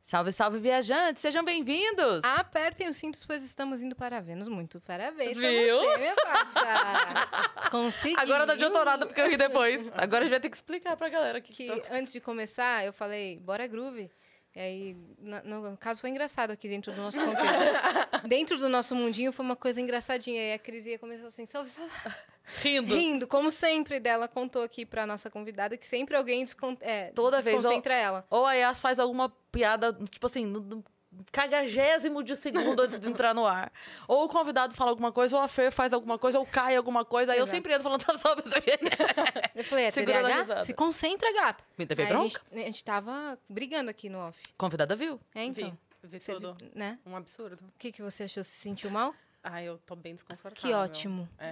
Salve, salve, viajantes! Sejam bem-vindos! Apertem os cintos, pois estamos indo para Vênus. Muito parabéns pra Viu? você, minha parça. Conseguiu. Agora não adiantou nada porque eu ri depois. Agora a gente vai ter que explicar pra galera Que antes de começar, eu falei, bora groove. E aí, no caso, foi engraçado aqui dentro do nosso contexto. Dentro do nosso mundinho foi uma coisa engraçadinha. E a Crisia começou assim, salve, salve. Rindo, como sempre, dela contou aqui pra nossa convidada que sempre alguém Toda vez, desconcentra ela. Ou a Yas faz alguma piada, tipo assim, no cagagésimo de segundo antes de entrar no ar. Ou o convidado fala alguma coisa, ou a Fer faz alguma coisa, ou cai alguma coisa. Aí eu sempre entro falando, salve, salve. Eu falei, Segurando a TDAH? risada. Se concentra, gata. Me teve Aí bronca? a gente tava brigando aqui no off. Convidada viu? Então. Vi Você tudo. né? Um absurdo. O que você achou? Se sentiu mal? Ai, eu tô bem desconfortável. Que ótimo. É.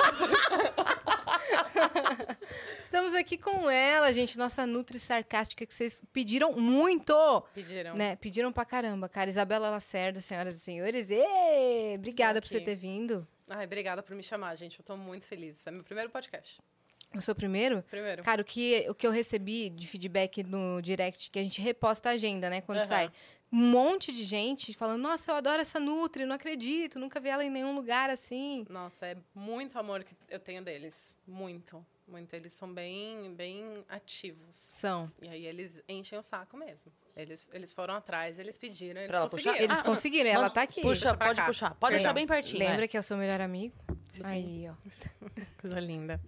Estamos aqui com ela, gente, nossa Nutri sarcástica, que vocês pediram muito. Pediram. Né? Pediram pra caramba, cara. Isabela Lacerda, senhoras e senhores. Ê, obrigada por você aqui. ter vindo. Ai, obrigada por me chamar, gente. Eu tô muito feliz. É meu primeiro podcast. O seu primeiro? Primeiro. Cara, o que eu recebi de feedback no direct, que a gente reposta a agenda, né, quando Aham. sai. Um monte de gente falando, nossa, eu adoro essa Nutri, não acredito, nunca vi ela em nenhum lugar assim. Nossa, é muito amor que eu tenho deles. Muito, muito. Eles são bem, bem ativos. São. E aí eles enchem o saco mesmo. Eles foram atrás, eles pediram, eles Pra ela conseguiram. puxar? Eles conseguiram, ela tá aqui. Puxa, Puxa pra pode cá. puxar. Pode deixar bem pertinho. Lembra que é o seu melhor amigo? Aí, ó. Coisa linda.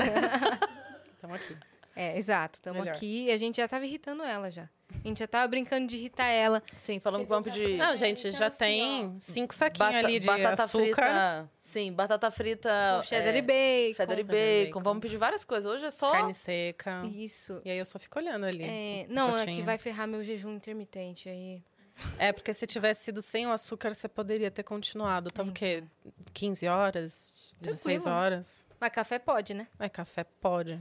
Estamos aqui. É, exato. Estamos Melhor. aqui e a gente já tava irritando ela já. A gente já tava brincando de irritar ela. Sim, falando que vamos pedir Não, gente, já tem 5 saquinhos ali de batata açúcar. frita. Sim, batata frita. Com cheddar e bacon. Cheddar e bacon. Vamos pedir várias coisas. Hoje é só. Carne seca. Isso. E aí eu só fico olhando ali. É, o não, é potinho. que vai ferrar meu jejum intermitente aí. É, porque se tivesse sido sem o açúcar, você poderia ter continuado. Tava o quê? 15 horas? 16 Tranquilo. horas? Mas café pode, né? Mas café pode.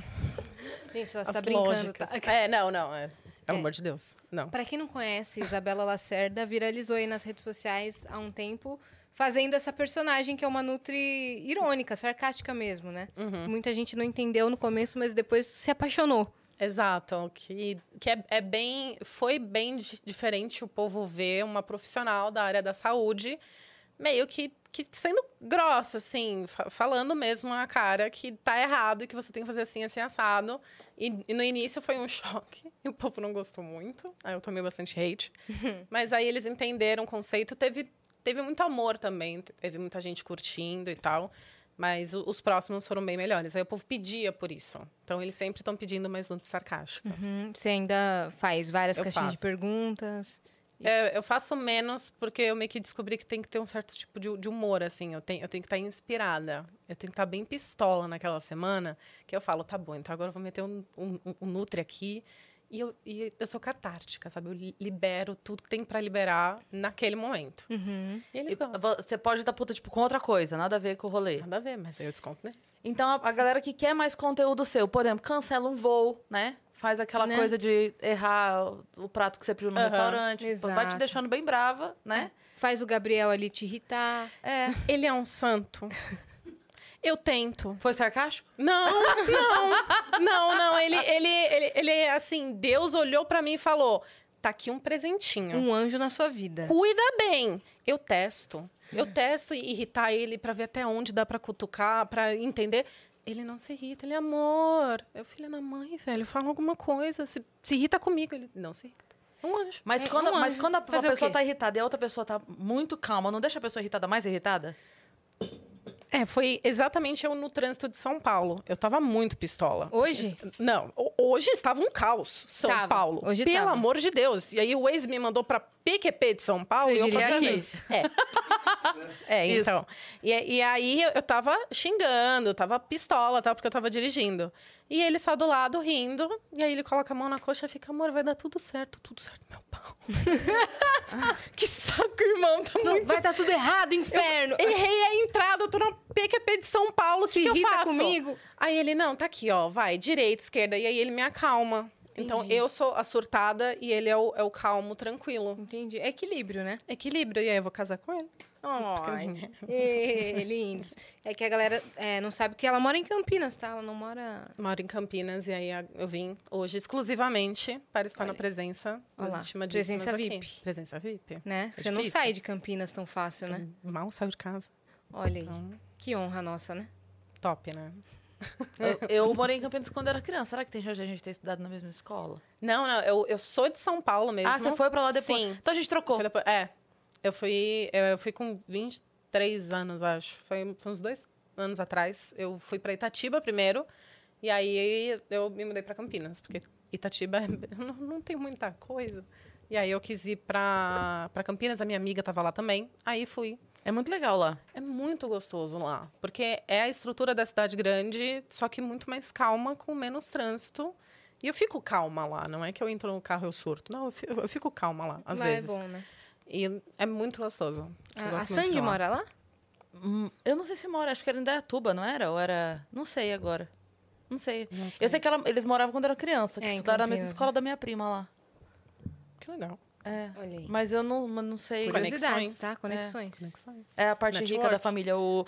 Gente, ela As tá brincando, lógicas. tá? Não. Pelo amor de Deus. Não. Pra quem não conhece, Isabela Lacerda viralizou aí nas redes sociais há um tempo, fazendo essa personagem que é uma Nutri irônica, sarcástica mesmo, né? Uhum. Muita gente não entendeu no começo, mas depois se apaixonou. Exato. Que é bem... Foi bem diferente o povo ver uma profissional da área da saúde meio que sendo grossa, assim, falando mesmo na cara que tá errado e que você tem que fazer assim, assim, assado. E no início foi um choque, e o povo não gostou muito. Aí eu tomei bastante hate. Mas aí eles entenderam o conceito. Teve muito amor também, teve muita gente curtindo e tal. Mas os próximos foram bem melhores. Aí o povo pedia por isso. Então eles sempre estão pedindo mais Nutri sarcástica. Você ainda faz várias Eu caixinhas de faço. perguntas. Eu faço menos porque eu meio que descobri que tem que ter um certo tipo de humor, assim. Eu tenho que estar inspirada. Eu tenho que estar bem pistola naquela semana, que eu falo, tá bom, então agora eu vou meter um Nutri aqui. E eu sou catártica, sabe? Eu libero tudo que tem pra liberar naquele momento. Uhum. E eles gostam. Você pode estar puta, tipo, com outra coisa, nada a ver com o rolê. Nada a ver, mas aí eu desconto neles. Então, a galera que quer mais conteúdo seu, por exemplo, cancela um voo, né? Faz aquela Né? coisa de errar o prato que você pediu no Aham. restaurante. Vai te Exato. deixando bem brava, né? Faz o Gabriel ali te irritar. É. Ele é um santo. Eu tento. Foi sarcástico? Não. Ele assim, Deus olhou pra mim e falou, tá aqui um presentinho. Um anjo na sua vida. Cuida bem. Eu testo e irritar ele pra ver até onde dá pra cutucar, pra entender. Ele não se irrita, ele é amor. Eu, filha da mãe, velho, fala alguma coisa. Se irrita comigo, ele não se irrita. É um anjo. Mas É, quando, um mas anjo. quando a Fazer o pessoa quê? tá irritada e a outra pessoa tá muito calma, não deixa a pessoa irritada mais irritada? Foi exatamente eu no trânsito de São Paulo. Eu tava muito pistola. Hoje? Não, hoje estava um caos, São Tava. Paulo. Hoje Pelo tava. amor de Deus. E aí o ex me mandou pra PQP de São Paulo Você e eu diria passei aqui. Isso. Então. E aí eu tava xingando, eu tava pistola, tal, porque eu tava dirigindo. E ele só do lado rindo, e aí ele coloca a mão na coxa e fica, amor, vai dar tudo certo, meu pau. Que saco, irmão, tá Não, muito... vai dar tudo errado, inferno. Errei a entrada, eu tô na PQP de São Paulo, o que Se que eu irrita faço? comigo? Aí ele, não, tá aqui, ó, vai, direita, esquerda. E aí ele me acalma. Então, Entendi. eu sou a surtada e ele é o calmo, tranquilo. Entendi. É equilíbrio, né? Equilíbrio. E aí eu vou casar com ele. Ai, lindos. É que a galera não sabe que ela mora em Campinas, tá? Ela não mora... Moro em Campinas e aí eu vim hoje exclusivamente para estar na presença das estimadíssimas presença aqui. VIP. Presença VIP. Né? É Você não difícil. sai de Campinas tão fácil, né? Mal saio de casa. Olha aí. Então, Que honra nossa, né? top, né? Eu morei em Campinas quando era criança. Será que tem chance de a gente ter estudado na mesma escola? Não, eu sou de São Paulo mesmo. Ah, você foi pra lá depois? Sim. Então a gente trocou. Foi depois, eu fui com 23 anos, acho. Foi uns 2 anos atrás. Eu fui pra Itatiba primeiro. E aí eu me mudei pra Campinas. Porque Itatiba não tem muita coisa. E aí eu quis ir pra Campinas. A minha amiga tava lá também. Aí fui. É muito legal lá. É muito gostoso lá. Porque é a estrutura da cidade grande, só que muito mais calma, com menos trânsito. E eu fico calma lá. Não é que eu entro no carro e eu surto. Não, eu fico calma lá, às lá vezes. é bom, né? E é muito gostoso. Eu A gosto muito de Sandy lá. mora lá? Eu não sei se mora, acho que era em Dayatuba, não era? Ou era... Não sei agora. Não sei. Não sei. Eu sei que eles moravam quando eu era criança, que É, em estudaram na mesma Campinas, escola da minha prima lá. Que legal. É. Olha aí. Mas eu não sei. Curiosidades, Conexões. tá? Conexões. Conexões. É a parte rica Network. da família, o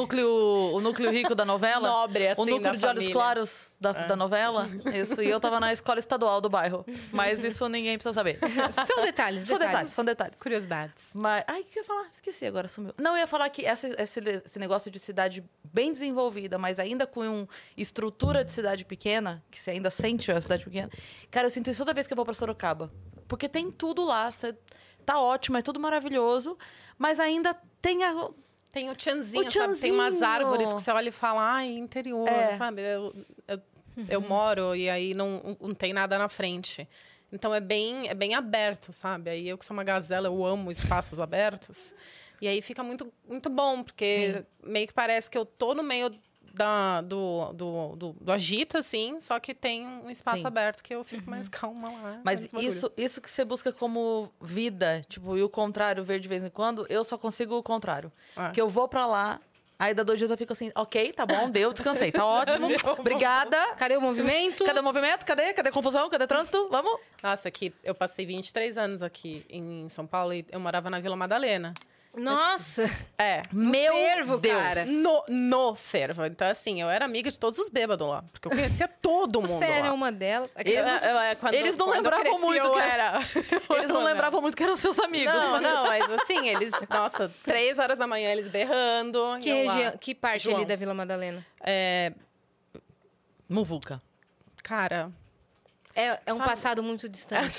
núcleo rico da novela. Nobre, assim, o núcleo da de olhos família. claros da novela. Isso, e eu tava na escola estadual do bairro. Mas isso ninguém precisa saber. São detalhes, São detalhes. Curiosidades. Mas, ai, o que eu ia falar? Esqueci agora, sumiu. Não, eu ia falar que esse negócio de cidade bem desenvolvida, mas ainda com estrutura de cidade pequena, que você ainda sente a cidade pequena. Cara, eu sinto isso toda vez que eu vou pra Sorocaba. Porque tem tudo lá, tá ótimo, é tudo maravilhoso, mas ainda tem Tem o tchanzinho, O sabe? Tem umas tchanzinho. árvores que você olha e fala, ai, interior, sabe? Eu moro e aí não tem nada na frente. Então é bem aberto, sabe? Aí eu que sou uma gazela, eu amo espaços abertos. E aí fica muito, muito bom, porque meio que parece que eu tô no meio do agito, assim, só que tem um espaço Sim. aberto que eu fico mais calma lá. Mas menos barulho. isso que você busca como vida, tipo, e o contrário, ver de vez em quando, eu só consigo o contrário. Ah. Que eu vou pra lá, aí dá 2 dias eu fico assim, ok, tá bom, deu, descansei, tá ótimo, obrigada. Cadê o movimento? Cadê o movimento? Cadê confusão? Cadê trânsito? Vamos? Nossa, aqui, eu passei 23 anos aqui em São Paulo e eu morava na Vila Madalena. Nossa! É. Meu fervo, Deus. cara. No fervo. Então, assim, eu era amiga de todos os bêbados lá. Porque eu conhecia todo mundo Você era lá. uma delas. Eles não lembravam muito que era. Eles não lembravam muito que eram seus amigos. Não, mas assim, eles... Nossa, 3 horas da manhã eles berrando. Que eu lá. região, que parte João. ali da Vila Madalena? Muvuca. Cara, É um Sabe- passado muito distante.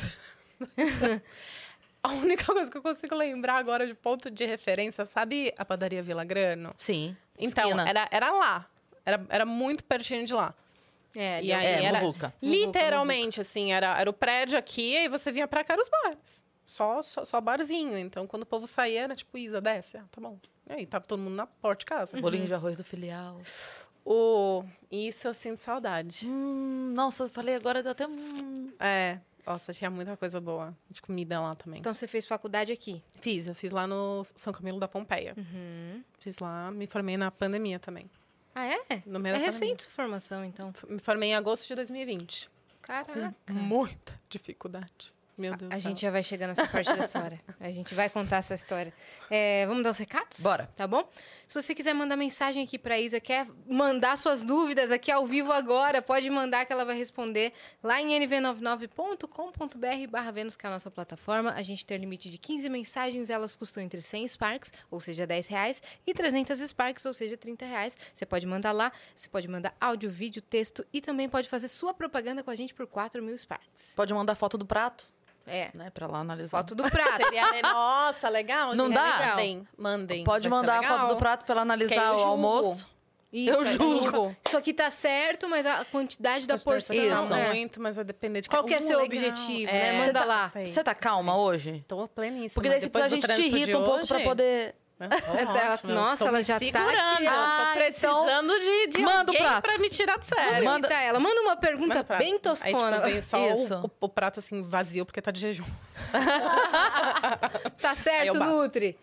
a única coisa que eu consigo lembrar agora de ponto de referência, sabe a padaria Vila Grano? Sim. Então, Esquina. era lá. Era muito pertinho de lá. E aí era Muvuca. literalmente, assim, era o prédio aqui, aí você vinha pra cá, era os bares. Só barzinho. Então, quando o povo saía, era tipo, Isa, desce. Ah, tá bom. E aí, tava todo mundo na porta de casa. Bolinho de arroz do filial. Isso eu sinto saudade. Nossa, eu falei agora, deu até Nossa, tinha muita coisa boa de comida lá também. Então você fez faculdade aqui? Eu fiz lá no São Camilo da Pompeia. Fiz lá, me formei na pandemia também. Ah, é? No meio É da recente sua formação, então. Me formei em agosto de 2020. Caraca. Muita dificuldade. Meu Deus do A céu. gente já vai chegar nessa parte da história. A gente vai contar essa história. Vamos dar os recados? Bora. Tá bom? Se você quiser mandar mensagem aqui pra Isa, quer mandar suas dúvidas aqui ao vivo agora, pode mandar que ela vai responder lá em nv99.com.br/Vênus, que é a nossa plataforma. A gente tem limite de 15 mensagens, elas custam entre 100 Sparks, ou seja, R$10, e 300 Sparks, ou seja, R$30. Você pode mandar lá, você pode mandar áudio, vídeo, texto e também pode fazer sua propaganda com a gente por 4.000 Sparks. Pode mandar foto do prato, É. né? Pra lá analisar. Foto do prato. Nossa, legal. Não gente. dá? Mandem. Pode Vai ser mandar a legal. foto do prato pra ela Que aí analisar eu o julgo. almoço. Isso, Eu é, julgo. Isso aqui tá certo, mas a quantidade da porção... Isso. Não é. muito, mas vai depender de... Qual que é seu legal. objetivo, É. né? Manda lá. Você tá calma hoje? Tô pleníssima. Porque daí Depois a do gente te trânsito de irrita um pouco pra hoje, poder... Tô Ela- ótima. nossa, Tô ela me já tá segurando. aqui, ó. Ah, Tô precisando de manda o alguém prato. pra me tirar do sério. Vamos Manda- imitar ela. Manda uma pergunta Manda prato. bem Aí, toscona. tipo, vem só Isso. o prato, assim, vazio, porque tá de jejum. Tá Aí certo, eu bato. Nutri?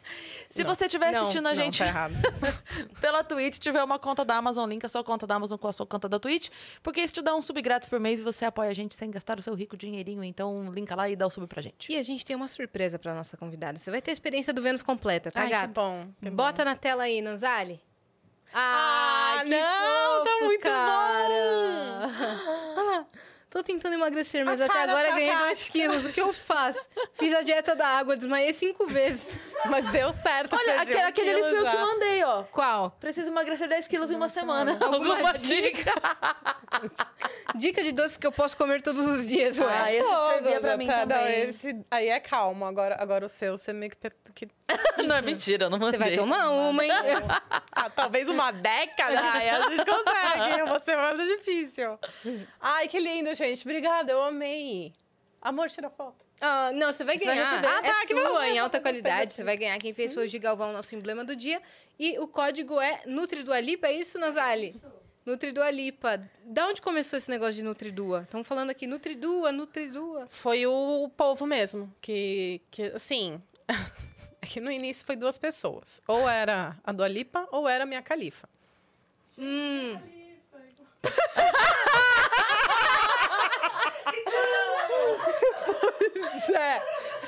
Se você estiver Não, assistindo a não, gente tá errado. pela Twitch, tiver uma conta da Amazon, linka a sua conta da Amazon com a sua conta da Twitch, porque isso te dá um sub grátis por mês e você apoia a gente sem gastar o seu rico dinheirinho. Então, linka lá e dá o sub pra gente. E a gente tem uma surpresa pra nossa convidada. Você vai ter a experiência do Vênus completa, tá, Ai, gato? que bom. Que bom. Bota na tela aí, Nanzali. Ah, que não, tá fofo, muito cara. Olha lá. Tô tentando emagrecer, mas A até cara agora ganhei 2 sarcástica. quilos. O que eu faço? Fiz a dieta da água, desmaiei 5 vezes. Mas deu certo. Olha, perdi um aquele quilo refil já. que eu mandei, ó. Qual? Preciso emagrecer 10 quilos em uma semana. Alguma Alguma dica? Dica de doce que eu posso comer todos os dias, ué. Ah, esse servia pra mim Não, também. esse aí é calmo. Agora o seu, você meio que... Não é mentira, eu não mandei. Você vai tomar uma, hein? Ah, talvez uma década, aí a gente consegue. Uma semana é difícil. Ai, que lindo, gente. Obrigada, eu amei. Amor, tira foto. Ah, não, você vai Você vai ganhar. receber. Ah, tá, É que bom. sua, em alta Gostei, qualidade. gostei. Você vai ganhar. Quem fez foi o Gigalvão, nosso emblema do dia. E o código é NutriDualipa. É isso, Nazali? NutriDualipa. Da onde começou esse negócio de Nutridua? Estamos falando aqui Nutridua. Foi o povo mesmo, que assim... É que no início foi 2 pessoas. Ou era a Dua Lipa, ou era a Mia Khalifa. É.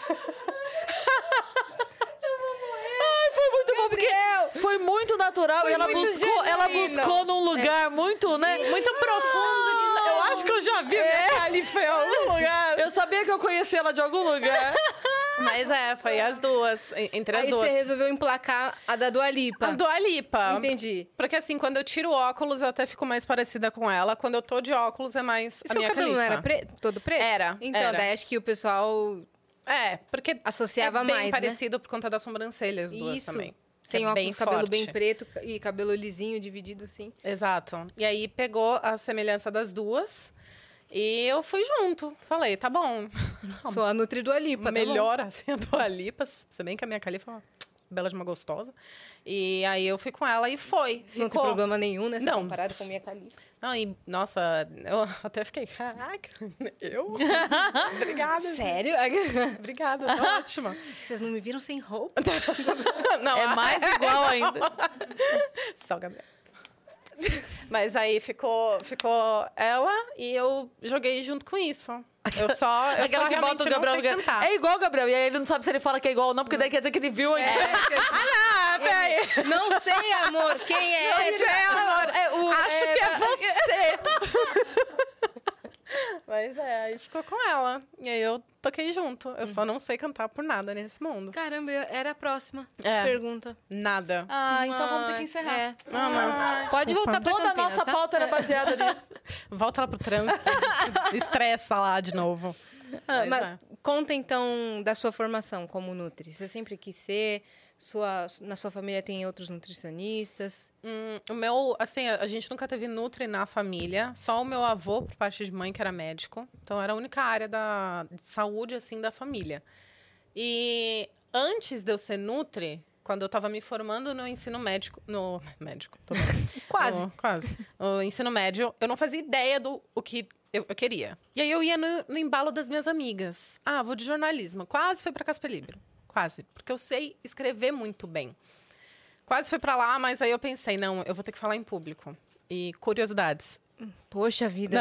Ai, foi muito bom, porque foi muito natural Foi e ela muito buscou, genuíno. num lugar muito, né? Muito profundo. Eu acho que eu já vi a Mia Khalifa em algum lugar. Eu sabia que eu conhecia ela de algum lugar. Mas foi as duas, entre as Aí duas. você resolveu emplacar a da Dua Lipa. A Dua Lipa. Entendi. Porque assim, quando eu tiro óculos, eu até fico mais parecida com ela. Quando eu tô de óculos, é mais E a seu Mia cabelo Khalifa. não era todo preto? Era, Então, era. daí acho que o pessoal É, porque associava é bem mais, né? parecido por conta das sobrancelhas duas Isso. também. Sem é óculos, bem cabelo forte. bem preto e cabelo lisinho, dividido assim. Exato. E aí pegou a semelhança das duas e eu fui junto. Falei, tá bom. Sou a Nutridua Lipa, tá bom? Melhor assim a Dua Lipa, se bem que a minha Khalifa é uma bela de uma gostosa. E aí eu fui com ela e foi. Não tem problema nenhum, né? Se Não. comparado com a minha Califa. Não, e nossa, eu até fiquei, caraca, eu? Obrigada. gente. Sério? Obrigada, tá ótima. Vocês não me viram sem roupa? Não, É mais igual ainda. Só Gabriel. Mas aí ficou ela e eu joguei junto com isso. Eu só Aquela que bota o Gabriel. não sei cantar. É igual o Gabriel. E aí ele não sabe se ele fala que é igual ou não, porque daí quer dizer que ele viu ainda. Ah, peraí. Não sei, amor, quem é essa? Amor. Acho que é você. Mas aí ficou com ela. E aí eu toquei junto. Eu só não sei cantar por nada nesse mundo. Caramba, era a próxima É. pergunta. Nada. Ah, então vamos ter que encerrar. É. Não. Pode voltar pra Toda a Campinas, nossa tá? pauta era baseada nisso. Volta lá pro trânsito. Estressa lá de novo. Ah, mas é. conta então da sua formação como Nutri. Você sempre quis ser? Na sua família tem outros nutricionistas? O meu, assim, a gente nunca teve Nutri na família. Só o meu avô, por parte de mãe, que era médico. Então, era a única área de saúde, assim, da família. E antes de eu ser Nutri, quando eu estava me formando no ensino médico... tô bem. Quase. Quase. O ensino médio, eu não fazia ideia do o que eu queria. E aí, eu ia no embalo das minhas amigas. Ah, vou de jornalismo. Quase fui para Casper Libero. Quase. Porque eu sei escrever muito bem. Quase fui para lá, mas aí eu pensei, não, eu vou ter que falar em público. E curiosidades. Poxa vida.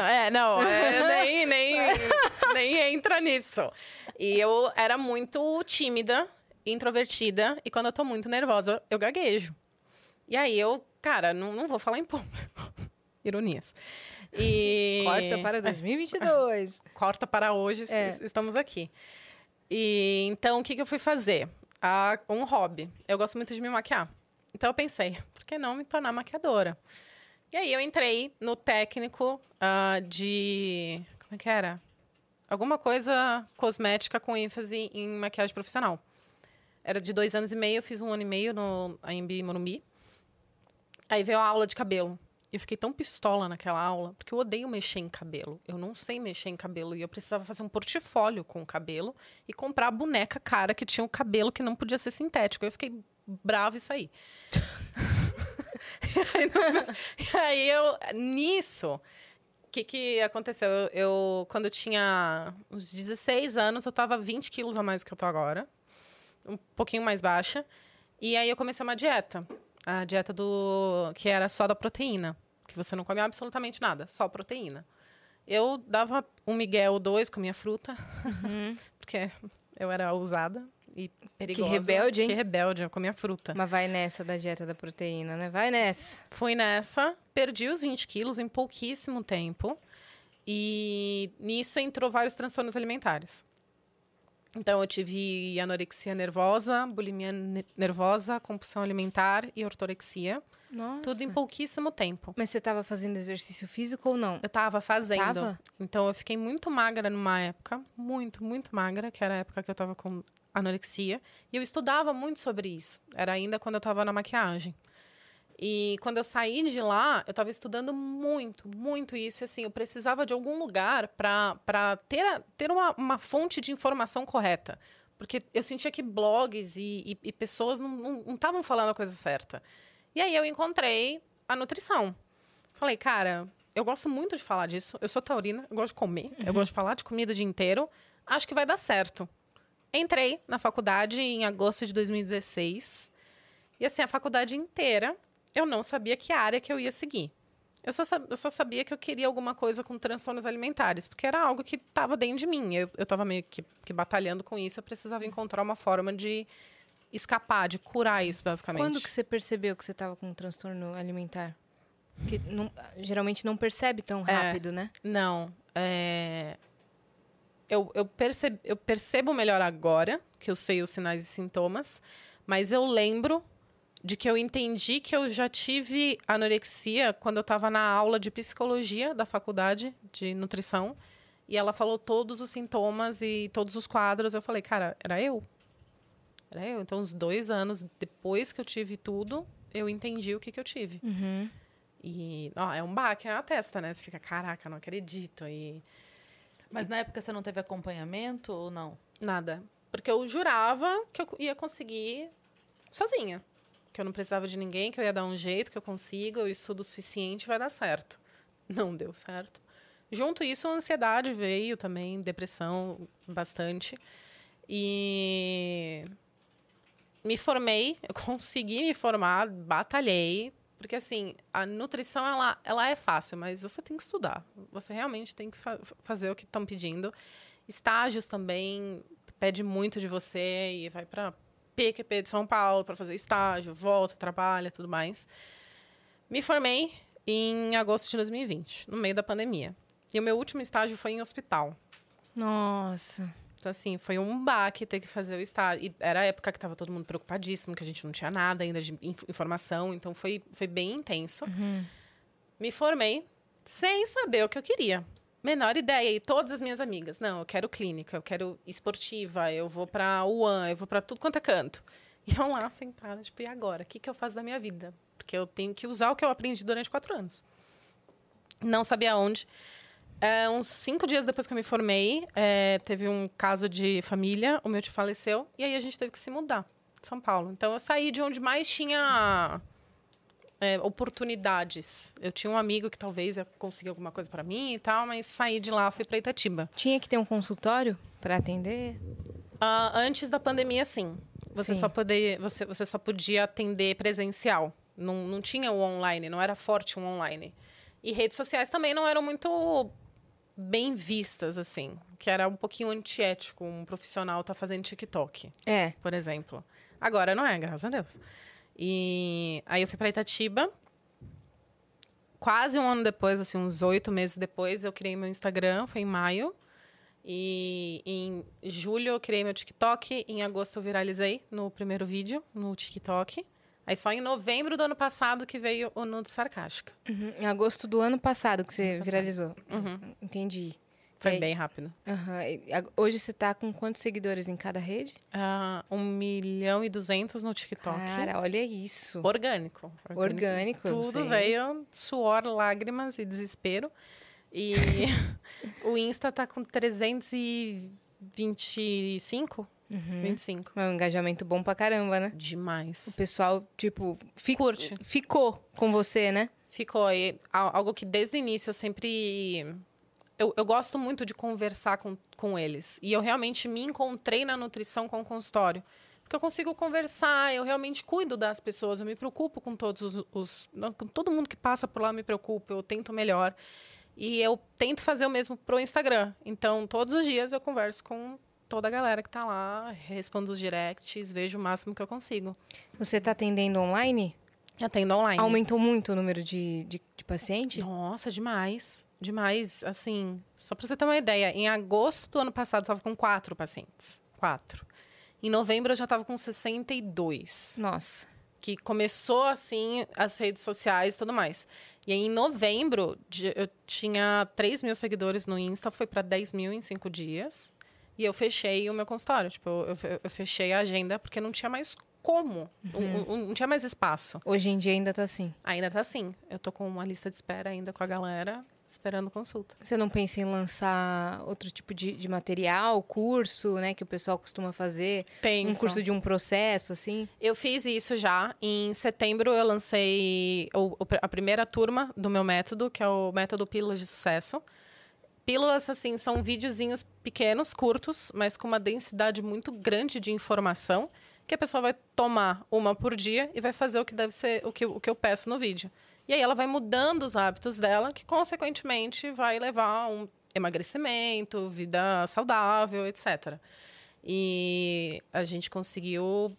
Nem entra nisso. E eu era muito tímida, introvertida, e quando eu tô muito nervosa, eu gaguejo. E aí eu, cara, não vou falar em público. Ironias. E... Corta para 2022. Corta para hoje, estamos aqui. E então, o que eu fui fazer? Um hobby. Eu gosto muito de me maquiar. Então, eu pensei, por que não me tornar maquiadora? E aí, eu entrei no técnico de... Como é que era? Alguma coisa cosmética com ênfase em maquiagem profissional. Era de 2 anos e meio, eu fiz 1 ano e meio no AMB Morumbi. Aí veio a aula de cabelo. Eu fiquei tão pistola naquela aula, porque eu odeio mexer em cabelo. Eu não sei mexer em cabelo. E eu precisava fazer um portfólio com o cabelo e comprar a boneca cara que tinha o cabelo que não podia ser sintético. Eu fiquei brava e saí. E aí, nisso, o que aconteceu? Quando eu tinha uns 16 anos, eu tava 20 quilos a mais do que eu tô agora. Um pouquinho mais baixa. E aí eu comecei uma dieta. A dieta que era só da proteína. Que você não come absolutamente nada, só proteína. Eu dava um migué ou dois, comia fruta. Porque eu era ousada e perigosa. Que rebelde, hein? Que rebelde, eu comia fruta. Mas vai nessa da dieta da proteína, né? Vai nessa. Fui nessa, perdi os 20 quilos em pouquíssimo tempo. E nisso entrou vários transtornos alimentares. Então, eu tive anorexia nervosa, bulimia nervosa, compulsão alimentar e ortorexia. Nossa. Tudo em pouquíssimo tempo. Mas você estava fazendo exercício físico ou não? Eu tava fazendo. Tava? Então, eu fiquei muito magra numa época. Muito, muito magra. Que era a época que eu tava com anorexia. E eu estudava muito sobre isso. Era ainda quando eu tava na maquiagem. E quando eu saí de lá, eu tava estudando muito, muito isso. E, assim, eu precisava de algum lugar para ter uma fonte de informação correta. Porque eu sentia que blogs e pessoas não estavam falando a coisa certa. E aí eu encontrei a nutrição. Falei, cara, eu gosto muito de falar disso. Eu sou taurina, eu gosto de comer. Eu gosto de falar de comida o dia inteiro. Acho que vai dar certo. Entrei na faculdade em agosto de 2016. E, assim, a faculdade inteira, eu não sabia que área que eu ia seguir. Eu só sabia que eu queria alguma coisa com transtornos alimentares. Porque era algo que estava dentro de mim. Eu estava meio que batalhando com isso. Eu precisava encontrar uma forma de escapar, de curar isso, basicamente. Quando que você percebeu que você estava com um transtorno alimentar? Porque geralmente não percebe tão rápido, né? Não. Eu percebo melhor agora, que eu sei os sinais e sintomas, mas eu lembro de que eu entendi que eu já tive anorexia quando eu estava na aula de psicologia da faculdade de nutrição, e ela falou todos os sintomas e todos os quadros. Eu falei, cara, era eu. Então, uns 2 anos depois que eu tive tudo, eu entendi o que eu tive. E é um baque na testa, né? Você fica, caraca, não acredito. Mas na época você não teve acompanhamento ou não? Nada. Porque eu jurava que eu ia conseguir sozinha. Que eu não precisava de ninguém, que eu ia dar um jeito, que eu consigo, eu estudo o suficiente, vai dar certo. Não deu certo. Junto isso, a ansiedade veio também, depressão, bastante. E me formei, eu consegui me formar, batalhei. Porque, assim, a nutrição, ela é fácil, mas você tem que estudar. Você realmente tem que fazer o que estão pedindo. Estágios também pede muito de você e vai para PQP de São Paulo para fazer estágio, volta, trabalha, tudo mais. Me formei em agosto de 2020, no meio da pandemia. E o meu último estágio foi em hospital. Nossa. Então, assim, foi um baque ter que fazer o estágio. E era a época que estava todo mundo preocupadíssimo, que a gente não tinha nada ainda de informação. Então, foi bem intenso. Me formei sem saber o que eu queria. Menor ideia. E todas as minhas amigas. Não, eu quero clínica, eu quero esportiva, eu vou pra UAN, eu vou pra tudo quanto é canto. E eu lá, sentada, tipo, e agora? O que eu faço da minha vida? Porque eu tenho que usar o que eu aprendi durante 4 anos. Não sabia onde. Uns 5 dias depois que eu me formei, teve um caso de família, o meu tio faleceu, e aí a gente teve que se mudar de São Paulo. Então, eu saí de onde mais tinha oportunidades. Eu tinha um amigo que talvez ia conseguir alguma coisa para mim e tal, mas saí de lá, fui para Itatiba. Tinha que ter um consultório para atender? Antes da pandemia, sim. Você só podia atender presencial. Não tinha o online, não era forte o online. E redes sociais também não eram muito bem vistas, assim. Que era um pouquinho antiético um profissional tá fazendo TikTok. Por exemplo. Agora não é, graças a Deus. E aí eu fui para Itatiba. Quase um ano depois, assim, uns 8 meses depois, eu criei meu Instagram, foi em maio. E em julho eu criei meu TikTok. Em agosto eu viralizei no primeiro vídeo, no TikTok. Aí só em novembro do ano passado que veio o Nudo Sarcástica. Em agosto do ano passado que você viralizou. Entendi. Foi bem rápido. Hoje você tá com quantos seguidores em cada rede? 1.200.000 no TikTok. Cara, olha isso. Orgânico. Tudo veio suor, lágrimas e desespero. E o Insta tá com 325. 25. É um engajamento bom pra caramba, né? Demais. O pessoal, tipo, curte. Ficou com você, né? Ficou. E algo que desde o início eu sempre... Eu gosto muito de conversar com eles. E eu realmente me encontrei na nutrição com o consultório. Porque Porque eu consigo conversar, eu realmente cuido das pessoas, eu me preocupo com com todo mundo que passa por lá, eu me preocupo, eu tento melhor. E eu tento fazer o mesmo pro Instagram. Então, todos os dias eu converso com toda a galera que tá lá, respondo os directs, vejo o máximo que eu consigo. Você tá atendendo online? Atendo online. Aumentou muito o número de paciente? Nossa, demais. Demais. Assim, só pra você ter uma ideia, em agosto do ano passado eu tava com 4 pacientes. 4. Em novembro eu já tava com 62. Nossa. Que começou, assim, as redes sociais e tudo mais. E aí, em novembro, eu tinha 3 mil seguidores no Insta, foi para 10 mil em 5 dias. E eu fechei o meu consultório. Tipo, eu fechei a agenda porque não tinha mais como. Não tinha mais espaço. Hoje em dia ainda tá assim? Ainda tá assim. Eu tô com uma lista de espera ainda com a galera, esperando consulta. Você não pensa em lançar outro tipo de material, curso, né? Que o pessoal costuma fazer? Penso. Um curso de um processo, assim? Eu fiz isso já. Em setembro, eu lancei a primeira turma do meu método, que é o método Pílulas de Sucesso. Pílulas, assim, são videozinhos pequenos, curtos, mas com uma densidade muito grande de informação, que a pessoa vai tomar uma por dia e vai fazer o que deve ser, o que eu peço no vídeo. E aí ela vai mudando os hábitos dela, que consequentemente vai levar a um emagrecimento, vida saudável, etc. E a gente conseguiu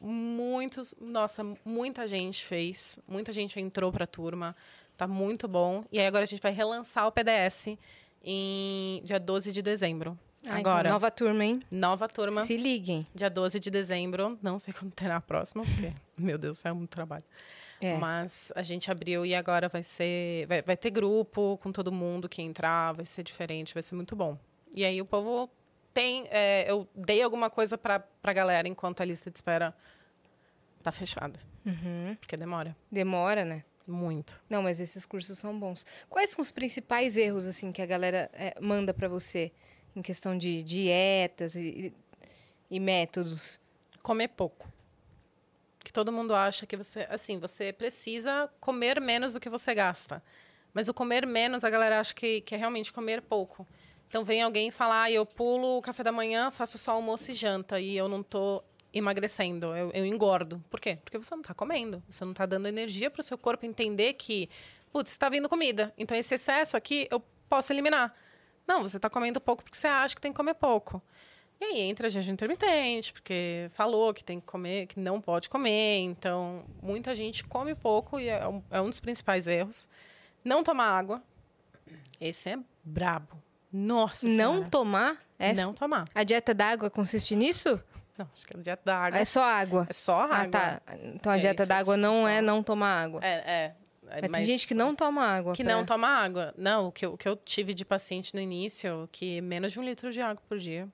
muita gente fez, muita gente entrou para a turma, tá muito bom. E aí agora a gente vai relançar o PDS em dia 12 de dezembro. Agora, então, nova turma, hein? Nova turma. Se liguem. Dia 12 de dezembro. Não sei quando terá a próxima, porque, meu Deus, é muito trabalho. É. Mas a gente abriu e agora vai ter grupo com todo mundo que entrar, vai ser diferente, vai ser muito bom. E aí o povo tem... eu dei alguma coisa pra galera enquanto a lista de espera tá fechada. Porque demora. Demora, né? Muito. Não, mas esses cursos são bons. Quais são os principais erros, assim, que a galera manda pra você em questão de dietas e métodos? Comer pouco. Que todo mundo acha que você precisa comer menos do que você gasta. Mas o comer menos, a galera acha que é realmente comer pouco. Então, vem alguém falar, eu pulo o café da manhã, faço só almoço e janta, e eu não tô emagrecendo, eu engordo. Por quê? Porque você não está comendo, você não está dando energia para o seu corpo entender que, putz, está vindo comida, então esse excesso aqui eu posso eliminar. Não, você está comendo pouco porque você acha que tem que comer pouco. E aí entra jejum intermitente, porque falou que tem que comer, que não pode comer. Então, muita gente come pouco e é um dos principais erros. Não tomar água. Esse é brabo. Nossa Senhora. Não tomar? Não tomar. A dieta da água consiste nisso? Não, acho que a dieta da água... É só água? É só água. Ah, tá. Então a dieta da água não é não tomar água. Mas tem gente que não toma água. Não toma água. Não, o que eu tive de paciente no início, que menos de 1 litro de água por dia.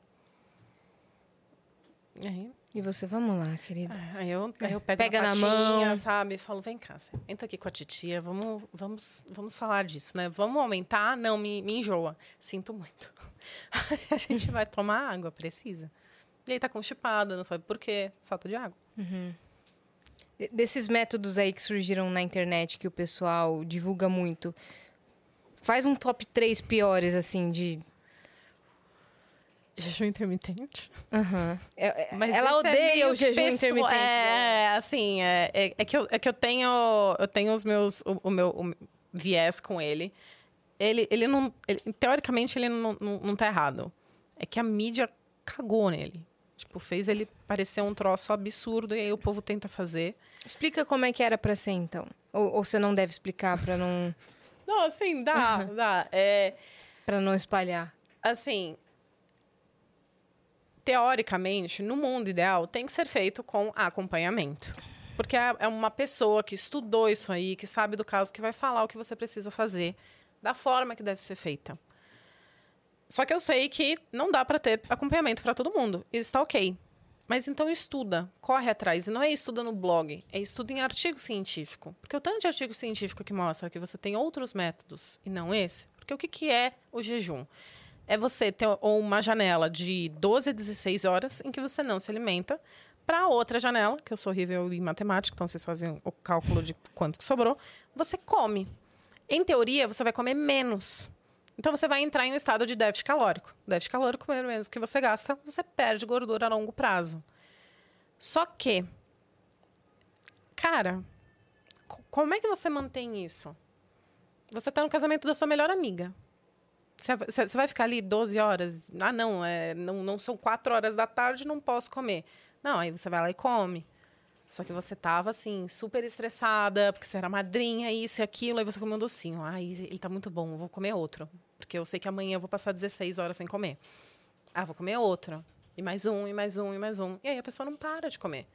E você, vamos lá, querida. Aí eu pego Pega na na patinha, mão. sabe? E falo, vem cá, entra aqui com a titia, vamos falar disso, né? Vamos aumentar? Não, me enjoa. Sinto muito. A gente vai tomar água, precisa. E aí tá constipado, não sabe por quê. Falta de água. Desses métodos aí que surgiram na internet, que o pessoal divulga muito, faz um top 3 piores, assim, de... Jejum intermitente. Mas ela odeia o jejum intermitente. Assim, é que eu tenho os meus, o meu viés com ele. Ele não, teoricamente, ele não tá errado. É que a mídia cagou nele. Tipo, fez ele parecer um troço absurdo e aí o povo tenta fazer. Explica como é que era pra ser, então. Ou você não deve explicar pra não... Não, assim, dá. Pra não espalhar. Assim, teoricamente, no mundo ideal, tem que ser feito com acompanhamento. Porque é uma pessoa que estudou isso aí, que sabe do caso, que vai falar o que você precisa fazer, da forma que deve ser feita. Só que eu sei que não dá para ter acompanhamento para todo mundo. Isso está ok. Mas então estuda, corre atrás. E não é estuda no blog, é estuda em artigo científico. Porque o tanto de artigo científico que mostra que você tem outros métodos e não esse. Porque o que é o jejum? É você ter uma janela de 12 a 16 horas em que você não se alimenta, para outra janela, que eu sou horrível em matemática, então vocês fazem o cálculo de quanto que sobrou, você come. Em teoria, você vai comer menos. Então, você vai entrar em um estado de déficit calórico. Déficit calórico, comer menos que você gasta, você perde gordura a longo prazo. Só que, cara, como é que você mantém isso? Você tá no casamento da sua melhor amiga. Você vai ficar ali 12 horas? Ah, não, não são 4 horas da tarde, não posso comer. Não, aí você vai lá e come. Só que você tava, assim, super estressada, porque você era madrinha, isso e aquilo, aí você comeu um docinho. Ai, ele tá muito bom, vou comer outro. Porque eu sei que amanhã eu vou passar 16 horas sem comer. Ah, vou comer outro. E mais um, e mais um, e mais um. E aí a pessoa não para de comer.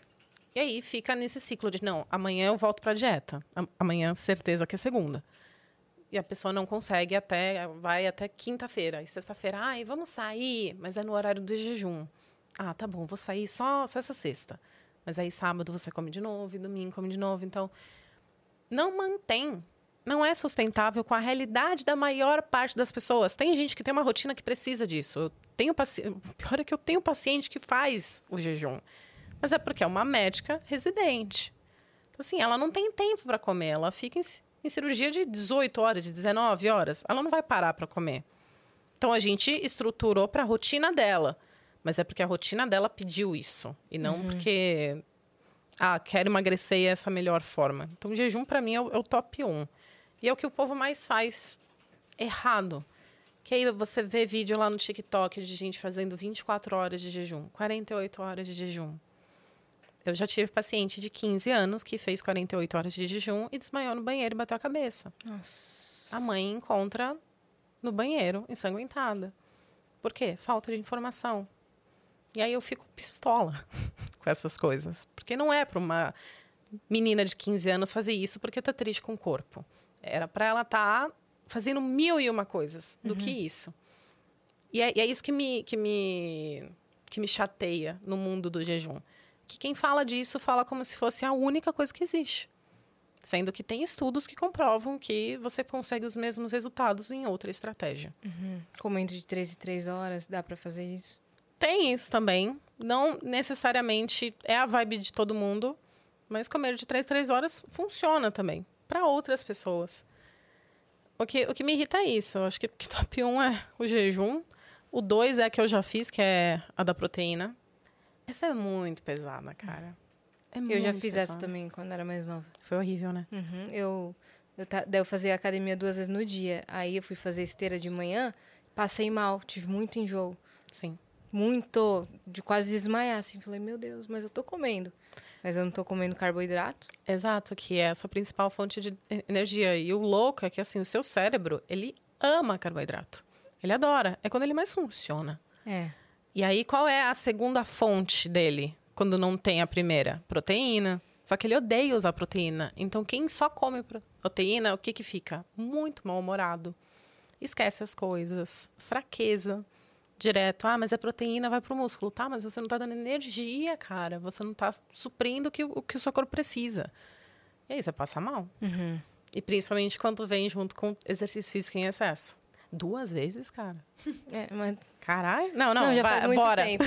E aí fica nesse ciclo de, não, amanhã eu volto pra dieta. Amanhã, certeza que é segunda. E a pessoa não consegue vai até quinta-feira. E sexta-feira, ai, vamos sair, mas é no horário do jejum. Ah, tá bom, vou sair só essa sexta. Mas aí sábado você come de novo, e domingo come de novo. Então, não mantém. Não é sustentável com a realidade da maior parte das pessoas. Tem gente que tem uma rotina que precisa disso. O pior é que eu tenho paciente que faz o jejum. Mas é porque é uma médica residente. Então, assim, ela não tem tempo para comer. Ela fica em cirurgia de 18 horas, de 19 horas. Ela não vai parar para comer. Então, a gente estruturou para a rotina dela. Mas é porque a rotina dela pediu isso. E não porque... Ah, quero emagrecer e essa é a melhor forma. Então, o jejum, para mim, é o top 1. E é o que o povo mais faz errado. Que aí você vê vídeo lá no TikTok de gente fazendo 24 horas de jejum, 48 horas de jejum. Eu já tive paciente de 15 anos que fez 48 horas de jejum e desmaiou no banheiro e bateu a cabeça. Nossa. A mãe encontra no banheiro, ensanguentada. Por quê? Falta de informação. E aí eu fico pistola com essas coisas. Porque não é para uma menina de 15 anos fazer isso porque tá triste com o corpo. Era para ela estar fazendo 1001 coisas do que isso. E é isso que me chateia no mundo do jejum. Que quem fala disso fala como se fosse a única coisa que existe. Sendo que tem estudos que comprovam que você consegue os mesmos resultados em outra estratégia. Comendo de 3 em 3 horas, dá pra fazer isso? Tem isso também. Não necessariamente é a vibe de todo mundo, mas comer de 3 em 3 horas funciona também. Para outras pessoas. O que me irrita é isso. Eu acho que top 1 é o jejum. O 2 é a que eu já fiz, que é a da proteína. Essa é muito pesada, cara. Eu já fiz essa também, quando era mais nova. Foi horrível, né? Daí eu fazia academia 2 vezes no dia. Aí eu fui fazer esteira de manhã, passei mal, tive muito enjoo. Sim. Muito, de quase desmaiar, assim. Falei, meu Deus, mas eu tô comendo. Mas eu não tô comendo carboidrato. Exato, que é a sua principal fonte de energia. E o louco é que, assim, o seu cérebro, ele ama carboidrato. Ele adora. É quando ele mais funciona. É. E aí, qual é a segunda fonte dele, quando não tem a primeira? Proteína. Só que ele odeia usar proteína. Então, quem só come proteína, o que fica? Muito mal-humorado. Esquece as coisas. Fraqueza. Direto. Ah, mas a proteína vai pro músculo. Tá, mas você não tá dando energia, cara. Você não tá suprindo o que o seu corpo precisa. E aí, você passa mal. E principalmente quando vem junto com exercício físico em excesso. 2 vezes, cara. Mas... Caralho. Não, já faz muito bora. tempo.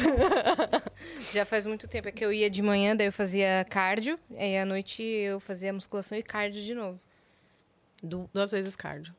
Já faz muito tempo. É que eu ia de manhã, daí eu fazia cardio. Aí à noite eu fazia musculação e cardio de novo. 2 vezes cardio.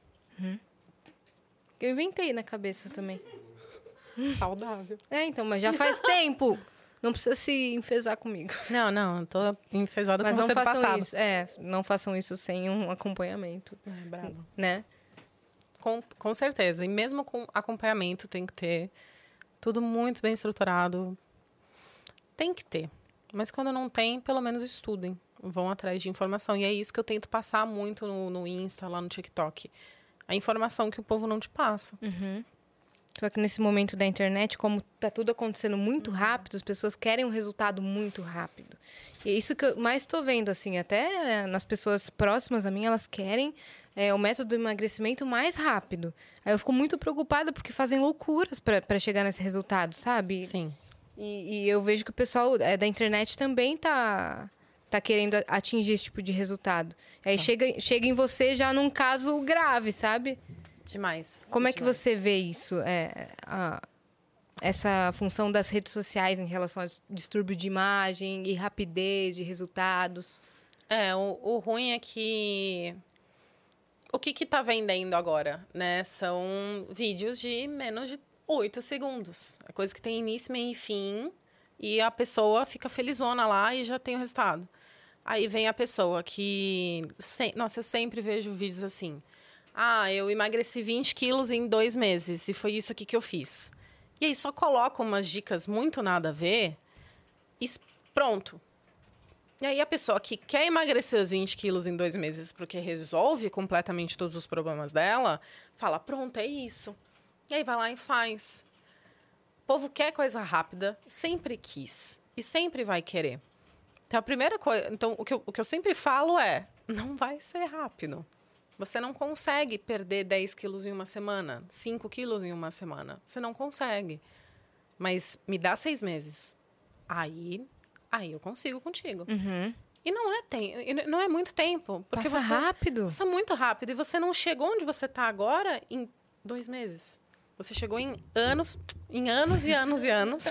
Eu inventei na cabeça também. Saudável. Então, mas já faz tempo. Não precisa se enfesar comigo. Não, tô enfesada Mas com não você do façam passado. isso. Não façam isso sem um acompanhamento. Bravo. Né? Com certeza. E mesmo com acompanhamento, tem que ter tudo muito bem estruturado. Tem que ter. Mas quando não tem, pelo menos estudem. Vão atrás de informação. E é isso que eu tento passar muito no Insta, lá no TikTok. A informação que o povo não te passa. Só que nesse momento da internet, como tá tudo acontecendo muito rápido, as pessoas querem um resultado muito rápido. E é isso que eu mais estou vendo, assim, até nas pessoas próximas a mim, elas querem o método de emagrecimento mais rápido. Aí eu fico muito preocupada porque fazem loucuras para chegar nesse resultado, sabe? Sim. E eu vejo que o pessoal da internet também tá querendo atingir esse tipo de resultado. Aí chega em você já num caso grave, sabe? Demais. Como é que você vê isso? Essa função das redes sociais em relação ao distúrbio de imagem e rapidez de resultados? O ruim é que... O que tá vendendo agora, né? São vídeos de menos de 8 segundos. É coisa que tem início, meio e fim. E a pessoa fica felizona lá e já tem o resultado. Aí vem a pessoa que... Nossa, eu sempre vejo vídeos assim. Ah, eu emagreci 20 quilos em 2 meses. E foi isso aqui que eu fiz. E aí só coloca umas dicas muito nada a ver. E pronto. E aí a pessoa que quer emagrecer os 20 quilos em 2 meses porque resolve completamente todos os problemas dela, fala, pronto, é isso. E aí vai lá e faz. O povo quer coisa rápida, sempre quis. E sempre vai querer. Então, a primeira coisa... Então, o que eu sempre falo é, não vai ser rápido. Você não consegue perder 10 quilos em uma semana, 5 quilos em uma semana. Você não consegue. Mas me dá 6 meses. Aí eu consigo contigo. E não é muito tempo. Porque Passa rápido. Passa muito rápido. E você não chegou onde você está agora em 2 meses. Você chegou em anos e anos e anos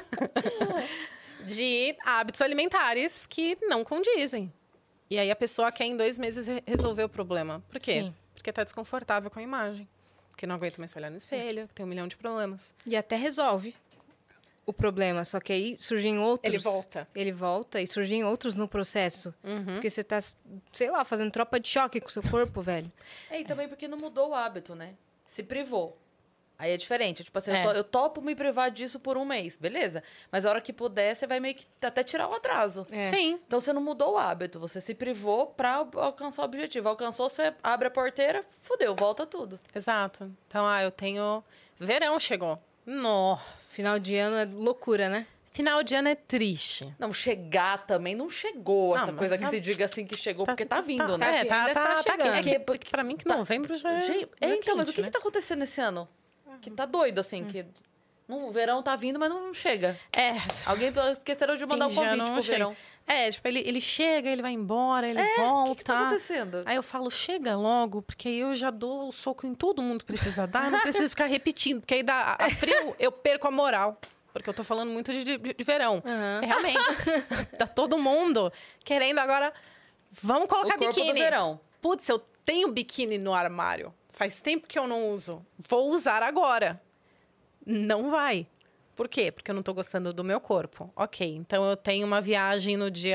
de hábitos alimentares que não condizem. E aí a pessoa quer em 2 meses resolver o problema. Por quê? Sim. Porque está desconfortável com a imagem. Porque não aguenta mais se olhar no espelho, que tem 1 milhão de problemas. E até resolve o problema, só que aí surgem outros. Ele volta e surgem outros no processo. Porque você tá, sei lá, fazendo tropa de choque com o seu corpo, velho. E também porque não mudou o hábito, né? Se privou. Aí é diferente. Tipo assim, É. eu topo me privar disso por 1 mês, beleza. Mas a hora que puder, você vai meio que até tirar o atraso. É. Sim. Então você não mudou o hábito, você se privou pra alcançar o objetivo. Alcançou, você abre a porteira, fudeu, volta tudo. Exato. Então, eu tenho... Verão chegou. Nossa. Final de ano é loucura, né? Final de ano é triste. Não, chegar também não chegou. Não, Essa mas coisa que tá- se diga assim que chegou, porque tá vindo, né? É, ainda tá aqui. chegando. É que pra mim que novembro já Gente, já então, mas o quente, que né? que tá acontecendo esse ano? Que tá doido, assim, que... O verão tá vindo, mas não chega. É. Alguém esqueceram de mandar o Fim de ano convite não pro chega. verão. É, tipo, ele chega, ele vai embora, ele O que volta. que tá acontecendo? Aí eu falo, chega logo, porque aí eu já dou o soco em todo mundo que precisa dar. Eu não preciso ficar repetindo, porque aí dá a frio, eu perco a moral. Porque eu tô falando muito de verão. Aham. Realmente. Tá todo mundo querendo agora... Vamos O colocar corpo biquíni. do verão. Putz, eu tenho biquíni no armário. Faz tempo que eu não uso. Vou usar agora. Não vai. Por quê? Porque eu não tô gostando do meu corpo. Ok, então eu tenho uma viagem no dia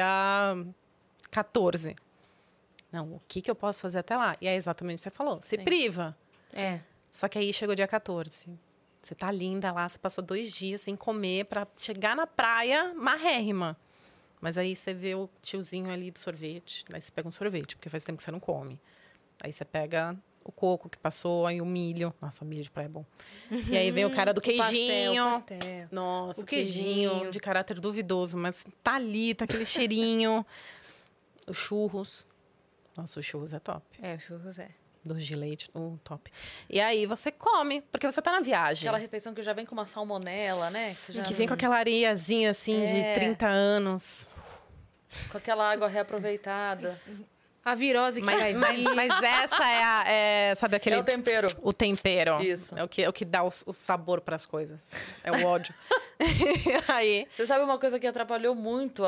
14. Não, o que eu posso fazer até lá? E é exatamente o que você falou. Se Sim. priva. É. Só que aí chegou dia 14. Você tá linda lá, você passou 2 dias sem comer pra chegar na praia marrérrima. Mas aí você vê o tiozinho ali do sorvete. Aí você pega um sorvete, porque faz tempo que você não come. Aí você pega o coco que passou, aí o milho. Nossa, milho de praia é bom. E aí vem o cara do queijinho. Pastel. Nossa, O o queijinho queijinho. de caráter duvidoso, mas tá ali, tá aquele cheirinho. Os churros. Nossa, os churros é top. É, o churros é. Doce de leite, top. E aí você come, porque você tá na viagem. Aquela refeição que já vem com uma salmonela, né? Você já Que vem com aquela areiazinha, assim, É. de 30 anos. com aquela água reaproveitada. A virose que vai Mas vir. essa sabe aquele... É o tempero. O tempero. Isso. É o que dá o sabor pras coisas. É o ódio. Aí... Você sabe uma coisa que atrapalhou muito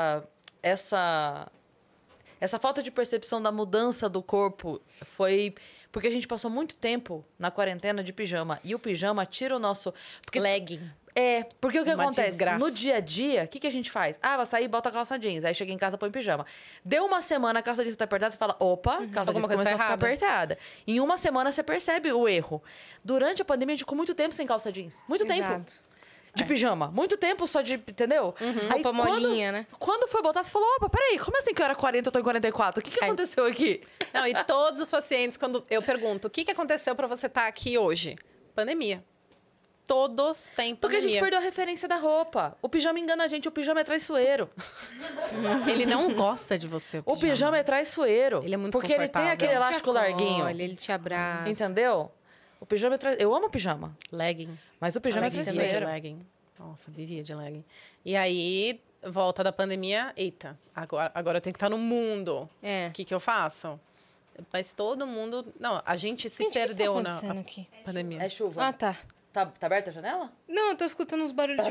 essa falta de percepção da mudança do corpo foi porque a gente passou muito tempo na quarentena de pijama. E o pijama tira o nosso... Porque Legging. Porque o que Uma acontece? desgraça. No dia a dia, o que a gente faz? Vai sair e bota a calça jeans. Aí chega em casa, põe pijama. Deu uma semana, a calça jeans tá apertada, você fala, opa, a calça jeans Alguma coisa começou tá a ficar errada. apertada. Em uma semana, você percebe o erro. Durante a pandemia, a gente ficou muito tempo sem calça jeans. Muito tempo. Exato. De pijama. Muito tempo só de... Entendeu? Aí, Roupa molinha, né? Quando foi botar, você falou, opa, peraí, como assim que eu era 40 eu tô em 44? O que aconteceu aqui? Não, e todos os pacientes, quando eu pergunto, o que aconteceu pra você estar aqui hoje? Pandemia. Todos têm Porque a pandemia. gente perdeu a referência da roupa. O pijama engana a gente, o pijama é traiçoeiro. Ele não gosta de você, O pijama é traiçoeiro. Ele é muito Porque ele tem confortável. aquele Ele te elástico larguinho. Olha, ele te abraça. Entendeu? O pijama é traiçoeiro. Eu amo pijama. Legging. Mas o pijama é Vivia de traiçoeiro. legging. Nossa, vivia de legging. E aí, volta da pandemia, eita, agora eu tenho que estar no mundo. É. O que eu faço? Mas todo mundo... Não, a gente se perdeu o que tá na acontecendo aqui? pandemia. É chuva. Ah, tá. Tá aberta a janela? Não, eu tô escutando uns barulhos de...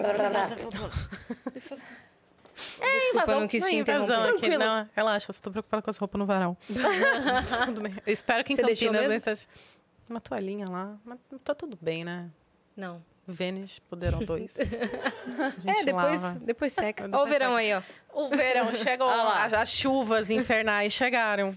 Desculpa, invasão. eu não quis Não, te invasão interromper. aqui. Tranquilo. Não, relaxa, eu só tô preocupada com as roupas no varal. Tudo bem. Eu espero que em Você deixou Campinas... mesmo? Uma toalhinha lá. Mas tá tudo bem, né? Não. Vênus, Poderão 2. Depois seca. Olha o verão aí, ó. O verão chegou, as chuvas infernais chegaram.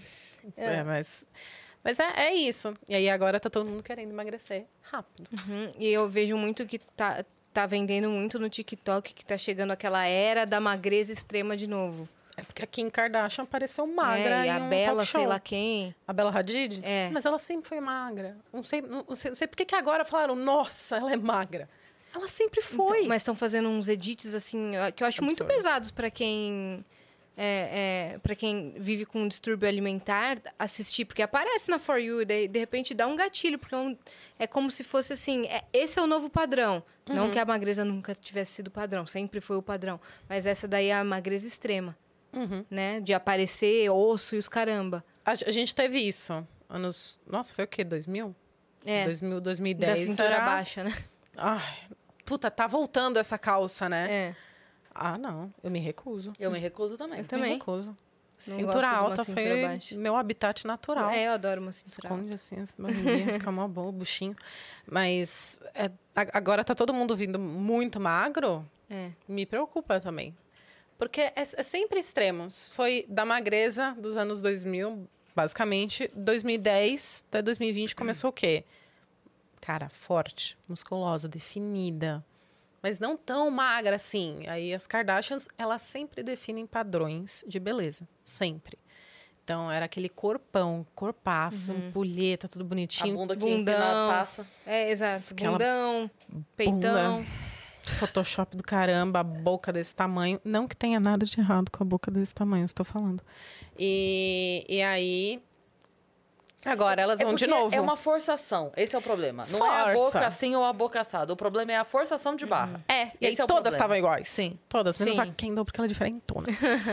Mas é isso. E aí agora tá todo mundo querendo emagrecer rápido. E eu vejo muito que tá vendendo muito no TikTok, que tá chegando aquela era da magreza extrema de novo. É porque a Kim Kardashian apareceu magra e a Bella, sei lá quem. A Bella Hadid? É. Mas ela sempre foi magra. Não sei por que agora falaram, nossa, ela é magra. Ela sempre foi. Então, mas estão fazendo uns edits, assim, que eu acho muito pesados para quem... para quem vive com um distúrbio alimentar, assistir. Porque aparece na For You, e de repente dá um gatilho. Porque é como se fosse assim, esse é o novo padrão. Não que a magreza nunca tivesse sido padrão, sempre foi o padrão. Mas essa daí é a magreza extrema. Né? De aparecer osso e os caramba. A gente teve isso. Nossa, foi o quê? 2000? 2010. Da cintura baixa, né? Ai, puta, tá voltando essa calça, né? É. Ah, não. Eu me recuso. Eu me recuso também. Eu também. Me recuso. Não Cintura alta gosto de uma cintura foi baixa. meu habitat natural. Eu adoro uma cintura alta. Esconde assim as barriguinhas, fica mó bom o buchinho. Mas agora tá todo mundo vindo muito magro. Me preocupa também. Porque é sempre extremos. Foi da magreza dos anos 2000, basicamente. 2010 até 2020 começou o quê? Cara, forte, musculosa, definida. Mas não tão magra assim. Aí as Kardashians, elas sempre definem padrões de beleza. Sempre. Então, era aquele corpaço, pulheta, tudo bonitinho. A bunda que bundão. passa. Exato. Bundão, peitão. Photoshop do caramba, a boca desse tamanho. Não que tenha nada de errado com a boca desse tamanho, estou falando. E aí... Agora elas vão de novo. É uma forçação. Esse é o problema. Não é a boca assim ou a boca assada. O problema é a forçação de barra. E aí todas estavam iguais. Sim. Todas. Menos a Kendall, porque ela é diferentona.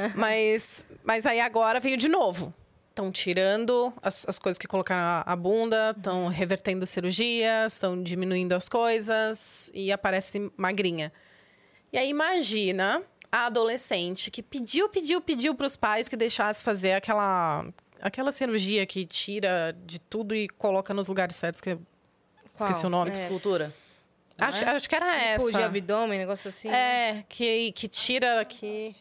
mas aí agora veio de novo. Estão tirando as coisas que colocaram a bunda, estão revertendo cirurgias, estão diminuindo as coisas e aparece magrinha. E aí imagina a adolescente que pediu para os pais que deixasse fazer aquela cirurgia que tira de tudo e coloca nos lugares certos, que eu esqueci o nome. Escultura. Acho que era essa. Tipo de abdômen, negócio assim. Que tira aqui.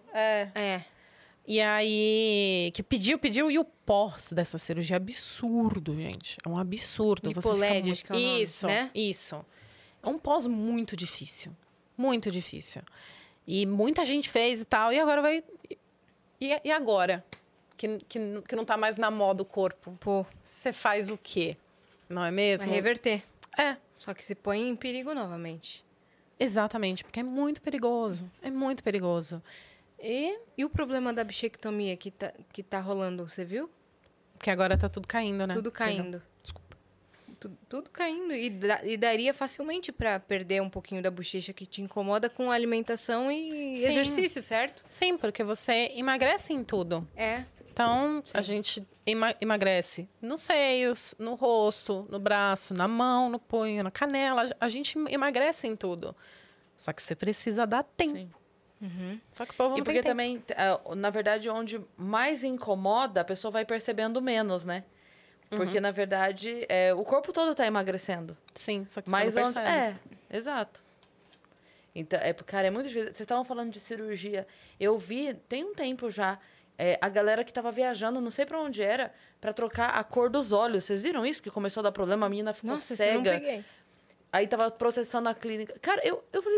E aí, que pediu, e o pós dessa cirurgia é absurdo, gente. É um absurdo. Lipoled, acho que é o nome, Isso, né? isso. É um pós muito difícil. Muito difícil. E muita gente fez e tal, e agora vai... E agora? Que não tá mais na moda o corpo. Pô. Você faz o quê? Não é mesmo? Vai reverter. É. Só que se põe em perigo novamente. Exatamente, porque é muito perigoso. É muito perigoso. E o problema da bichectomia que tá rolando, você viu? Que agora tá tudo caindo, né? Tudo caindo. Desculpa. Tudo caindo. E daria facilmente pra perder um pouquinho da bochecha que te incomoda com alimentação e exercício, certo? Sim, porque você emagrece em tudo. Então, a gente emagrece nos seios, no rosto, no braço, na mão, no punho, na canela. A gente emagrece em tudo. Só que você precisa dar tempo. Sim. Só que o povo não E porque tem também, na verdade, onde mais incomoda, a pessoa vai percebendo menos, né? Porque, na verdade, o corpo todo tá emagrecendo. Sim, só que Mas você não percebe. Exato. Então, cara, é muito difícil. Vocês estavam falando de cirurgia. Eu vi, tem um tempo já, a galera que tava viajando, não sei pra onde era, pra trocar a cor dos olhos. Vocês viram isso? Que começou a dar problema, a menina ficou Nossa, cega. eu não peguei. Aí tava processando a clínica. Cara, eu falei,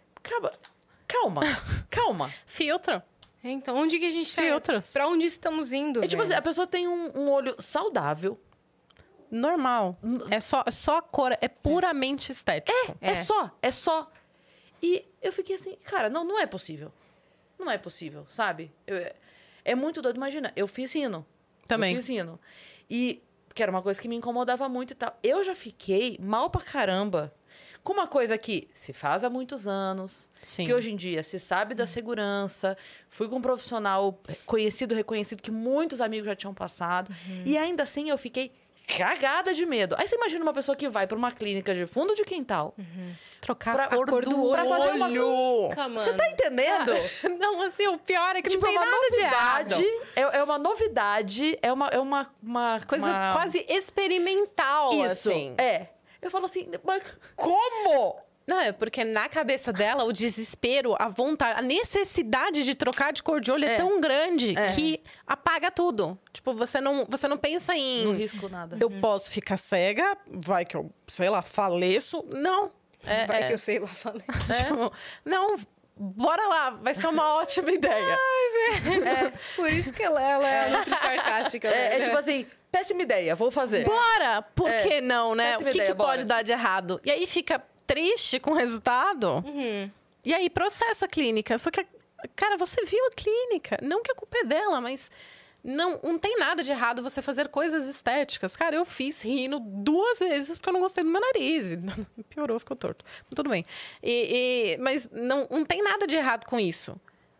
calma. Filtro. Então, onde que a gente Filtros. Pra onde estamos indo? Tipo assim, a pessoa tem um olho saudável. Normal. É só a cor, é puramente estético. É só. E eu fiquei assim, cara, não é possível. Não é possível, sabe? É muito doido. Imagina, eu fiz rino. Também. Eu fiz rino. E, que era uma coisa que me incomodava muito e tal. Eu já fiquei mal pra caramba com uma coisa que se faz há muitos anos. Sim. Que hoje em dia se sabe da segurança. Fui com um profissional conhecido, reconhecido, que muitos amigos já tinham passado. E ainda assim eu fiquei cagada de medo. Aí você imagina uma pessoa que vai pra uma clínica de fundo de quintal. Trocar Pra- a cor do olho. pra fazer uma- Nunca, mano. Você tá entendendo? Não, assim, o pior é que Tipo, não tem uma nada de errado. novidade. É uma novidade. É uma Coisa uma... quase experimental, Isso, assim. Eu falo assim, mas como? Não, é porque na cabeça dela, o desespero, a vontade, a necessidade de trocar de cor de olho é tão grande que apaga tudo. Tipo, você não pensa em... Não risco nada. Eu posso ficar cega, vai que eu, sei lá, faleço. Não. Vai que eu sei lá, falei. Tipo, não, bora lá, vai ser uma ótima ideia. Por isso que ela é muito sarcástica. É tipo assim, péssima ideia, vou fazer. Bora! Por que não, né? Péssima O que ideia, pode bora. dar de errado? E aí fica triste com o resultado. E aí processa a clínica. Só que, cara, você viu a clínica. Não que a culpa é dela, mas não tem nada de errado você fazer coisas estéticas. Cara, eu fiz rindo 2 vezes porque eu não gostei do meu nariz. Piorou, ficou torto. Mas tudo bem. Mas não tem nada de errado com isso.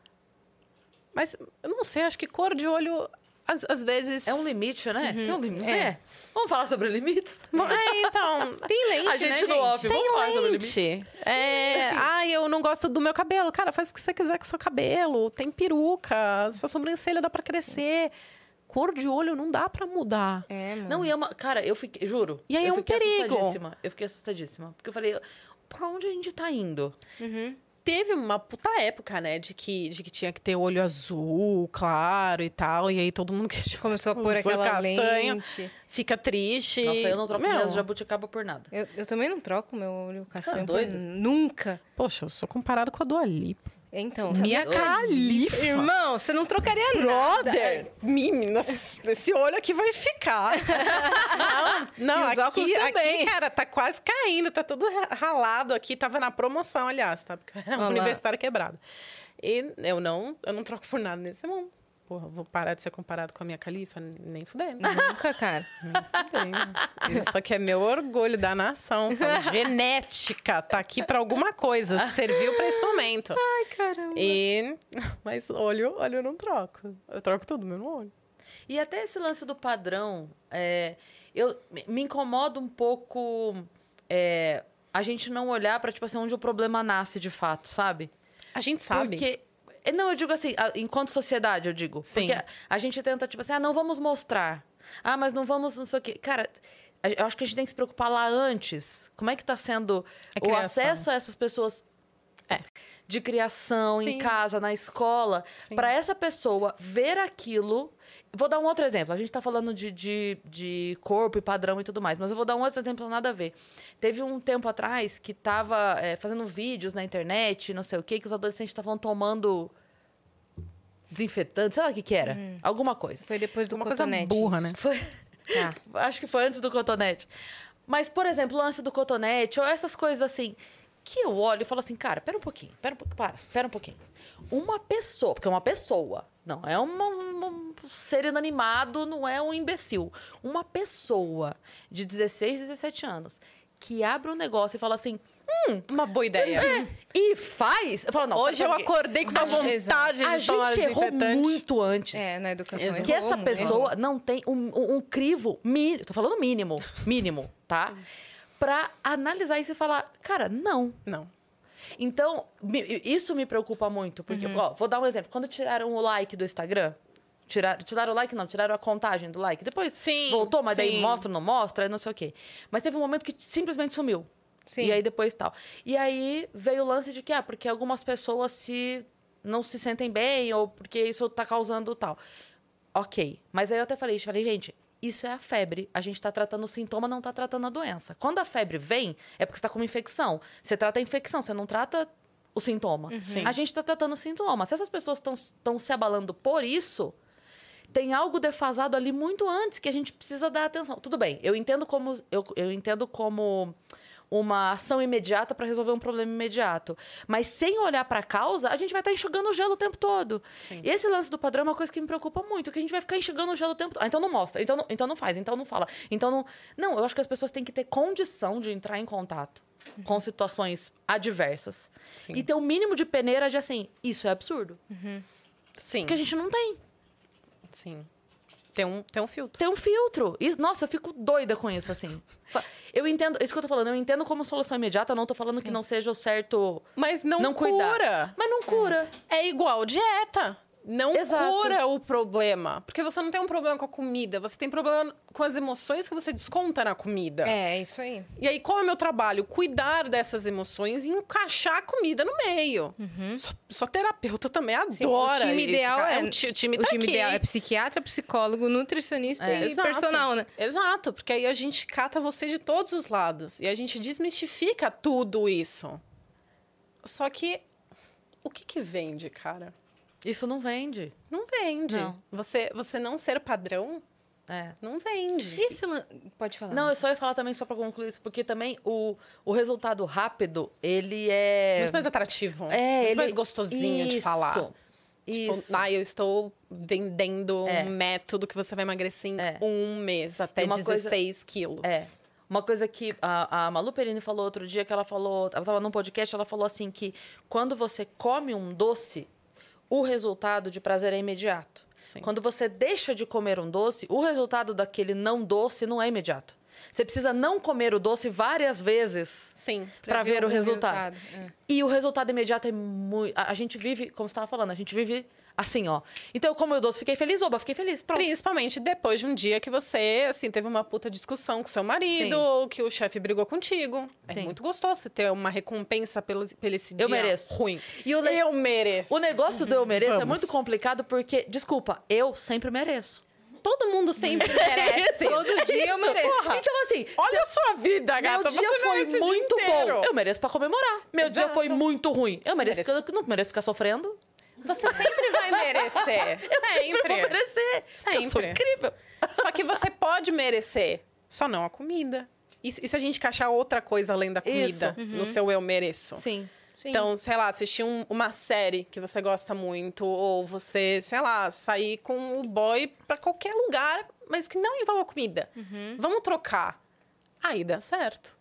Mas, eu não sei, acho que cor de olho... Às vezes... É um limite, né? Tem um limite. Vamos falar sobre limites? Então... Tem lente, A gente né, no off, vamos falar sobre limite. Lente. Eu não gosto do meu cabelo. Cara, faz o que você quiser com o seu cabelo. Tem peruca, sua sobrancelha dá pra crescer. Cor de olho não dá pra mudar. Mano. Não, e é uma... Cara, eu fiquei... Juro. E aí eu é um fiquei perigo. assustadíssima. Eu fiquei assustadíssima. Porque eu falei, pra onde a gente tá indo? Teve uma puta época, né, de que tinha que ter olho azul, claro e tal. E aí todo mundo que Começou a pôr aquela lente. fica triste. Nossa, eu não troco Meu, minhas jabuticaba por nada. Eu também não troco meu olho castanho. doido? Nunca. Poxa, eu sou comparado com a Dua Lipa. Então, Minha Califa. Irmão, você não trocaria nada. Brother, menina, esse olho aqui vai ficar. Não, E os óculos também. aqui, cara, tá quase caindo, tá tudo ralado aqui. Tava na promoção, aliás, tá? Porque era uma Olá. universitária quebrada. E eu não troco por nada nesse mundo. Porra, vou parar de ser comparado com a minha Califa? Nem fudendo. Nunca, cara. Isso aqui é meu orgulho da nação. Falo, genética, tá aqui pra alguma coisa. Serviu pra esse momento. Ai, caramba. Mas olho eu não troco. Eu troco tudo, meu olho. E até esse lance do padrão, eu me incomoda um pouco a gente não olhar pra, tipo assim, onde o problema nasce de fato, sabe? A gente sabe. Porque... Não, eu digo assim, enquanto sociedade, eu digo. Sim. Porque a gente tenta, tipo assim, não vamos mostrar. Mas não vamos, não sei o quê. Cara, eu acho que a gente tem que se preocupar lá antes. Como é que tá sendo o acesso a essas pessoas de criação, Sim. em casa, na escola, para essa pessoa ver aquilo. Vou dar um outro exemplo. A gente tá falando de corpo e padrão e tudo mais, mas eu vou dar um outro exemplo nada a ver. Teve um tempo atrás que tava fazendo vídeos na internet, não sei o quê, que os adolescentes estavam tomando desinfetante, sei lá o que era. Alguma coisa. Foi depois do Uma coisa cotonete. burra, isso. né? Foi... Acho que foi antes do cotonete. Mas, por exemplo, o lance do cotonete, ou essas coisas assim, que eu olho e falo assim, cara, pera um pouquinho. Uma pessoa, porque é uma pessoa, não é um ser inanimado, não é um imbecil. Uma pessoa de 16, 17 anos que abre um negócio e fala assim, Uma boa ideia. e faz... Eu falo, não, Hoje eu porque acordei com uma vontade a de tomar gente errou desinfetante. muito antes. Na educação. Exato. Que errou essa muito. pessoa não tem um crivo mínimo, tô falando mínimo, tá? Pra analisar isso e falar, cara, não. Não. Então, isso me preocupa muito. Porque, ó, vou dar um exemplo. Quando tiraram o like do Instagram, tiraram o like, não, tiraram a contagem do like. Depois Sim, voltou, mas daí sim. mostra, não mostra, não sei o quê. Mas teve um momento que simplesmente sumiu. Sim. E aí depois tal. E aí veio o lance de que, porque algumas pessoas não se sentem bem, ou porque isso tá causando tal. Ok. Mas aí eu até falei, gente, isso é a febre. A gente tá tratando o sintoma, não tá tratando a doença. Quando a febre vem, é porque você tá com uma infecção. Você trata a infecção, você não trata o sintoma. Sim. A gente tá tratando o sintoma. Se essas pessoas estão se abalando por isso, tem algo defasado ali muito antes que a gente precisa dar atenção. Tudo bem, eu entendo como uma ação imediata para resolver um problema imediato. Mas sem olhar para a causa, a gente vai estar enxugando o gelo o tempo todo. Sim. E esse lance do padrão é uma coisa que me preocupa muito, que a gente vai ficar enxugando o gelo o tempo todo. Então não mostra, então não faz, então não fala. Então não... Não, eu acho que as pessoas têm que ter condição de entrar em contato com situações adversas. Sim. E ter o mínimo de peneira de assim, isso é absurdo. Sim. Porque a gente não tem. Sim. Tem um filtro. Tem um filtro. E, nossa, eu fico doida com isso, assim. Eu entendo, isso que eu tô falando, eu entendo como solução imediata, não tô falando que não seja o certo Mas não cuidar. cura. Mas não cura. É igual dieta. não Exato. cura o problema. Porque você não tem um problema com a comida, você tem problema com as emoções que você desconta na comida. É, isso aí. E aí, qual é o meu trabalho? Cuidar dessas emoções e encaixar a comida no meio. Só terapeuta também adora o time isso, ideal cara. é... O time tá aqui. ideal é psiquiatra, psicólogo, nutricionista e Exato. personal, né? Exato, porque aí a gente cata você de todos os lados. E a gente desmistifica tudo isso. Só que, o que vende, cara? Isso não vende. Não vende. Não. Você não ser padrão, não vende. E esse pode falar. Não, eu só ia falar também, só pra concluir isso, porque também o resultado rápido, ele é... Muito mais atrativo. ele... Muito mais gostosinho de falar. Isso. Tipo, eu estou vendendo um método que você vai emagrecer em um mês, até 16 quilos. Uma coisa que a Malu Perini falou outro dia, que ela estava num podcast, ela falou assim que quando você come um doce, o resultado de prazer é imediato. Sim. Quando você deixa de comer um doce, o resultado daquele não doce não é imediato. Você precisa não comer o doce várias vezes para ver o resultado. E o resultado imediato é muito... A gente vive, como você estava falando, a gente vive assim, ó. Então, eu como o doce, fiquei feliz, fiquei feliz. Pronto. Principalmente depois de um dia que você, assim, teve uma puta discussão com seu marido, ou que o chefe brigou contigo. É muito gostoso você ter uma recompensa pelo esse dia ruim. E eu mereço. O negócio do eu mereço é muito complicado porque, desculpa, eu sempre mereço. Todo mundo sempre merece. Todo dia eu mereço. Porra. Então, assim... Olha a sua vida, gata. Meu dia foi muito bom. Eu mereço pra comemorar. Meu dia foi muito ruim. Eu mereço. Porque eu não mereço ficar sofrendo. Você sempre vai merecer. Sempre vou merecer. Sempre. Eu sou incrível. Só que você pode merecer. Só não a comida. E se a gente encaixar outra coisa além da comida no seu eu mereço? Sim. Então, sei lá, assistir uma série que você gosta muito, ou você, sei lá, sair com o boy pra qualquer lugar, mas que não envolva comida. Vamos trocar. Aí dá certo.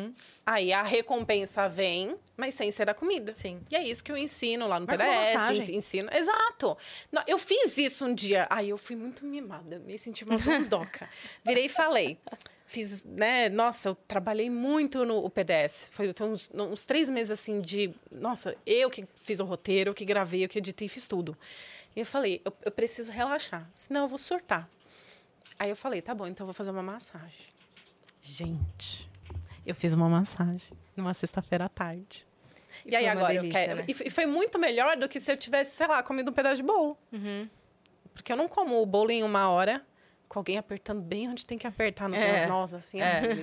Aí a recompensa vem, mas sem ser da comida. Sim. E é isso que eu ensino lá no Marca uma PDS. massagem. Ensino. Exato. Não, eu fiz isso um dia. Aí eu fui muito mimada. Me senti uma bundoca. Virei e falei. Fiz, né? Nossa, eu trabalhei muito no PDS. Foi uns 3 meses, assim, de... Nossa, eu que fiz o roteiro, eu que gravei, eu que editei, fiz tudo. E eu falei, eu preciso relaxar, senão eu vou surtar. Aí eu falei, tá bom, então eu vou fazer uma massagem. Gente, eu fiz uma massagem numa sexta-feira à tarde. E aí agora delícia, eu quero... né? E foi muito melhor do que se eu tivesse, sei lá, comido um pedaço de bolo. Porque eu não como o bolo em 1 hora... Com alguém apertando bem onde tem que apertar nos meus nós, assim.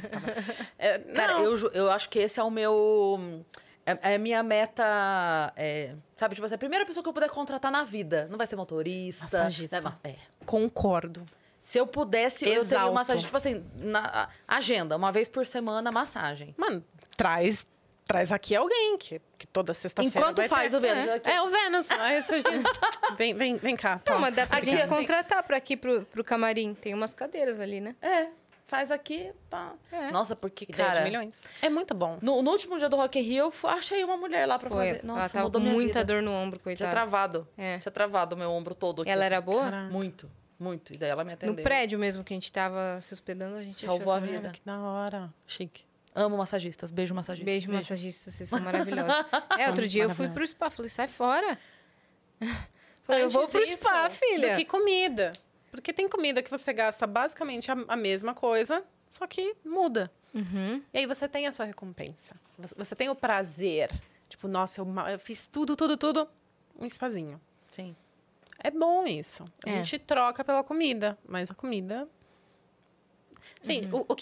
Cara, eu acho que esse é o meu... É a minha meta... sabe, tipo assim, a primeira pessoa que eu puder contratar na vida. Não vai ser motorista. Massagista. Concordo. Se eu pudesse, eu teria Exalto. uma massagem, tipo assim, na agenda, uma vez por semana, massagem. Mano, traz aqui alguém que toda sexta-feira Enquanto vai faz ter. o Vênus. O Vênus. Aí você vem cá. Não, mas dá pra Aqui, gente assim. contratar pra aqui pro camarim. Tem umas cadeiras ali, né? Faz aqui, pá. Nossa, porque, Ideia cara... de milhões. É muito bom. No último dia do Rock in Rio, eu achei uma mulher lá pra Foi. fazer. Nossa, Ela tava mudou com minha muita vida. dor no ombro, Tinha coitada. travado. É. Tinha travado o meu ombro todo aqui. Ela assim. era boa? Caralho. Muito, muito. E daí ela me atendeu. No prédio mesmo que a gente tava se hospedando, a gente Salvou achou a essa vida. mulher. Que da hora. Chique. Amo massagistas. Beijo, massagistas. Beijo, massagista, vocês são maravilhosos. Outro dia eu fui pro spa, falei, sai fora. Falei, eu vou pro Antes spa, isso filha. Do que comida. Porque tem comida que você gasta basicamente a mesma coisa, só que muda. E aí você tem a sua recompensa. Você tem o prazer. Tipo, nossa, eu fiz tudo, um spazinho. Sim. É bom isso. A gente troca pela comida, mas a comida... Gente, o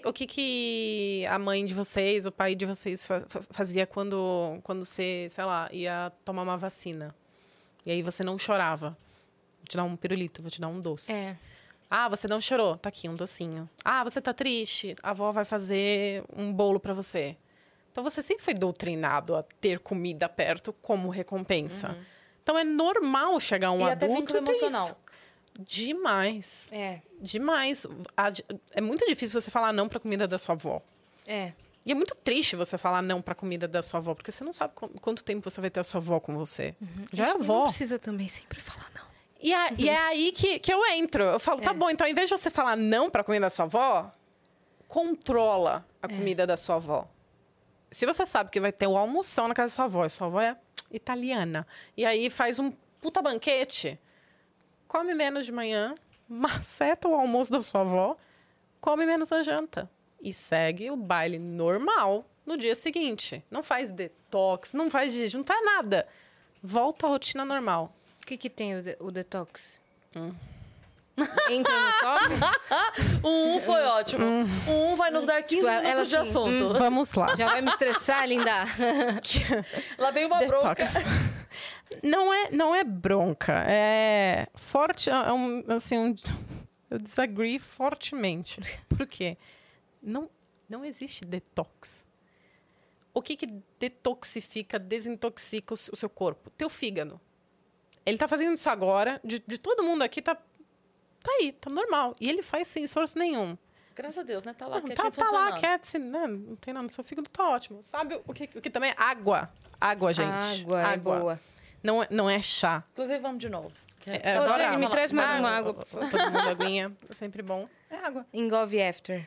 que a mãe de vocês, o pai de vocês fazia quando você, sei lá, ia tomar uma vacina? E aí você não chorava. Vou te dar um pirulito, vou te dar um doce. Ah, você não chorou? Tá aqui um docinho. Ah, você tá triste? A avó vai fazer um bolo pra você. Então você sempre foi doutrinado a ter comida perto como recompensa. Então é normal chegar um E até adulto vínculo e ter emocional. isso. Demais. É, Demais. É muito difícil você falar não pra comida da sua avó. é. E é muito triste você falar não pra comida da sua avó, porque você não sabe quanto tempo você vai ter a sua avó com você. Já é Acho que avó. Não precisa também sempre falar não. E é aí que eu entro. Eu falo, tá bom, então ao invés de você falar não pra comida da sua avó, controla a comida da sua avó. Se você sabe que vai ter o almoção na casa da sua avó, e sua avó é italiana, e aí faz um puta banquete, come menos de manhã, maceta o almoço da sua avó, come menos na janta. E segue o baile normal no dia seguinte. Não faz detox, não faz jejum, não faz nada. Volta à rotina normal. O que tem o detox? Entra no top? O foi ótimo. O vai nos dar 15 Ela minutos de assim, assunto. Vamos lá. Já vai me estressar, linda? Lá vem uma bronca. Detox. Não é bronca. É forte. Eu disagree fortemente. Por quê? Não existe detox. O que detoxifica, desintoxica o seu corpo? Teu fígado. Ele tá fazendo isso agora. De todo mundo aqui, tá aí, tá normal. E ele faz sem esforço nenhum. Graças a Deus, né? Tá lá Não, quietinho tá lá, funcionando. quieto, assim, né? Não tem nada. Seu fígado tá ótimo. Sabe o que também é água? Água, gente. Água é boa. Não é chá. Inclusive, vamos de novo. Ô, Dani, me traz mais uma água, por favor. Todo mundo aguinha. É sempre bom. É água. Engove after.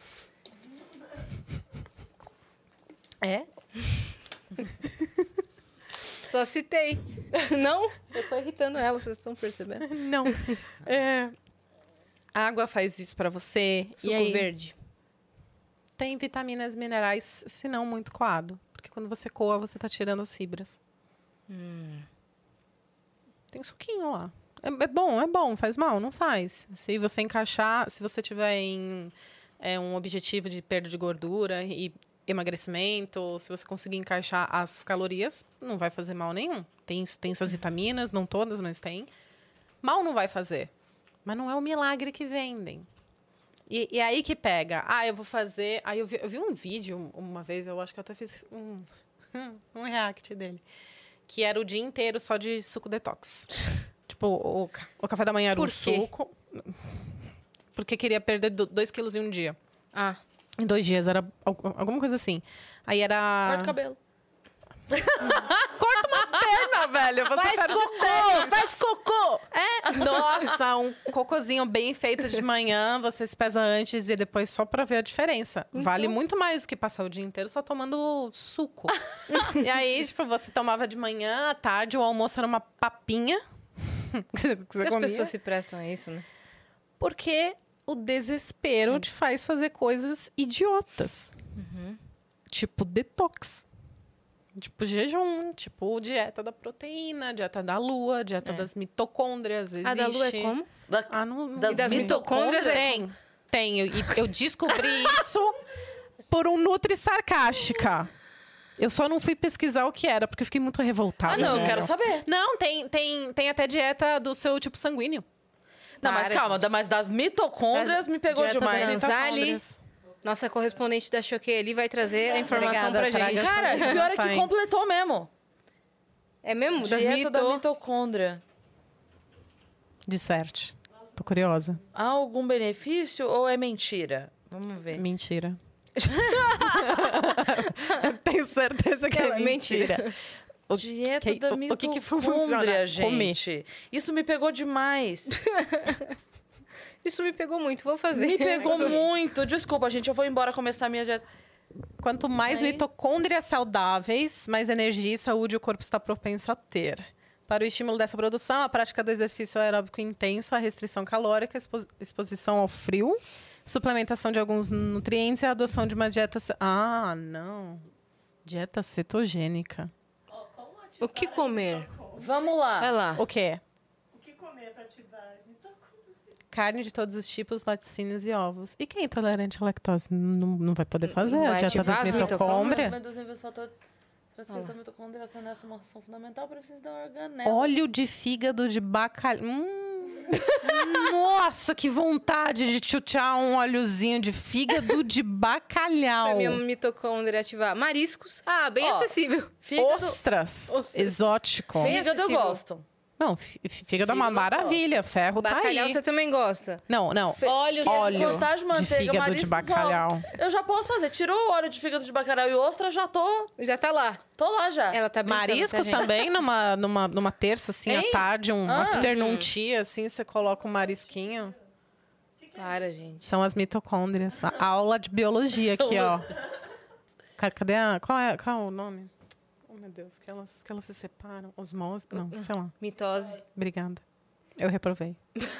É? Só citei. Não? Eu tô irritando ela, vocês estão percebendo? Não. A água faz isso pra você. Suco e aí, verde. tem vitaminas, minerais, se não muito coado. Porque quando você coa, você tá tirando as fibras. Tem suquinho lá. É bom, faz mal? Não faz. Se você encaixar, se você tiver em um objetivo de perda de gordura e emagrecimento, se você conseguir encaixar as calorias, não vai fazer mal nenhum. Tem suas vitaminas, não todas, mas tem. Mal não vai fazer. Mas não é o milagre que vendem. E aí que pega. Eu vou fazer... Aí eu vi um vídeo uma vez, eu acho que eu até fiz um react dele. Que era o dia inteiro só de suco detox. Tipo, o café da manhã era Por um quê? suco. Porque queria perder 2 quilos em um dia. Ah, Em 2 dias, era alguma coisa assim. Aí era... Corta o cabelo. Corta uma perna, velho! Você faz perde cocô! 10. Faz cocô! Nossa, um cocôzinho bem feito de manhã, você se pesa antes e depois só pra ver a diferença. Vale muito mais do que passar o dia inteiro só tomando suco. E aí, tipo, você tomava de manhã, à tarde, o almoço era uma papinha. que você Por que as comia. pessoas se prestam a isso, né? Porque o desespero te faz fazer coisas idiotas. Tipo detox. Tipo jejum, tipo dieta da proteína, dieta da lua, dieta das mitocôndrias. Existe. A da lua é como? Das E das mitocôndrias mitocôndrias Tem. E eu descobri isso por um Nutri Sarcástica. Eu só não fui pesquisar o que era, porque eu fiquei muito revoltada. não, eu velho. quero saber. Não, tem até dieta do seu tipo sanguíneo. Não, mas Para, calma, mas das mitocôndrias me pegou Dieta demais. das Zanzali. mitocôndrias. Nossa correspondente da Choquei ali vai trazer a informação Obrigada, pra gente. traga. Cara, o pior é que Informações. completou mesmo. É mesmo? Das Dieta da mito... mitocôndria. Disserte. Tô curiosa. Há algum benefício ou é mentira? Vamos ver. Mentira. Eu tenho certeza que Não, é é mentira. mentira. Dieta da o que funciona? mitocôndria, Comer. gente. Isso me pegou demais. Isso me pegou muito, vou fazer. Me pegou muito. Desculpa, gente, eu vou embora começar a minha dieta. Quanto mais Aí- mitocôndrias saudáveis, mais energia e saúde o corpo está propenso a ter. Para o estímulo dessa produção, a prática do exercício aeróbico intenso, a restrição calórica, exposição ao frio, suplementação de alguns nutrientes e a adoção de uma dieta... não. Dieta cetogênica. O que comer? Vamos lá. Vai lá. O quê? O que comer para ativar? Carne de todos os tipos, laticínios e ovos. E quem é intolerante à lactose não vai poder fazer Não a vai dieta ativar das as mitocôndrias? Transcrição da mitocôndria é uma função fundamental para a eficiência da organela. Óleo de fígado de bacalhau. Nossa, que vontade de chutear um óleozinho de fígado de bacalhau. Pra minha mitocôndria ativar. Mariscos. Ah, bem Ó, acessível. Fígado, Ostras. Ostras. Exótico. Bem fígado eu acessível. gosto. Não, fígado é uma Fígado eu maravilha. Ferro tá Bacalhau aí. você também gosta. Não. Óleo. Óleo Cortar de de manteiga, fígado de mariscos, bacalhau. Eu já posso fazer. Tirou o óleo de fígado de bacalhau e ostra, já tô Já tá lá. lá já. Ela tá brincando, Mariscos tá, gente? também, numa terça, assim, à Hein? tarde, um Ah. afternoon tea, assim, você coloca um marisquinho. Para, gente. São as mitocôndrias. A aula de biologia aqui, ó. Cadê a... Qual é o nome? Meu Deus, que elas se separam. Osmose? Não, sei lá. Mitose. Obrigada. Eu reprovei.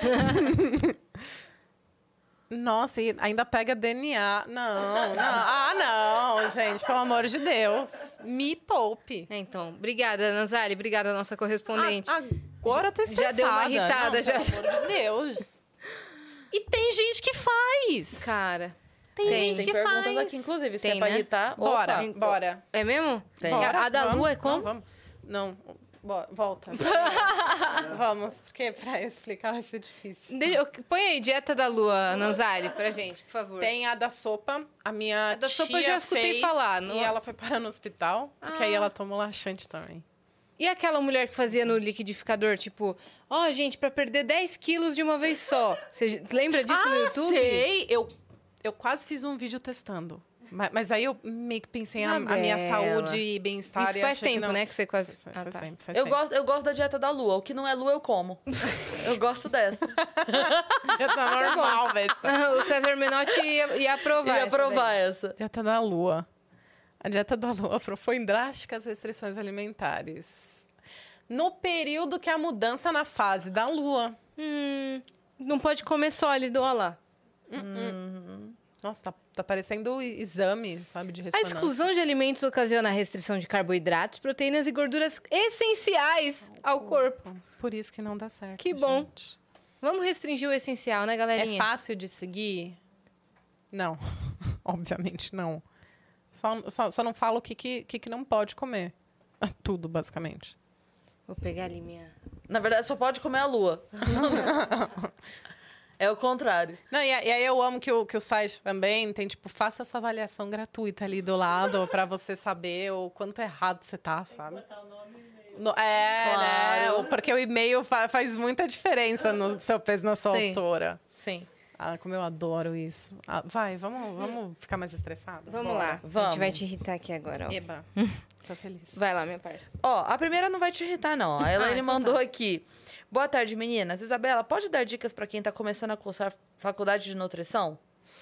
Nossa, e ainda pega DNA. Não. Ah, não, gente, pelo amor de Deus. Me poupe. Então, obrigada, Nanzali. Obrigada, nossa correspondente. Agora eu tô estressada. Já deu uma irritada, não, já. Pelo amor de Deus. E tem gente que faz. Cara, Tem gente Tem que perguntas faz. aqui, inclusive. Se Tem, é pra né? irritar, Bora, opa. bora. é mesmo? Tem. Bora, A da vamos, Lua é como? Vamos. Não, volta. Vamos, porque pra eu explicar vai ser difícil. Põe aí, dieta da Lua, Nanzali, pra gente, por favor. Tem a da sopa. A minha A da tia sopa eu já escutei fez, falar, E ela foi parar no hospital, porque aí ela tomou laxante também. E aquela mulher que fazia no liquidificador, tipo, gente, pra perder 10 quilos de uma vez só. Você lembra disso no YouTube? Sei! Eu quase fiz um vídeo testando. Mas aí eu meio que pensei a minha Isabela. saúde e bem-estar. Isso e faz achei que tempo, não. né, que você quase... Faz Ah, tá. tempo, faz Eu tempo. gosto da dieta da Lua. O que não é Lua, eu como. Eu gosto dessa. Dieta normal, velho. O César Menotti ia aprovar. Ia essa provar daí. essa. Dieta da Lua. A dieta da Lua propõe em drásticas restrições alimentares. No período que a mudança na fase da Lua. Não pode comer sólido, olha lá. Nossa, tá parecendo exame, sabe, de A ressonância. exclusão de alimentos ocasiona a restrição de carboidratos, proteínas e gorduras essenciais ao corpo. Por isso que não dá certo. Que bom. gente. Vamos restringir o essencial, né, É galerinha? fácil de seguir? Não. Obviamente não. Só não falo o que não pode comer. Tudo, basicamente. Vou pegar ali minha... Na verdade, só pode comer a Lua. É o contrário. Não, e aí eu amo que o site também tem, tipo, faça a sua avaliação gratuita ali do lado pra você saber o quanto errado você tá, sabe? Botar o nome e e-mail. Claro. Né? Porque o e-mail faz muita diferença no seu peso, na sua Sim. altura. Sim. Ah, como eu adoro isso. Ah, vamos ficar mais estressada? Vamos lá. A Vamos. gente vai te irritar aqui agora, ó. Eba, tô feliz. Vai lá, minha parça. Ó, a primeira não vai te irritar, não. A Elaine então mandou aqui. Boa tarde, meninas. Isabela, pode dar dicas pra quem tá começando a cursar faculdade de nutrição?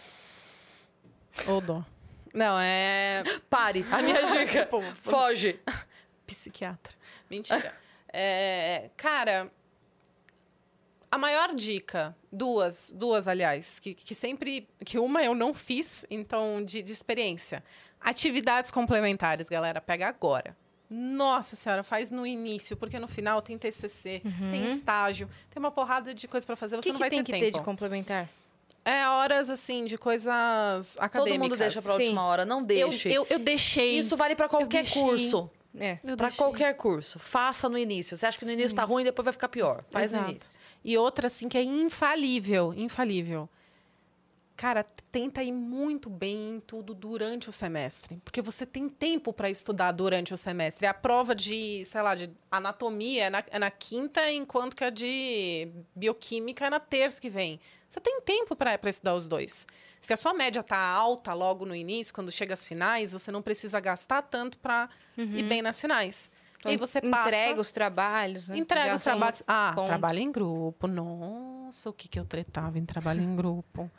Ô, dó. Não, é... Pare. A minha dica. Tipo, Foge. Psiquiatra. Mentira. Cara, a maior dica, duas aliás, que sempre... Que uma eu não fiz, então, de experiência. Atividades complementares, galera, pega agora. Nossa senhora, faz no início, porque no final tem TCC, tem estágio, tem uma porrada de coisa pra fazer, O você que não vai tem ter que tempo. ter de complementar? É horas, assim, de coisas acadêmicas. Todo mundo deixa pra Sim. última hora. Não deixe. Eu deixei. Isso vale pra qualquer deixei. curso. É. Eu Pra deixei. qualquer curso. Faça no início. Você acha que no início tá ruim, depois vai ficar pior. Faz no Exato. início. E outra, assim, que é infalível, infalível. Cara, tenta ir muito bem em tudo durante o semestre. Porque você tem tempo para estudar durante o semestre. A prova de, sei lá, de anatomia é na quinta, enquanto que a de bioquímica é na terça que vem. Você tem tempo para estudar os dois. Se a sua média tá alta logo no início, quando chega às finais, você não precisa gastar tanto para ir bem nas finais. E aí você passa... Entrega os trabalhos, né? Entrega Já os são trabalhos. ponto. Trabalho em grupo. Nossa, o que eu tretava em trabalho em grupo.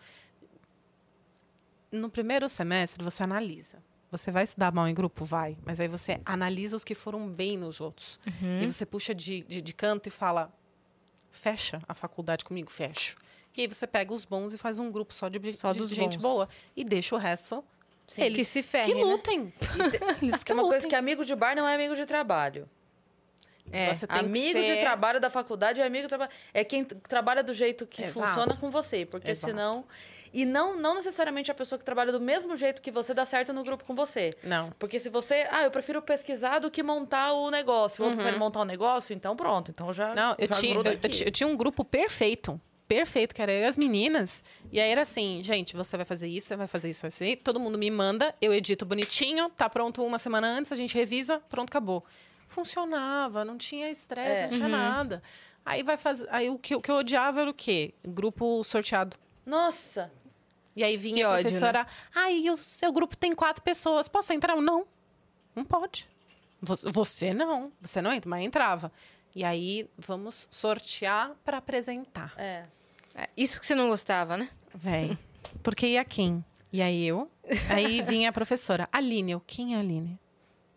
No primeiro semestre, você analisa. Você vai estudar mal em grupo? Vai. Mas aí você analisa os que foram bem nos outros. E você puxa de canto e fala, fecha a faculdade comigo? Fecho. E aí você pega os bons e faz um grupo só de dos gente bons. boa. E deixa o resto... Eles que se ferrem, que né? lutem. Eles que É uma coisa lutem. que amigo de bar não é amigo de trabalho. É. Você tem que Amigo ser- de trabalho da faculdade é amigo de trabalho. É quem trabalha do jeito que Exato. funciona com você. Porque Exato. senão. E não necessariamente a pessoa que trabalha do mesmo jeito que você dá certo no grupo com você. Não. Porque se você. Ah, eu prefiro pesquisar do que montar o negócio. O outro prefere montar o negócio, então pronto. Então já. Não, eu já tinha, gruda eu, aqui. ti- eu tinha um grupo perfeito. Perfeito, que era eu e as meninas. E aí era assim, gente, você vai fazer isso, você vai fazer isso, vai fazer isso. Todo mundo me manda, eu edito bonitinho, tá pronto uma semana antes, a gente revisa, pronto, acabou. Funcionava, não tinha estresse, não tinha nada. Aí vai fazer. Aí o que eu odiava era o quê? Grupo sorteado. Nossa! E aí vinha Que a ódio, professora, aí o seu grupo tem 4 pessoas, posso entrar? Não, não pode. Você não entra, mas entrava. E aí, vamos sortear para apresentar. É. É, isso que você não gostava, né? Véi, porque ia quem? E aí eu? Aí vinha a professora, Aline. Quem é a Aline?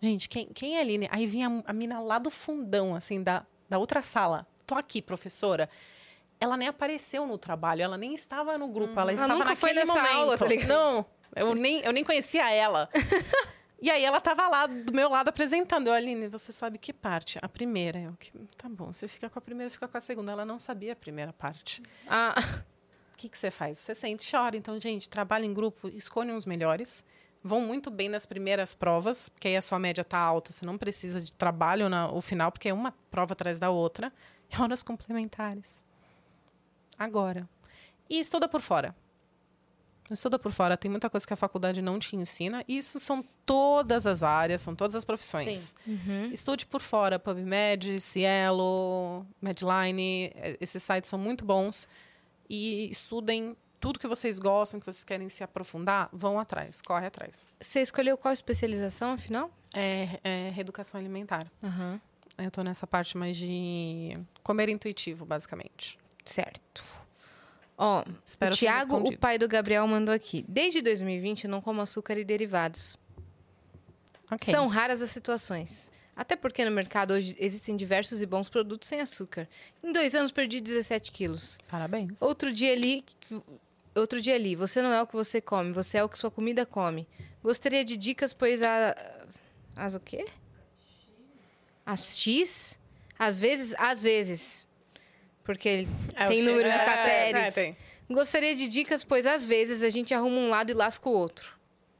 Gente, quem é a Aline? Aí vinha a mina lá do fundão, assim, da outra sala. Tô aqui, professora. Ela nem apareceu no trabalho, ela nem estava no grupo, ela estava nunca foi naquele nessa momento. aula, tá ligado? Não, eu nem conhecia ela. E aí ela tava lá do meu lado apresentando. Eu, Aline, você sabe que parte? A primeira. Tá bom, você fica com a primeira, fica com a segunda. Ela não sabia a primeira parte. O que você faz? Você sente, chora. Então, gente, trabalha em grupo, escolhe os melhores. Vão muito bem nas primeiras provas, porque aí a sua média tá alta. Você não precisa de trabalho no final, porque é uma prova atrás da outra. E horas complementares. Agora. E estuda por fora. Estuda por fora. Tem muita coisa que a faculdade não te ensina. Isso são todas as áreas, são todas as profissões. Estude por fora. PubMed, Cielo, Medline. Esses sites são muito bons. E estudem tudo que vocês gostam, que vocês querem se aprofundar, vão atrás, corre atrás. Você escolheu qual especialização, afinal? É reeducação alimentar. Eu tô nessa parte mais de comer intuitivo, basicamente. Certo. Ó, Espero o ter Thiago, respondido. o pai do Gabriel, mandou aqui. Desde 2020, eu não como açúcar e derivados. Ok. São raras as situações. Até porque no mercado hoje existem diversos e bons produtos sem açúcar. Em 2 anos, perdi 17 quilos. Parabéns. Outro dia ali, você não é o que você come, você é o que sua comida come. Gostaria de dicas, pois as o quê? As X? Às vezes. Porque ele tem número de caracteres. tem. Gostaria de dicas, pois às vezes a gente arruma um lado e lasca o outro.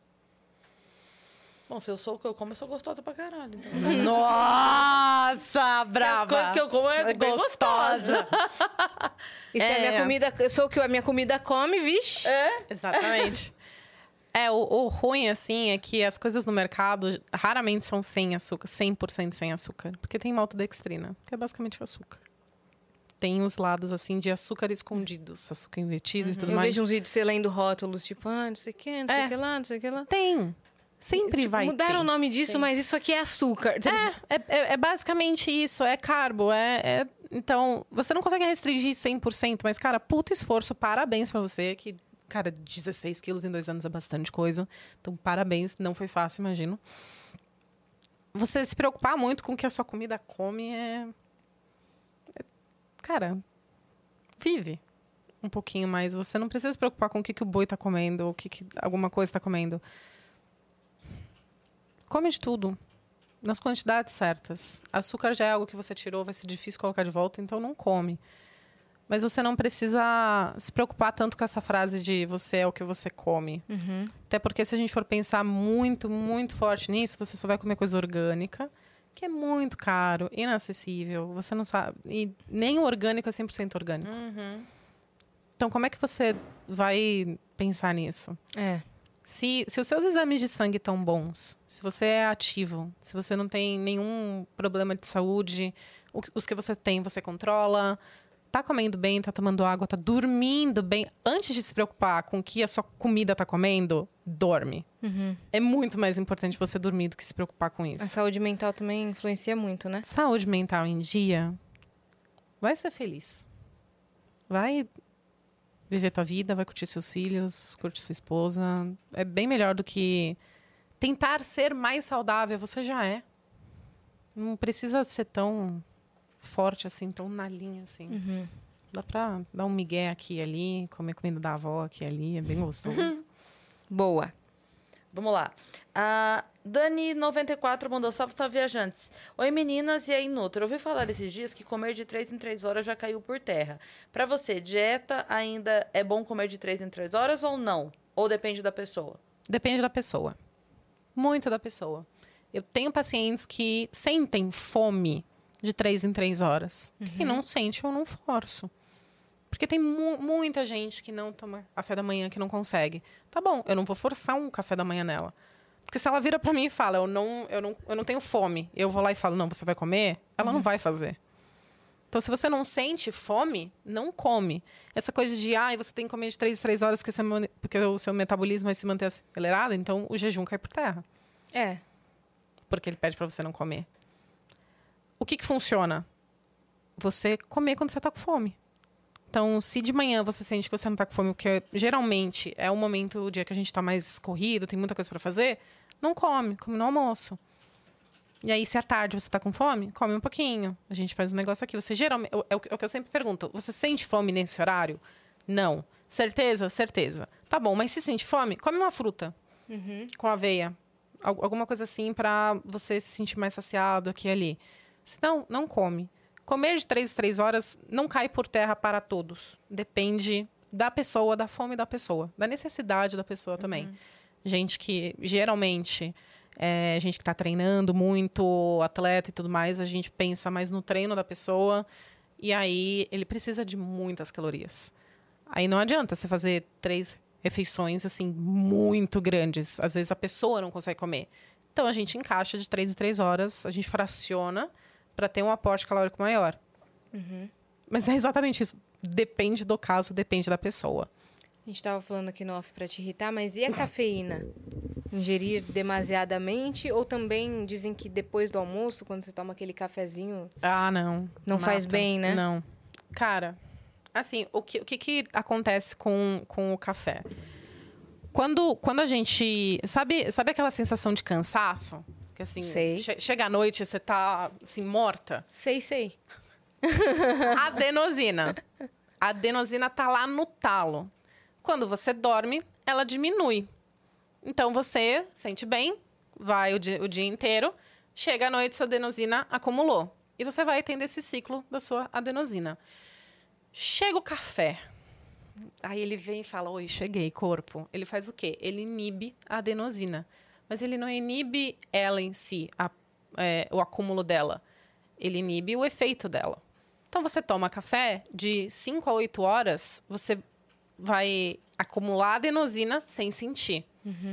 Bom, se eu sou o que eu como, eu sou gostosa pra caralho. Então. Nossa, As brava. coisas que eu como é bem gostosa. E se a minha comida, eu sou o que a minha comida come, vixe. Exatamente. O ruim, assim, é que as coisas no mercado raramente são sem açúcar, 100% sem açúcar. Porque tem maltodextrina, que é basicamente açúcar. Tem os lados, assim, de açúcar escondidos, açúcar invertido e tudo Eu mais. vejo uns vídeos você lendo rótulos, tipo, não sei o que, não sei o que lá, não sei o que lá. Tem. Sempre Tipo, vai mudaram ter. o nome disso, mas isso aqui é açúcar. É basicamente isso, é carbo, Então, você não consegue restringir 100%, mas, cara, puta esforço, parabéns pra você, que, cara, 16 quilos em 2 anos é bastante coisa. Então, parabéns, não foi fácil, imagino. Você se preocupar muito com o que a sua comida come cara, vive um pouquinho mais. Você não precisa se preocupar com o que o boi tá comendo, ou o que alguma coisa tá comendo. Come de tudo. Nas quantidades certas. Açúcar já é algo que você tirou, vai ser difícil colocar de volta, então não come. Mas você não precisa se preocupar tanto com essa frase de você é o que você come. Até porque se a gente for pensar muito, muito forte nisso, você só vai comer coisa orgânica, que é muito caro, inacessível. Você não sabe. E nem o orgânico é 100% orgânico. Então, como é que você vai pensar nisso? Se os seus exames de sangue estão bons, se você é ativo, se você não tem nenhum problema de saúde, os que você tem, você controla, tá comendo bem, tá tomando água, tá dormindo bem, antes de se preocupar com o que a sua comida tá comendo, dorme. É muito mais importante você dormir do que se preocupar com isso. A saúde mental também influencia muito, né? Saúde mental em dia, vai ser feliz. Vai viver tua vida, vai curtir seus filhos, curtir sua esposa. É bem melhor do que tentar ser mais saudável. Você já é. Não precisa ser tão forte assim, tão na linha assim. Dá pra dar um migué aqui e ali, comer comida da avó aqui e ali, é bem gostoso. Boa. Vamos lá. A Dani94 mandou salve, salve, viajantes. Oi, meninas, e aí, Nutri? Eu ouvi falar esses dias que comer de 3 em 3 horas já caiu por terra. Pra você, dieta ainda é bom comer de 3 em 3 horas ou não? Ou depende da pessoa? Depende da pessoa. Muito da pessoa. Eu tenho pacientes que sentem fome de 3 em 3 horas. Quem não sente, eu não forço. Porque tem muita gente que não toma café da manhã, que não consegue. Tá bom, eu não vou forçar um café da manhã nela. Porque se ela vira pra mim e fala, eu não tenho fome, eu vou lá e falo, não, você vai comer? Ela não vai fazer. Então, se você não sente fome, não come. Essa coisa de, você tem que comer de 3 em 3 horas porque o seu metabolismo vai se manter acelerado, então o jejum cai por terra. Porque ele pede pra você não comer. O que funciona? Você comer quando você tá com fome. Então, se de manhã você sente que você não tá com fome, porque geralmente é o momento do dia que a gente tá mais corrido, tem muita coisa pra fazer, não come no almoço. E aí, se à tarde você tá com fome, come um pouquinho. A gente faz um negócio aqui. Você geralmente... É o que eu sempre pergunto. Você sente fome nesse horário? Não. Certeza? Certeza. Tá bom, mas se sente fome, come uma fruta. Com aveia. Alguma coisa assim pra você se sentir mais saciado aqui e ali. Se não, não come. Comer de 3 em 3 horas não cai por terra para todos. Depende da pessoa, da fome da pessoa. Da necessidade da pessoa também. Gente que, geralmente... gente que tá treinando muito, atleta e tudo mais, a gente pensa mais no treino da pessoa. E aí, ele precisa de muitas calorias. Aí não adianta você fazer 3 refeições, assim, muito grandes. Às vezes a pessoa não consegue comer. Então, a gente encaixa de 3 em 3 horas, a gente fraciona para ter um aporte calórico maior. Mas é exatamente isso. Depende do caso, depende da pessoa. A gente tava falando aqui no off pra te irritar, mas e a cafeína? Ingerir demasiadamente? Ou também dizem que depois do almoço, quando você toma aquele cafezinho... Ah, não. Não faz Mata. bem, né? Não. Cara, assim, o que acontece com o café? Quando a gente... Sabe aquela sensação de cansaço? Que assim, Sei. Chega à noite e você tá, assim, morta? Sei. Adenosina. A adenosina tá lá no talo. Quando você dorme, ela diminui. Então, você sente bem, vai o dia inteiro, chega à noite, sua adenosina acumulou. E você vai tendo esse ciclo da sua adenosina. Chega o café. Aí ele vem e fala, oi, cheguei, corpo. Ele faz o quê? Ele inibe a adenosina. Mas ele não inibe ela em si, o acúmulo dela. Ele inibe o efeito dela. Então, você toma café, de 5 a 8 horas, você vai acumular adenosina sem sentir.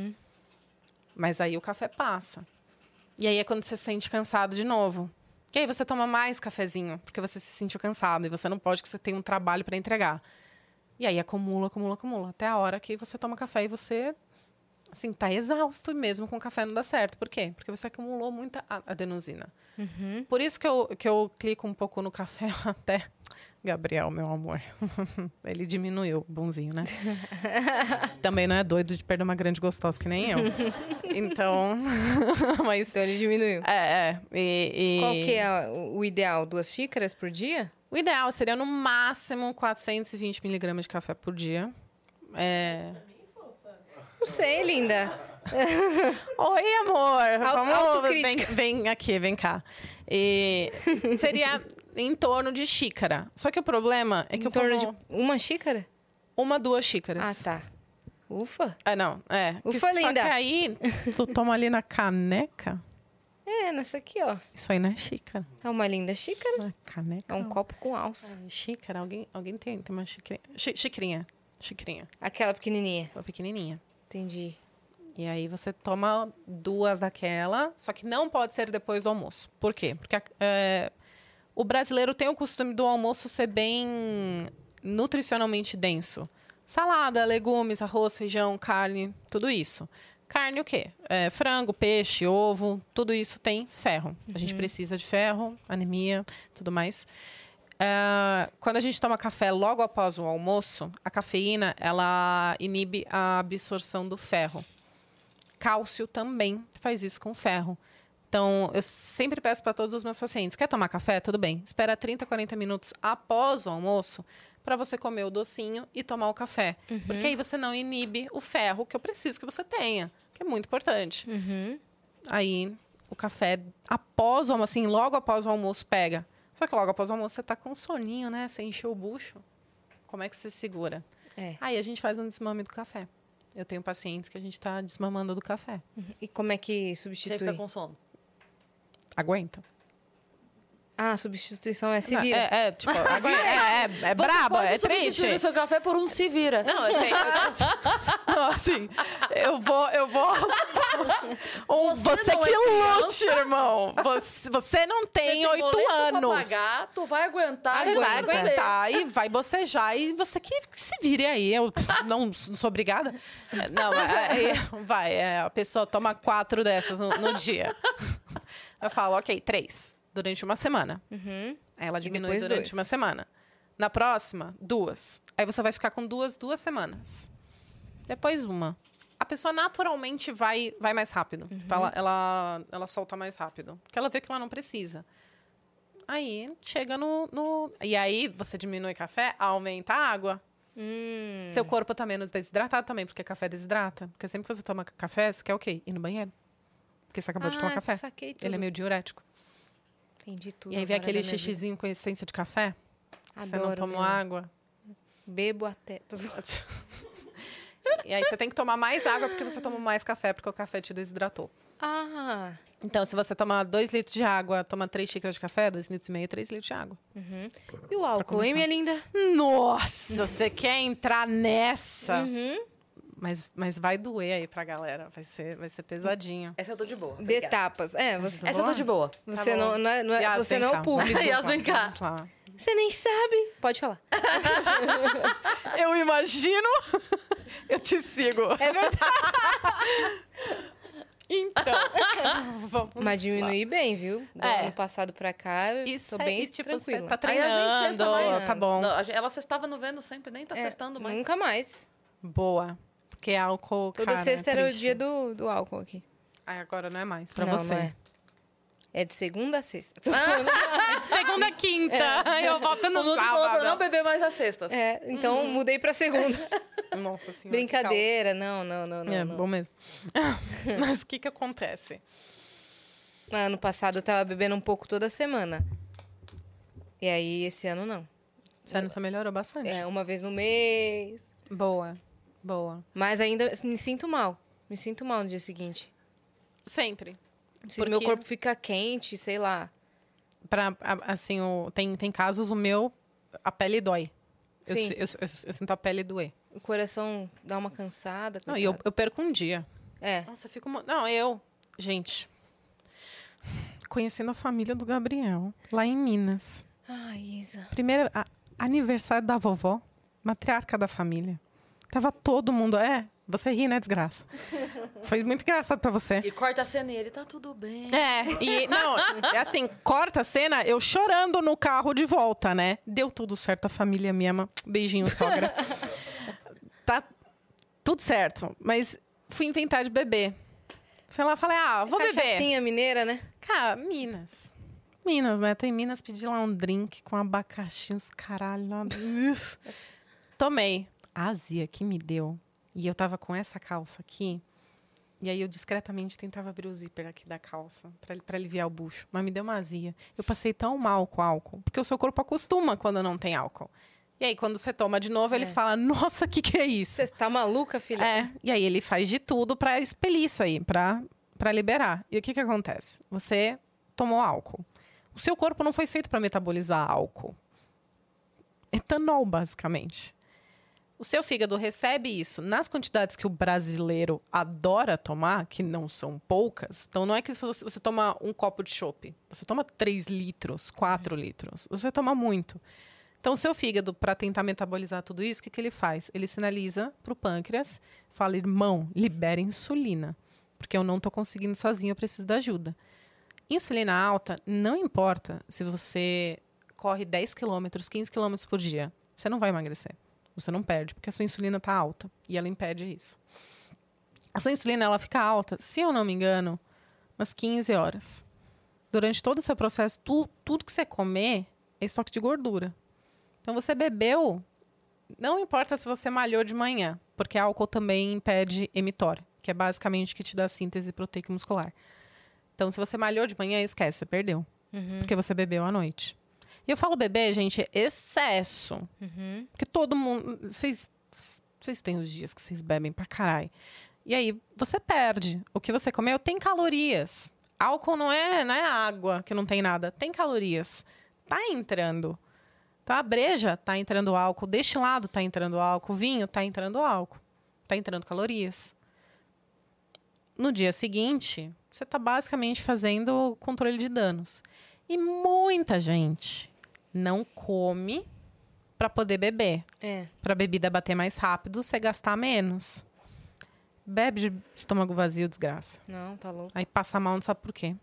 Mas aí o café passa. E aí é quando você se sente cansado de novo. E aí você toma mais cafezinho, porque você se sentiu cansado. E você não pode, que você tem um trabalho para entregar. E aí acumula. Até a hora que você toma café e você, assim, tá exausto e mesmo com o café não dá certo. Por quê? Porque você acumulou muita adenosina. Por isso que eu clico um pouco no café até... Gabriel, meu amor. Ele diminuiu, bonzinho, né? Também não é doido de perder uma grande gostosa que nem eu. Então... mas... Então ele diminuiu. Qual que é o ideal? 2 xícaras por dia? O ideal seria, no máximo, 420 miligramas de café por dia. Não sei, linda. Oi, amor. Autocrítica. Vem aqui, vem cá. E seria em torno de xícara. Só que o problema é que Em torno de 1 xícara? 1, 2 xícaras. Ah, tá. Ufa. Não. Ufa, só linda. que aí, tu toma ali na caneca. Nessa aqui, ó. Isso aí não é xícara. É uma linda xícara. Não é caneca. É um copo com alça. Xícara? Alguém tem uma xícara? Xicrinha. Aquela pequenininha. Uma pequenininha. Entendi. E aí você toma 2 daquela, só que não pode ser depois do almoço. Por quê? Porque o brasileiro tem o costume do almoço ser bem nutricionalmente denso. Salada, legumes, arroz, feijão, carne, tudo isso. Carne o quê? Frango, peixe, ovo, tudo isso tem ferro. A gente precisa de ferro, anemia, tudo mais. Quando a gente toma café logo após o almoço, a cafeína, ela inibe a absorção do ferro. Cálcio também faz isso com ferro. Então, eu sempre peço para todos os meus pacientes, quer tomar café? Tudo bem. Espera 30, 40 minutos após o almoço para você comer o docinho e tomar o café. Porque aí você não inibe o ferro que eu preciso que você tenha, que é muito importante. Aí, o café, após o almoço, assim, logo após o almoço, pega. Só que logo após o almoço, você tá com soninho, né? Você encheu o bucho. Como é que você segura? Aí, a gente faz um desmame do café. Eu tenho pacientes que a gente tá desmamando do café. E como é que Você substitui? fica com sono. Aguenta. Ah, a substituição se vira. Tipo, é braba, é triste. Substituir o seu café por um se vira. Não, eu tenho... Não, assim, eu vou... Você não que é lute, criança. irmão. Você não tem 8 boleto pra anos. pagar, tu vai aguentar. Vai Aguenta. aguentar e vai bocejar. E você que se vire aí. Eu não sou obrigada. Não, a pessoa toma 4 dessas no dia. Eu falo, ok, 3. Durante uma semana. Aí ela diminui depois durante 2. uma semana. Na próxima, 2. Aí você vai ficar com 2 semanas. Depois 1. pessoa naturalmente vai mais rápido. Tipo, ela solta mais rápido. Porque ela vê que ela não precisa. Aí, chega no... E aí, você diminui café, aumenta a água. Seu corpo tá menos desidratado também, porque café desidrata. Porque sempre que você toma café, você quer o quê? Ir no banheiro. Porque você acabou de tomar café. Saquei tudo. Ele é meio diurético. Entendi tudo. E aí vem agora aquele da minha vida. xixizinho com essência de café. Você não Adoro, tomou meu. água. Bebo até. E aí você tem que tomar mais água porque você toma mais café, porque o café te desidratou. Ah, Então, se você tomar 2 litros de água, toma 3 xícaras de café, 2,5 litros, 3 litros de água. e o álcool, hein, minha linda? Nossa, você quer entrar nessa? Uhum. Mas vai doer aí pra galera. Vai ser pesadinho. Essa eu tô de boa. De obrigada. etapas. É, você, Essa eu tô de boa. você Tá bom. não é, Yas, você vem não é cá. o público. Yas, vem cá. Vamos lá. Você nem sabe. Pode falar. Eu imagino. Eu te sigo. É verdade. Então, vamos Mas diminuí bem, viu? Do É. ano passado pra cá, eu Isso tô bem aí, tipo, tranquila. você tá Aí ela nem sexta treinando, mais. tá bom. Não, ela sextava no vendo sempre, nem tá sextando mais. Nunca mais. Boa. Porque álcool, Toda cara, sexta é era o triste. dia do álcool aqui. Ai, agora não é mais pra Não, você. não é. É de segunda a sexta. De segunda a quinta. Eu volto O no Nuno falou pra sábado. não beber mais às sextas. É, então mudei pra segunda. Nossa senhora. Brincadeira, não. É, não. bom mesmo. Mas o que acontece? Ano passado eu tava bebendo um pouco toda semana. E aí, esse ano não. Você não melhorou bastante. É, uma vez no mês. Boa. Boa. Mas ainda me sinto mal. Me sinto mal no dia seguinte. Sempre. Se Porque- meu corpo fica quente, sei lá. Assim, tem casos, o meu, a pele dói. Eu, Sim. eu sinto a pele doer. O coração dá uma cansada. Não, e eu coitado. perco um dia. É. Nossa, eu fico... Não, gente... Conhecendo a família do Gabriel, lá em Minas. Ai, Isa. Primeiro, aniversário da vovó, matriarca da família. Tava todo mundo... Você ri, né, desgraça? Foi muito engraçado pra você. E corta a cena e ele, tá tudo bem. É assim, corta a cena, eu chorando no carro de volta, né? Deu tudo certo, a família me ama. Beijinho, sogra. Tá tudo certo, mas fui inventar de beber. Fui lá e falei, vou beber. Cachaçinha mineira, né? Cara, Minas. Minas, né? Tô em Minas, pedi lá um drink com abacaxi, os caralho lá. Tomei. A azia que me deu. E eu tava com essa calça aqui. E aí eu discretamente tentava abrir o zíper aqui da calça pra aliviar o bucho. Mas me deu uma azia. Eu passei tão mal com álcool. Porque o seu corpo acostuma quando não tem álcool. E aí, quando você toma de novo, ele fala, nossa, que é isso? Você tá maluca, filha? E aí ele faz de tudo pra expelir isso aí, pra liberar. E o que acontece? Você tomou álcool. O seu corpo não foi feito pra metabolizar álcool. Etanol, basicamente. O seu fígado recebe isso nas quantidades que o brasileiro adora tomar, que não são poucas. Então, não é que você toma um copo de chopp. Você toma 3 litros, 4 litros. Você toma muito. Então, o seu fígado, para tentar metabolizar tudo isso, o que ele faz? Ele sinaliza para o pâncreas, fala, irmão, libera insulina. Porque eu não estou conseguindo sozinho, eu preciso da ajuda. Insulina alta, não importa se você corre 10 quilômetros, 15 quilômetros por dia. Você não vai emagrecer. Você não perde, porque a sua insulina está alta. E ela impede isso. A sua insulina, ela fica alta, se eu não me engano, umas 15 horas. Durante todo o seu processo, tudo que você comer é estoque de gordura. Então, você bebeu, não importa se você malhou de manhã, porque álcool também impede mTOR, que é basicamente o que te dá síntese proteica muscular. Então, se você malhou de manhã, esquece, você perdeu. Porque você bebeu à noite. E eu falo beber, gente, excesso. Porque todo mundo... Vocês têm os dias que vocês bebem pra caralho. E aí, você perde. O que você comeu tem calorias. Álcool não é água, que não tem nada. Tem calorias. Tá entrando. Então, a breja tá entrando álcool. Destilado tá entrando álcool. Vinho tá entrando álcool. Tá entrando calorias. No dia seguinte, você tá basicamente fazendo controle de danos. E muita gente não come para poder beber. Para a bebida bater mais rápido, você gastar menos. Bebe de estômago vazio, desgraça. Não, tá louco. Aí passa mal, não sabe por quê.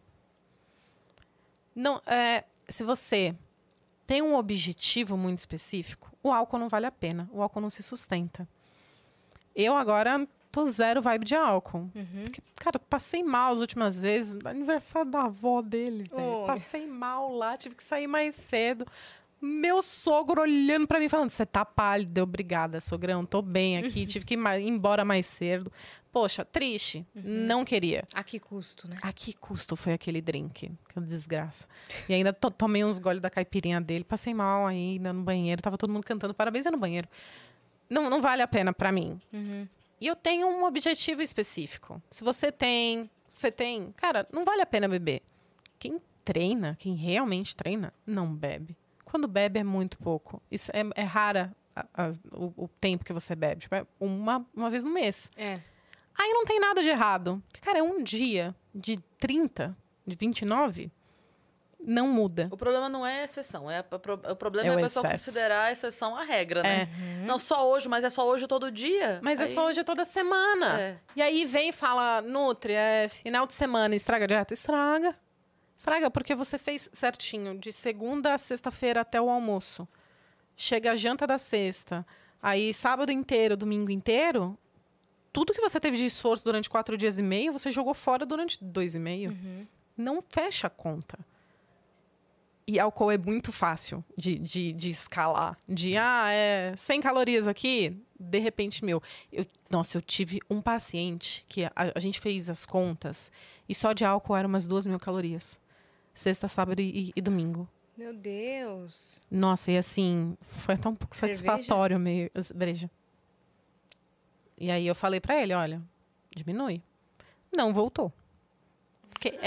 Não, se você tem um objetivo muito específico, o álcool não vale a pena. O álcool não se sustenta. Eu agora tô zero vibe de álcool. Porque, cara, passei mal as últimas vezes. Aniversário da avó dele, velho. Oh. Passei mal lá, tive que sair mais cedo. Meu sogro olhando pra mim, falando, você tá pálido. Obrigada, sogrão, tô bem aqui. Tive que ir embora mais cedo. Poxa, triste. Não queria. A que custo, né? A que custo foi aquele drink? Que desgraça. E ainda tomei uns goles da caipirinha dele. Passei mal ainda no banheiro. Tava todo mundo cantando parabéns no banheiro. Não vale a pena pra mim. E eu tenho um objetivo específico. Se você tem... Cara, não vale a pena beber. Quem treina, quem realmente treina, não bebe. Quando bebe é muito pouco. Isso é rara o tempo que você bebe. Tipo, é uma vez no mês. É. Aí não tem nada de errado. Porque, cara, é um dia de 30, de 29, não muda. O problema não é a exceção. O problema É é o a pessoa excesso. considerar a exceção a regra, né? Não só hoje, mas é só hoje todo dia. Mas é Aí- só hoje toda semana. É. E aí vem e fala, Nutri, final de semana, estraga a dieta? Estraga. Estraga, porque você fez certinho, de segunda a sexta-feira até o almoço. Chega a janta da sexta. Aí, sábado inteiro, domingo inteiro, tudo que você teve de esforço durante 4 dias e meio, você jogou fora durante 2,5. Não fecha a conta. E álcool é muito fácil de escalar. 100 calorias aqui, de repente, Nossa, eu tive um paciente que a gente fez as contas e só de álcool eram umas 2.000 calorias. Sexta, sábado e domingo. Meu Deus. Nossa, e assim, foi até um pouco Cerveja? satisfatório meio. Breja. E aí eu falei pra ele, olha, diminui. Não voltou. Porque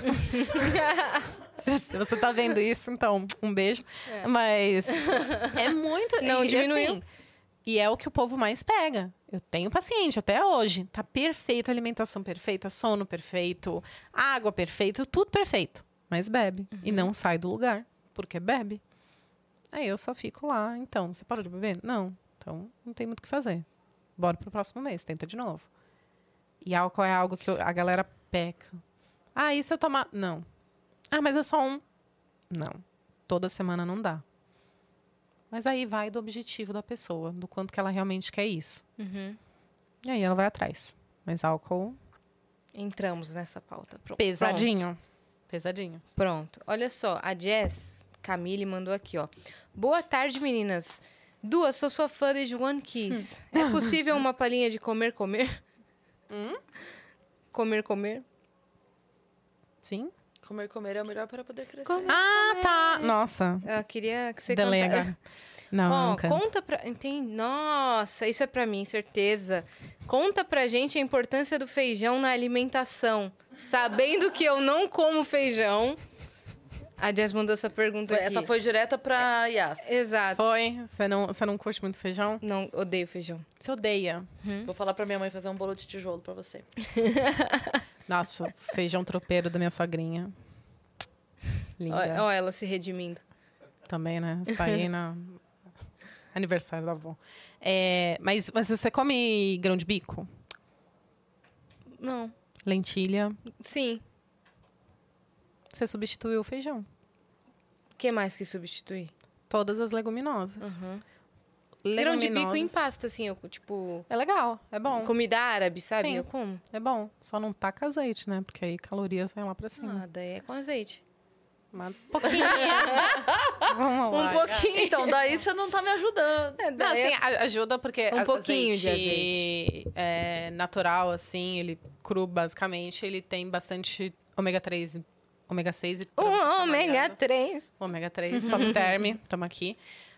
se você tá vendo isso, então, um beijo. Mas é muito... Não diminuiu. Assim, e é o que o povo mais pega. Eu tenho paciente até hoje. Tá perfeita, alimentação perfeita, sono perfeito, água perfeita, tudo perfeito. Mas bebe. E não sai do lugar, porque bebe. Aí eu só fico lá. Então, você parou de beber? Não. Então, não tem muito o que fazer. Bora pro próximo mês, tenta de novo. E álcool é algo que a galera peca. Ah, e se eu tomar... Não. Ah, mas é só um. Não. Toda semana não dá. Mas aí vai do objetivo da pessoa, do quanto que ela realmente quer isso. E aí ela vai atrás. Mas álcool... Entramos nessa pauta. Pesadinho. Pesadinho. Pronto. Olha só, a Jess Camille mandou aqui, ó. Boa tarde, meninas. Duas, sou sua fã desde One Kiss. É possível uma palhinha de comer? Comer? Sim? Comer é o melhor para poder crescer. Ah, tá. Nossa. Ela queria que você Delega. cantasse. Não, Ó, não canto. conta pra... Entende? Nossa, isso é pra mim, certeza. Conta pra gente a importância do feijão na alimentação. Sabendo que eu não como feijão... A Jess mandou essa pergunta aqui. Essa foi direta pra Yas. Exato. Foi? Você não curte muito feijão? Não, odeio feijão. Você odeia. Vou falar pra minha mãe fazer um bolo de tijolo pra você. Nossa, feijão tropeiro da minha sogrinha. Linda. Ó, ela se redimindo. Também, né? Saí na... Aniversário da avó. Mas você come grão de bico? Não. Lentilha? Sim. Você substituiu o feijão. O que mais que substituir? Todas as leguminosas. Grão de bico em Leguminosas. pasta, assim, eu, tipo... É legal, é bom. Comida árabe, sabe? Sim. Eu como. É bom. Só não taca azeite, né? Porque aí calorias vão lá pra cima. Ah, daí é com azeite. Mas um pouquinho. Vamos lá. Um pouquinho. Então, daí você não tá me ajudando. Não, Daí assim, ajuda porque Um pouquinho de azeite natural, assim, ele cru, basicamente, ele tem bastante ômega 3 e ômega 6 e pra você ficar ômega malhado. 3. Ômega 3, top term, estamos aqui.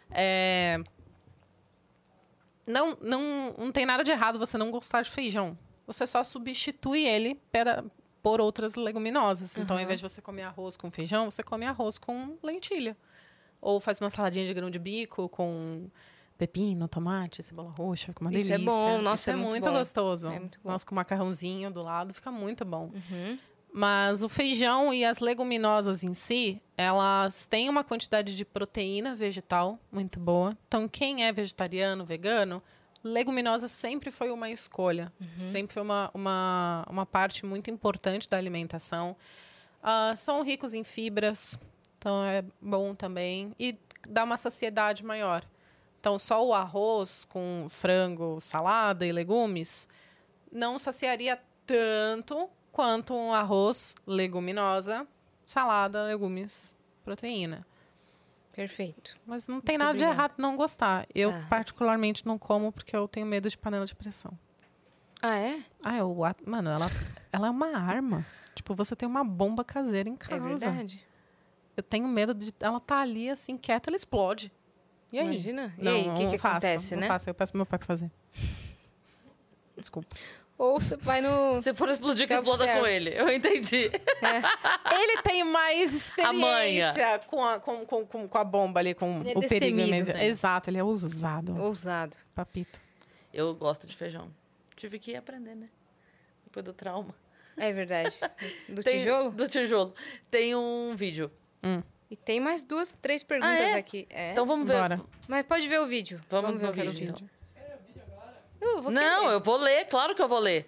Não tem nada de errado você não gostar de feijão. Você só substitui ele por outras leguminosas. Então, ao invés de você comer arroz com feijão, você come arroz com lentilha. Ou faz uma saladinha de grão de bico com pepino, tomate, cebola roxa, fica uma Isso delícia. é bom, nossa, Isso é muito muito bom. gostoso. É muito bom. Nossa, com macarrãozinho do lado, fica muito bom. Mas o feijão e as leguminosas em si, elas têm uma quantidade de proteína vegetal muito boa. Então, quem é vegetariano, vegano, leguminosa sempre foi uma escolha. Sempre foi uma parte muito importante da alimentação. São ricos em fibras, então é bom também. E dá uma saciedade maior. Então, só o arroz com frango, salada e legumes não saciaria tanto quanto um arroz, leguminosa, salada, legumes, proteína. Perfeito. Mas não tem Muito nada de obrigada. errado não gostar. Eu, Ah. particularmente, não como porque eu tenho medo de panela de pressão. Ah, é? Mano, ela é uma arma. Tipo, você tem uma bomba caseira em casa. É verdade. Eu tenho medo de ela tá ali, assim, quieta, ela explode. E aí? Imagina. E Não, aí, o que não faço, acontece, não né? faço. Eu peço pro meu pai pra fazer. Desculpa. Ou você vai no... Se for explodir, que exploda com Self-service. ele. Eu entendi. Ele tem mais experiência manha. com a bomba ali, com Ele é o perigo. destemido, Mesmo. né? Exato, ele é ousado. Ousado. Papito. Eu gosto de feijão. Tive que aprender, né? Depois do trauma. É verdade. Do Tem- tijolo? Do tijolo. Tem um vídeo. E tem mais 2, 3 perguntas Ah, é? aqui. É. Então vamos ver. Bora. Mas pode ver o vídeo. Vamos ver no eu quero vídeo, o então. Eu vou Não, querer. eu vou ler. Claro que eu vou ler.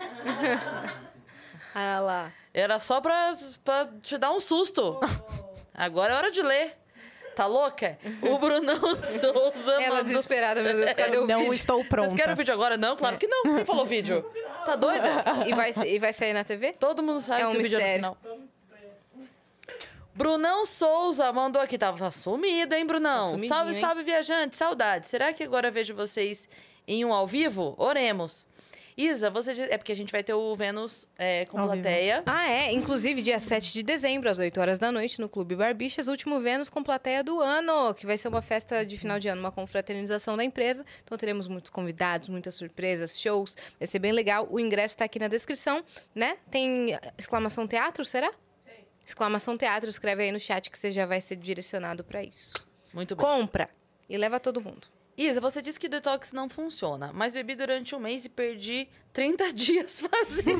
Ah lá. Era só pra te dar um susto. Agora é hora de ler. Tá louca? O Brunão Souza Ela mandou... desesperada, meu Deus, cadê o Não vídeo? estou pronta. Vocês querem o vídeo agora? Não, claro que não. Quem falou vídeo? Tá doida? E vai sair na TV? Todo mundo sabe É um que o vídeo é no mistério. final. Brunão Souza mandou aqui. Tava sumido, hein, Brunão? Tá sumidinho, Salve, hein? salve, viajante. Saudade. Será que agora vejo vocês em um ao vivo? Oremos. Isa, você diz... É porque a gente vai ter o Vênus com Ao vivo. plateia. Ah, é. Inclusive, dia 7 de dezembro, às 8 horas da noite, no Clube Barbixas, último Vênus com plateia do ano, que vai ser uma festa de final de ano, uma confraternização da empresa. Então, teremos muitos convidados, muitas surpresas, shows. Vai ser bem legal. O ingresso tá aqui na descrição, né? Tem exclamação teatro, será? Tem. Exclamação teatro, escreve aí no chat que você já vai ser direcionado para isso. Muito bem. Compra e leva todo mundo. Isa, você disse que detox não funciona, mas bebi durante um mês e perdi 30 dias fazendo.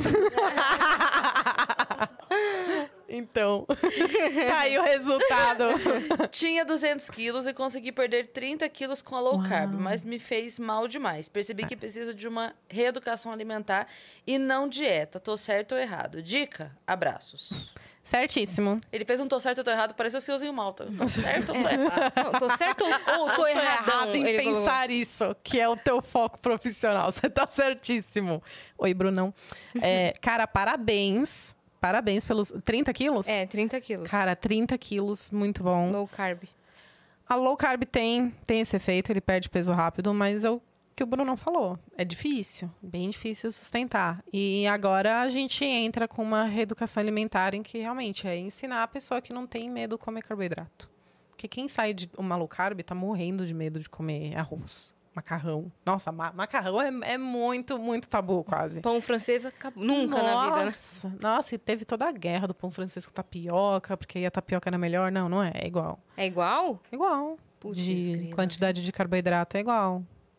Então, tá aí o resultado. Tinha 200 quilos e consegui perder 30 quilos com a low carb, Uau. mas me fez mal demais. Percebi que preciso de uma reeducação alimentar e não dieta. Tô certo ou errado? Dica? Abraços. Certíssimo. Ele fez um tô certo ou tô errado, parece o Seuzinho Malta. Tô certo ou tô errado? Não, tô certo ou tô erradão? errado em Ele colocou. pensar isso, que é o teu foco profissional. Você tá certíssimo. Oi, Brunão. Cara, parabéns. Parabéns pelos 30 quilos? É, 30 quilos. Cara, 30 quilos, muito bom. Low carb. A low carb tem esse efeito, ele perde peso rápido, mas é o que o Bruno falou. É difícil, bem difícil sustentar. E agora a gente entra com uma reeducação alimentar em que realmente é ensinar a pessoa que não tem medo de comer carboidrato. Porque quem sai de uma low carb tá morrendo de medo de comer arroz, macarrão. Nossa, macarrão é muito, muito tabu quase. Pão francês nunca na vida, né? Nossa, e teve toda a guerra do pão francês com tapioca, porque aí a tapioca era melhor. Não, não é. É igual. É igual? Igual. Putz, De grila. quantidade de carboidrato é igual.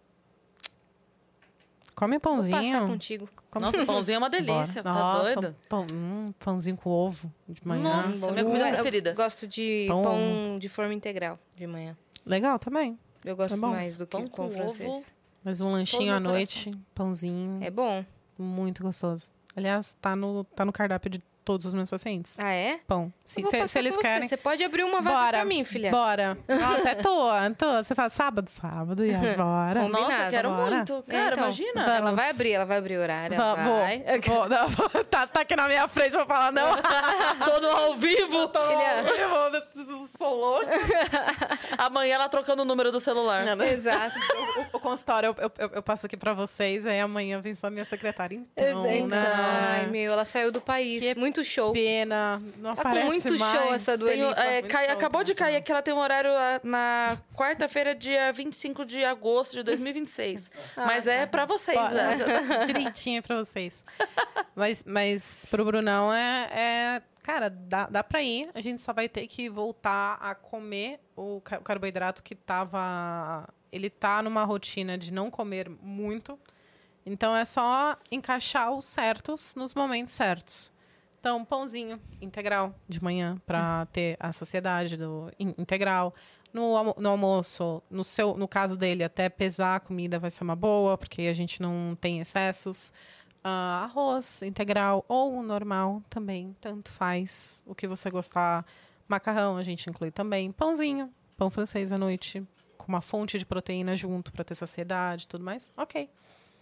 Come Vou passar pãozinho. contigo. Nossa, pãozinho é uma delícia. Bora. Tá Nossa, doida? pãozinho com ovo de manhã. Nossa, Bom minha comida demais. preferida. Eu gosto de Pão, pão de forma integral de manhã. Legal também. Eu gosto É bom. mais do que Pão pão com francês. ovo. Mas um lanchinho Todo à meu noite, pãozinho, É bom. muito gostoso. Aliás, tá no cardápio de todos os meus pacientes. Ah, é? Pão. Eu vou Se passar eles com você. querem. Você pode abrir uma vaga Bora, pra mim, filha. Bora. Nossa, é tua. Você fala sábado, Yas, bora. Combinado. Nossa, quero Bora. muito. Cara, Então, imagina. Vamos. Ela vai abrir horário. Vai. Não, tá aqui na minha frente, vou falar, não. Todo ao vivo. Eu sou louca. Amanhã ela trocando o número do celular. Exato. O consultório eu passo aqui pra vocês, aí amanhã vem só minha secretária. Então, Então, né? ai, meu, ela saiu do país. Que Muito show. Pena, não Tá com aparece muito mais. show essa do Tem o- Lipa. Muito show, acabou de muito cair show. aqui, ela tem um horário na quarta-feira, dia 25 de agosto de 2026. Mas é pra vocês, Bora. já. Direitinho pra vocês. Mas pro Brunão cara, dá pra ir. A gente só vai ter que voltar a comer o carboidrato que tava... Ele tá numa rotina de não comer muito. Então, é só encaixar os certos nos momentos certos. Então, pãozinho integral de manhã para ter a saciedade do integral. No almoço, no caso dele, até pesar a comida vai ser uma boa, porque a gente não tem excessos. Arroz integral ou normal também, tanto faz. O que você gostar. Macarrão a gente inclui também. Pãozinho, pão francês à noite, com uma fonte de proteína junto para ter saciedade e tudo mais. Ok.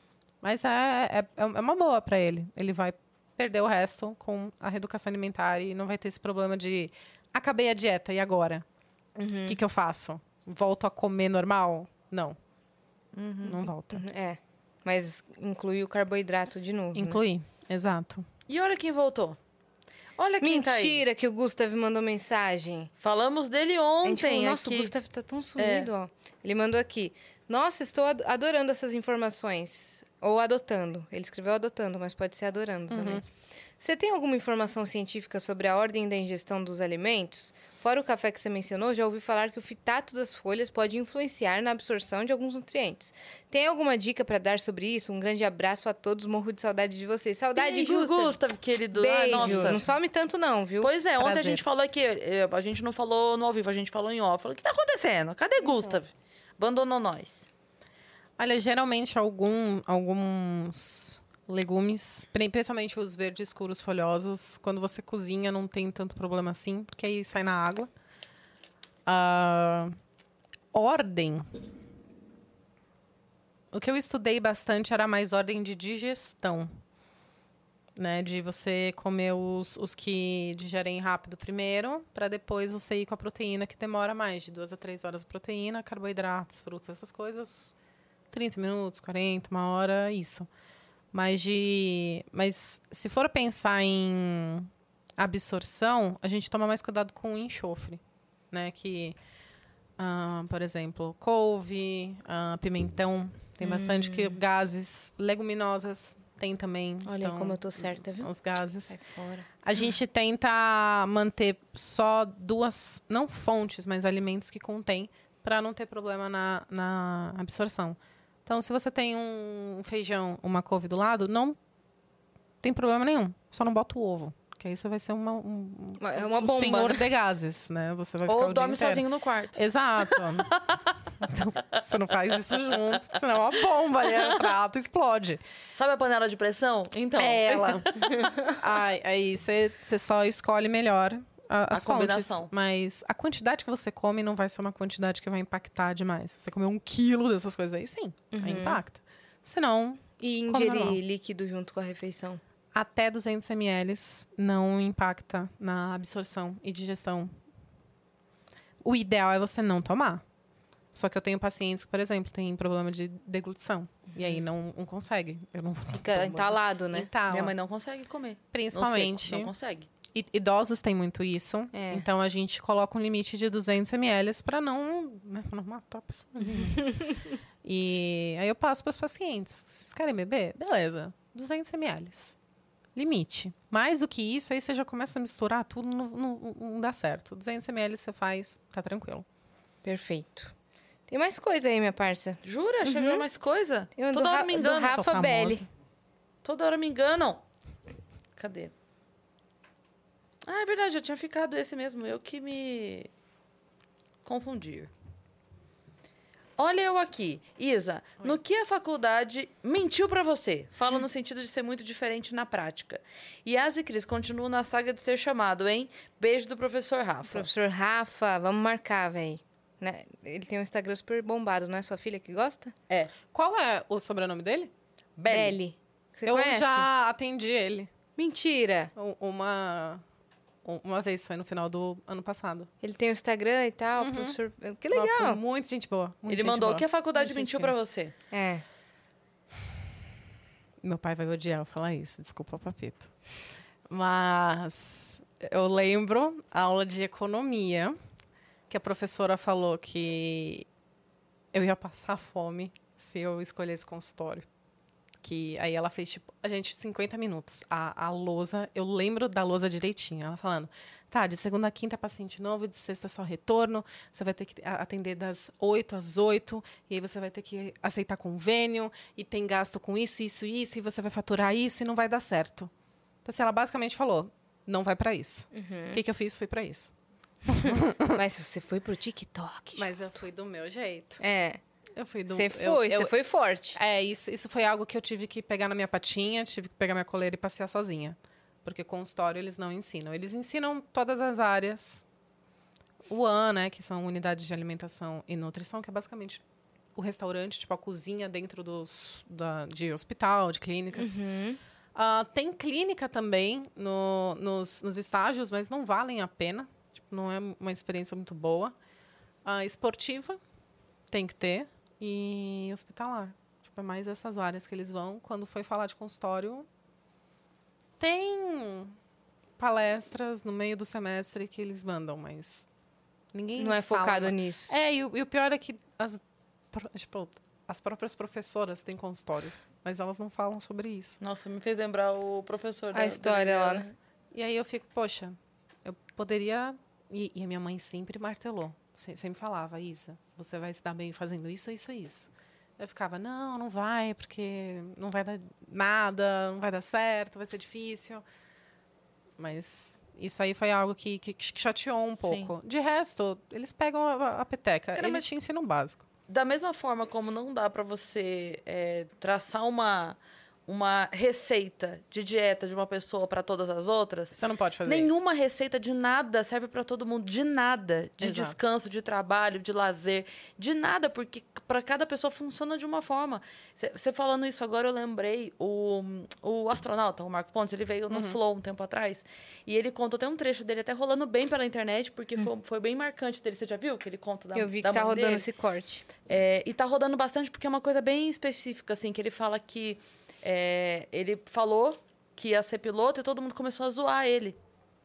Mas é uma boa para ele. Ele vai perder o resto com a reeducação alimentar e não vai ter esse problema de acabei a dieta, e agora? O que eu faço? Volto a comer normal? Não. Não volta. É. Mas inclui o carboidrato de novo. Né? Incluir, exato. E olha quem voltou. Olha quem tá aí. Mentira que o Gustav mandou mensagem. Falamos dele A gente falou, ontem nossa, aqui. o Gustav tá tão sumido, ó. Ele mandou aqui. Nossa, estou adorando essas informações. Ou adotando. Ele escreveu adotando, mas pode ser adorando também. Você tem alguma informação científica sobre a ordem da ingestão dos alimentos? Fora o café que você mencionou, já ouvi falar que o fitato das folhas pode influenciar na absorção de alguns nutrientes. Tem alguma dica para dar sobre isso? Um grande abraço a todos, morro de saudade de vocês. Saudade, Beijo, Gustav. querido. Beijo. Ai, nossa. Não some tanto não, viu? Pois é, ontem a Prazer. gente falou aqui, a gente não falou no ao vivo, a gente falou em off. Falou, o que tá acontecendo? Cadê Gustav? Abandonou nós. Olha, geralmente alguns legumes, principalmente os verdes escuros folhosos, quando você cozinha não tem tanto problema assim, porque aí sai na água. Ordem. O que eu estudei bastante era mais ordem de digestão. Né, de você comer os que digerem rápido primeiro, para depois você ir com a proteína, que demora mais, de 2 a 3 horas a proteína, carboidratos, frutas, essas coisas, 30 minutos, 40, 1 hora, isso. Mas se for pensar em absorção, a gente toma mais cuidado com o enxofre, né? Que, por exemplo, couve, pimentão, tem bastante que gases, leguminosas, tem também. Olha então, como eu tô certa, viu? os gases. Sai fora. A gente tenta manter só 2, não fontes, mas alimentos que contém, para não ter problema na absorção. Então, se você tem um feijão, uma couve do lado, não tem problema nenhum. Só não bota o ovo. Que aí você vai ser É uma um bomba, senhor né? de gases, né? Você vai ficar Ou o dia dorme inteiro. sozinho no quarto. Exato. Então, você não faz isso junto, senão é uma bomba, né? O prato explode. Sabe a panela de pressão? Então. Ela. Aí você só escolhe melhor as fontes. combinação. Mas a quantidade que você come não vai ser uma quantidade que vai impactar demais. Se você comer 1 quilo dessas coisas aí, sim, aí impacta. Senão, E Como ingerir normal. líquido junto com a refeição. até 200 ml não impacta na absorção e digestão. O ideal é você não tomar. Só que eu tenho pacientes que, por exemplo, têm problema de deglutição. E aí não consegue. Eu não vou Fica entalado, né? entala. Minha mãe não consegue comer. Principalmente. No seco, não consegue. Idosos têm muito isso. É. Então a gente coloca um limite de 200 ml para não matar a pessoa. E aí eu passo para os pacientes. Vocês querem beber? Beleza. 200 ml. Limite. Mais do que isso, aí você já começa a misturar tudo, não dá certo. 200 ml você faz, tá tranquilo. Perfeito. Tem mais coisa aí, minha parça. Jura? Chegou mais coisa? Tem um Toda hora me do enganam. Tô Rafa famosa. Belli. Toda hora me enganam. Cadê? Ah, é verdade, já tinha ficado esse mesmo. Eu que me confundi. Olha eu aqui. Isa, no que a faculdade mentiu pra você? Falo no sentido de ser muito diferente na prática. Yas e Cris continuam na saga de ser chamado, hein? Beijo do professor Rafa. Professor Rafa, vamos marcar, velho. Né? Ele tem um Instagram super bombado, não é sua filha que gosta? É. Qual é o sobrenome dele? Belly. Você eu conhece? já atendi ele. Mentira. Uma vez, foi no final do ano passado. Ele tem o Instagram e tal, professor... Que legal. Nossa, muito gente boa. Muito Ele gente mandou boa. o que a faculdade Muito mentiu gente pra você. É. Meu pai vai odiar eu falar isso, desculpa, papito. Mas eu lembro a aula de economia, que a professora falou que eu ia passar fome se eu escolhesse consultório. Que aí ela fez, tipo, a gente, 50 minutos. A lousa, eu lembro da lousa direitinho. Ela falando, tá, de segunda a quinta é paciente novo, de sexta é só retorno, você vai ter que atender das 8 às 8, e aí você vai ter que aceitar convênio, e tem gasto com isso, isso, isso, e você vai faturar isso, e não vai dar certo. Então, assim, ela basicamente falou, não vai pra isso. O que eu fiz? Fui pra isso. Mas você foi pro TikTok. Mas eu fui do meu jeito. É. Eu fui do... Você foi forte. É, isso foi algo que eu tive que pegar na minha patinha, tive que pegar minha coleira e passear sozinha. Porque consultório eles não ensinam. Eles ensinam todas as áreas. UAN, né, que são unidades de alimentação e nutrição, que é basicamente o restaurante, tipo a cozinha dentro de hospital, de clínicas. Tem clínica também nos estágios, mas não valem a pena. Tipo, não é uma experiência muito boa. Esportiva, tem que ter. E hospitalar. Tipo, é mais essas áreas que eles vão. Quando foi falar de consultório, tem palestras no meio do semestre que eles mandam, mas ninguém Não é fala, focado nisso. e o pior é que as próprias professoras têm consultórios, mas elas não falam sobre isso. Nossa, me fez lembrar o professor A história lá, né? E aí eu fico, poxa, eu poderia... E a minha mãe sempre martelou. Sempre falava, Isa, você vai se dar bem fazendo isso, isso e isso. Eu ficava, não vai, porque não vai dar nada, não vai dar certo, vai ser difícil. Mas isso aí foi algo que chateou um pouco. De resto, eles pegam a peteca. Cara, Eles te ensinam o básico. Da mesma forma como não dá para você traçar uma receita de dieta de uma pessoa para todas as outras, Você não pode fazer nenhuma receita de nada serve para todo mundo, de nada, de Exato. descanso, de trabalho, de lazer, de nada, porque para cada pessoa funciona de uma forma. Você falando isso agora, eu lembrei o astronauta, o Marco Pontes, ele veio no Flow um tempo atrás, e ele contou, tem um trecho dele até rolando bem pela internet, porque foi bem marcante dele. Você já viu que ele conta da Eu vi da que tá mãe rodando dele? esse corte. E tá rodando bastante porque é uma coisa bem específica, assim, que ele fala que ele falou que ia ser piloto e todo mundo começou a zoar ele.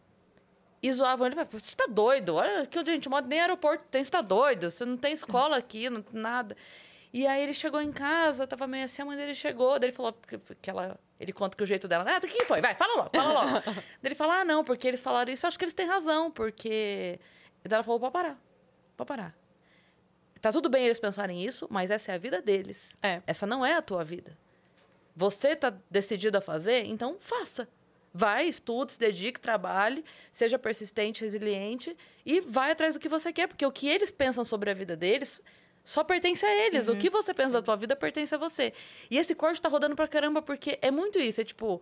E zoavam ele, você tá doido? Olha que onde a gente mora, nem aeroporto tem, você tá doido? Você não tem escola aqui, não tem nada. E aí ele chegou em casa, tava meio assim, a mãe dele chegou, daí ele falou que ele conta que o jeito dela, o que foi? Vai, fala logo. Daí ele fala, não, porque eles falaram isso, eu acho que eles têm razão, porque... Daí ela falou, pode parar. Tá tudo bem eles pensarem isso, mas essa é a vida deles. Essa não é a tua vida. Você tá decidido a fazer, então faça. Vai, estude, se dedique, trabalhe, seja persistente, resiliente e vai atrás do que você quer, porque o que eles pensam sobre a vida deles só pertence a eles. O que você pensa da tua vida pertence a você. E esse corte tá rodando pra caramba, porque é muito isso. É tipo,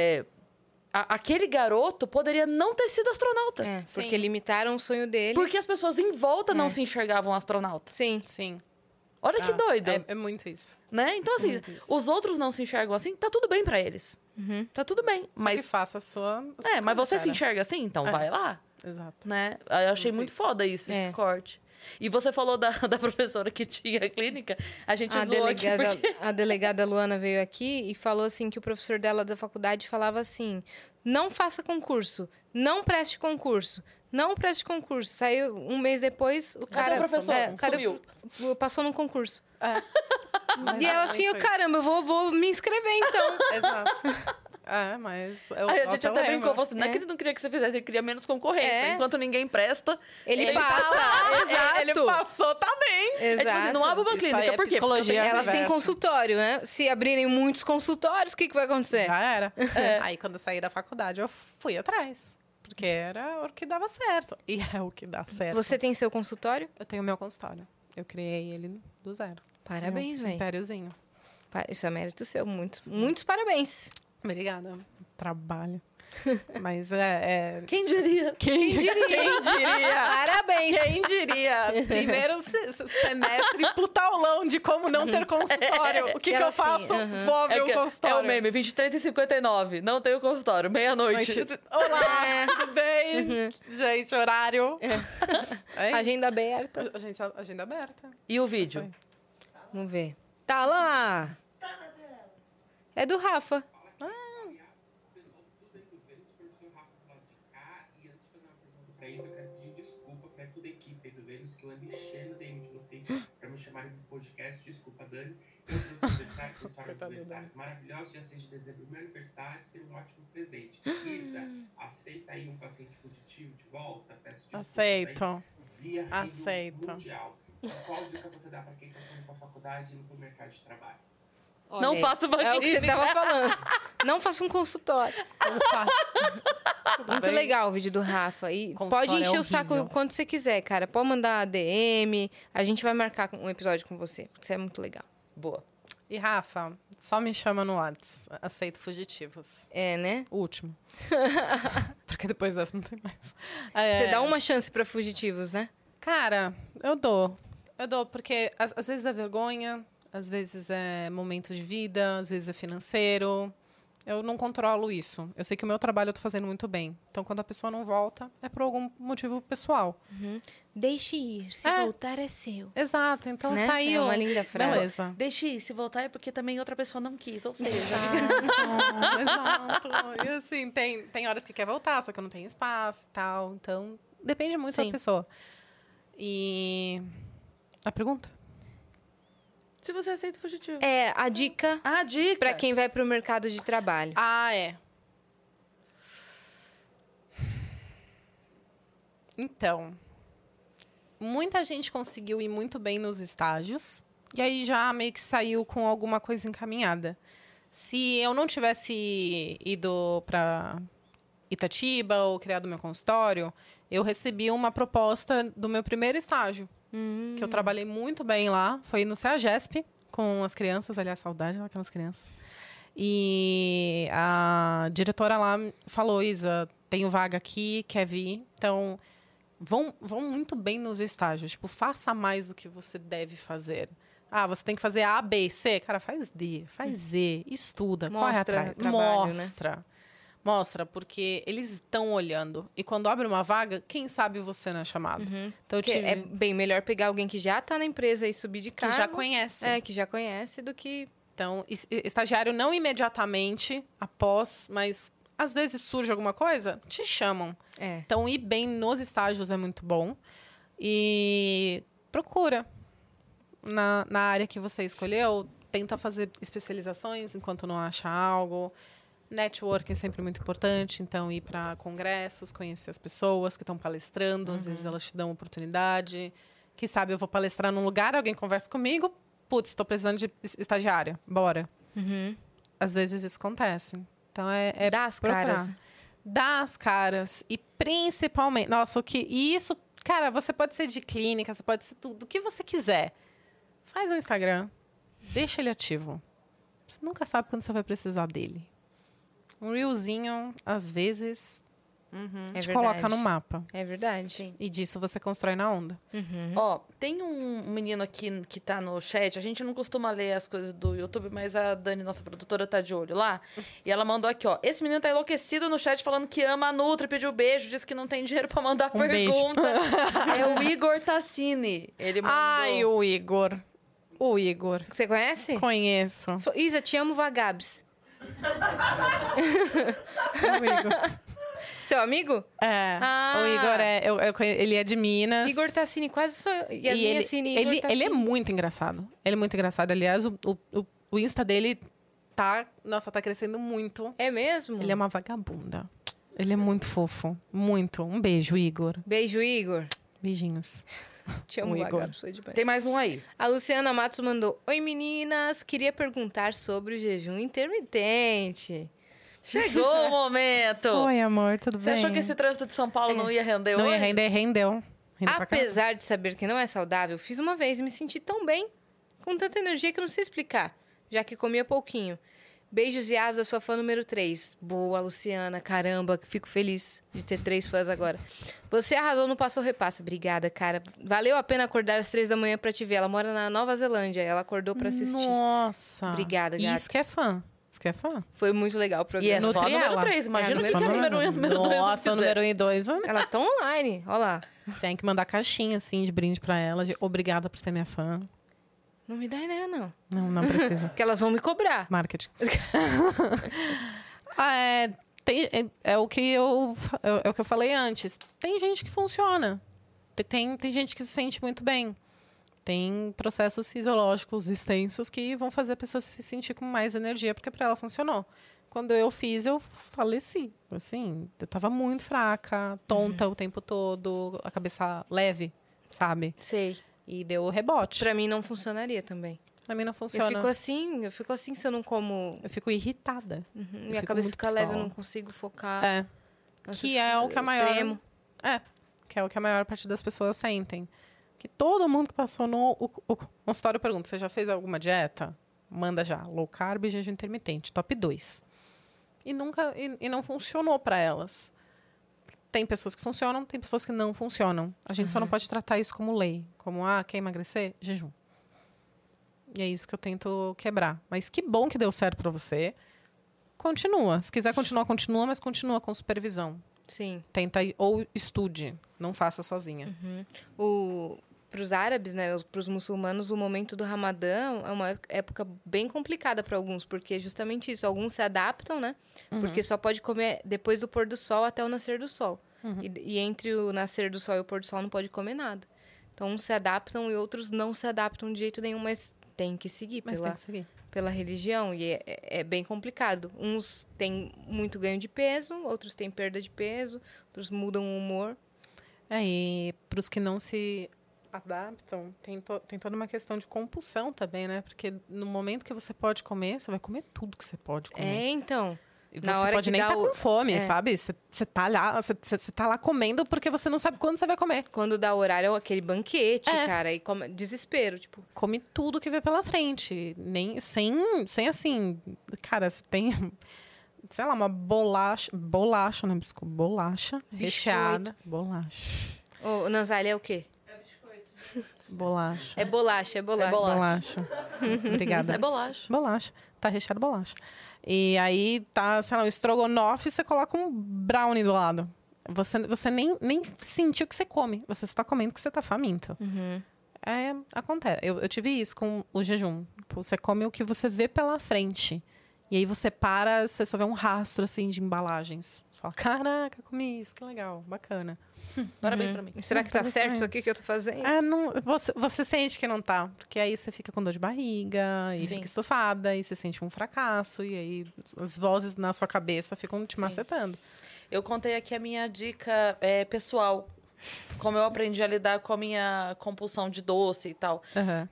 aquele garoto poderia não ter sido astronauta. Porque limitaram o sonho dele. Porque as pessoas em volta não se enxergavam astronauta. Sim. Olha que doido. É muito isso. Né? Então, assim, os outros não se enxergam assim, tá tudo bem pra eles. Tá tudo bem. Só Mas que faça a sua... mas você se enxerga assim? Então vai lá. Exato. Né? Eu achei muito foda isso, esse corte. E você falou da professora que tinha a clínica, a gente zoou aqui porque... A delegada Luana veio aqui e falou assim que o professor dela da faculdade falava assim, não faça concurso, não preste concurso, não preste concurso. Saiu um mês depois, o cara... Cadê o professor? Sumiu. Passou num concurso. E ela assim, caramba, eu vou me inscrever então. Exato. Mas... Aí a gente até brincou, falou assim, não é que ele não queria que você fizesse, ele queria menos concorrência. Enquanto ninguém presta... Ele passa, exato. Ele passou, tá bem. Exato. tipo assim, não abre uma clínica, por quê? Psicologia Elas têm reversa. consultório, né? Se abrirem muitos consultórios, o que vai acontecer? Já era. Aí, quando eu saí da faculdade, eu fui atrás. Porque era o que dava certo. E é o que dá certo. Você tem seu consultório? Eu tenho meu consultório. Eu criei ele do zero. Parabéns, velho. Impériozinho. Isso é mérito seu. Muitos parabéns. Obrigada. Trabalho. Mas Quem diria? Quem diria? Parabéns. Quem diria? Primeiro semestre, puta aulão de como não ter consultório. O que eu faço? Vou abrir um consultório. É o meme, 23h59. Não tenho consultório, meia-noite. Olá, tudo bem? Gente, horário. É Agenda aberta. Agenda aberta. E o vídeo? Vamos ver. Tá lá. É do Rafa. Pra isso, eu quero pedir desculpa pra toda a equipe aí do Vênus, que eu andei cheio no DM de vocês pra me chamarem pro podcast. Desculpa, Dani. Eu trouxe aniversários, aniversários maravilhosos. Dia 6 de dezembro, meu aniversário, seria um ótimo presente. Isa, aceita aí um paciente fugitivo de volta? Peço desculpa. Aceito. Via Aceito. mundial. Qual dica você dá pra quem tá saindo pra faculdade e indo pro mercado de trabalho? Olha Não aí. faça uma É o que você clínica. tava falando. Não faça um consultório. Muito legal o vídeo do Rafa. E Consultório pode encher é o saco horrível. quando você quiser, cara. Pode mandar DM. A gente vai marcar um episódio com você. Porque isso é muito legal. Boa. E Rafa, só me chama no WhatsApp. Aceito fugitivos. É, né? O último. Porque depois dessa não tem mais. Você dá uma chance pra fugitivos, né? Cara, eu dou. Eu dou, porque às vezes é vergonha, às vezes é momento de vida, às vezes é financeiro. Eu não controlo isso. Eu sei que o meu trabalho eu tô fazendo muito bem. Então, quando a pessoa não volta, é por algum motivo pessoal. Deixe ir. Se voltar, é seu. Exato. Então, Né? saiu. É uma linda frase. Beleza. Deixe ir, se voltar é porque também outra pessoa não quis, ou seja... Exato. E assim, tem horas que quer voltar, só que eu não tenho espaço e tal. Então, depende muito Sim. da pessoa. E... A pergunta? Se você aceita o fugitivo. É, a dica Ah, dica! pra quem vai pro mercado de trabalho. Ah, é. Então, muita gente conseguiu ir muito bem nos estágios. E aí já meio que saiu com alguma coisa encaminhada. Se eu não tivesse ido para Itatiba ou criado meu consultório, eu recebi uma proposta do meu primeiro estágio. Que eu trabalhei muito bem lá. Foi no CEAGESP, com as crianças. Aliás, saudade daquelas crianças. E a diretora lá falou, Isa, tenho vaga aqui, quer vir. Então, vão muito bem nos estágios. Tipo, faça mais do que você deve fazer. Ah, você tem que fazer A, B, C. Cara, faz D, faz Z, estuda, corre Mostra atrás. trabalho, né? Mostra, porque eles estão olhando. E quando abre uma vaga, quem sabe você não é chamado. Então, eu Porque tive... é bem melhor pegar alguém que já tá na empresa e subir de que cargo. já conhece. É, que já conhece do que... Então, estagiário não imediatamente após, mas às vezes surge alguma coisa, te chamam. É. Então, ir bem nos estágios é muito bom. E procura na área que você escolheu, tenta fazer especializações enquanto não acha algo. Networking é sempre muito importante, então ir para congressos, conhecer as pessoas que estão palestrando, às vezes elas te dão oportunidade. Quem sabe eu vou palestrar num lugar, alguém conversa comigo, putz, estou precisando de estagiária, bora. Às vezes isso acontece. Então é Dá as procurar. caras. Dá as caras. E principalmente, nossa, e isso, cara, você pode ser de clínica, você pode ser tudo, o que você quiser. Faz um Instagram, deixa ele ativo. Você nunca sabe quando você vai precisar dele. Um reelzinho, às vezes, É te verdade. coloca no mapa. É verdade. E disso você constrói na onda. Ó, tem um menino aqui que tá no chat. A gente não costuma ler as coisas do YouTube, mas a Dani, nossa produtora, tá de olho lá. E ela mandou aqui, ó. Esse menino tá enlouquecido no chat falando que ama a Nutri, pediu beijo, disse que não tem dinheiro pra mandar beijo. pergunta. É o Igor Tassini. Ele mandou. Ai, o Igor. O Igor. Você conhece? Conheço. Isa, te amo, Vagabs. O Igor. Seu amigo? É. Ah. O Igor ele é de Minas. Igor Tassini, quase sou eu. E Yasmin ele, Yassine, Igor ele Tassini. é muito engraçado. Ele é muito engraçado. Aliás, o Insta dele tá crescendo muito. É mesmo? Ele é uma vagabunda. Ele é muito fofo. Muito. Um beijo, Igor. Beijo, Igor. Beijinhos. Te amo, O Igor. Vagabs. Foi demais. Tem mais um aí. A Luciana Matos mandou: Oi, meninas. Queria perguntar sobre o jejum intermitente. Chegou o momento. Oi, amor, tudo Você bem? achou que esse trânsito de São Paulo não ia render Não hoje? ia render, rendeu. Rendeu pra casa. Apesar de saber que não é saudável, fiz uma vez e me senti tão bem, com tanta energia que eu não sei explicar, já que comia pouquinho. Beijos e asas da sua fã número 3. Boa, Luciana. Caramba, fico feliz de ter 3 fãs agora. Você arrasou no Passo ou Repassa. Obrigada, cara. Valeu a pena acordar às 3 da manhã pra te ver. Ela mora na Nova Zelândia. Ela acordou pra assistir. Nossa. Obrigada, gata. Isso que é fã. Isso que é fã. Foi muito legal o E programa. é só Nutri número ela. 3. Imagina É, se que é número número 1 e número 2. Nossa, o número 1 e 2. Elas estão online. Olha lá. Tem que mandar caixinha, assim, de brinde pra ela. De obrigada por ser minha fã. Não me dá ideia, não. Não precisa. Porque elas vão me cobrar. Marketing. É o que eu falei antes. Tem gente que funciona. Tem gente que se sente muito bem. Tem processos fisiológicos extensos que vão fazer a pessoa se sentir com mais energia, porque para ela funcionou. Quando eu fiz, eu faleci. Assim, eu tava muito fraca, tonta o tempo todo, a cabeça leve, sabe? Sei. E deu rebote. Pra mim não funcionaria também. Pra mim não funciona. Eu fico assim se eu não como. Eu fico irritada. Minha fico cabeça muito fica leve, eu pistola. não consigo focar. É. Nossa, Que eu é fico o que a maior... extremo. Que é o que a maior parte das pessoas sentem. Que todo mundo que passou no o consultório pergunta, você já fez alguma dieta? Manda já. Low carb e jejum intermitente. Top 2. E não funcionou para elas. Tem pessoas que funcionam, tem pessoas que não funcionam. A gente só não pode tratar isso como lei. Como, quer emagrecer? Jejum. E é isso que eu tento quebrar. Mas que bom que deu certo pra você. Continua. Se quiser continuar, continua, mas continua com supervisão. Sim. Tenta ou estude. Não faça sozinha. Para os árabes, né, para os muçulmanos, o momento do Ramadã é uma época bem complicada para alguns, porque é justamente isso. Alguns se adaptam, né? Porque só pode comer depois do pôr do sol até o nascer do sol. E entre o nascer do sol e o pôr do sol não pode comer nada. Então, uns se adaptam e outros não se adaptam de jeito nenhum, mas tem que seguir Mas tem que seguir. pela religião. E é bem complicado. Uns têm muito ganho de peso, outros têm perda de peso, outros mudam o humor. E para os que não se adaptam, tem toda uma questão de compulsão também, né? Porque no momento que você pode comer, você vai comer tudo que você pode comer. Então. E na você hora pode que nem dá estar com fome, sabe? Você tá lá comendo porque você não sabe quando você vai comer. Quando dá o horário, é aquele banquete, cara, e desespero, tipo. Come tudo que vê pela frente. Nem, sem assim... Cara, você tem... Sei lá, uma bolacha, né? Desculpa, bolacha recheada. Bolacha. O Nanzali é o quê? Bolacha. É bolacha. Bolacha. Obrigada. É bolacha. Bolacha. Tá recheado de bolacha. E aí tá, sei lá, um estrogonofe e você coloca um brownie do lado. Você nem sentiu que você come. Você está comendo que você tá faminto. Acontece. Eu tive isso com o jejum. Você come o que você vê pela frente. E aí você para, você só vê um rastro, assim, de embalagens. Você fala, caraca, comi isso, que legal, bacana. Parabéns pra mim. Será que tá certo isso aqui que eu tô fazendo? Você sente que não tá. Porque aí você fica com dor de barriga, e fica estufada, e você sente um fracasso. E aí as vozes na sua cabeça ficam te macetando. Eu contei aqui a minha dica pessoal. Como eu aprendi a lidar com a minha compulsão de doce e tal.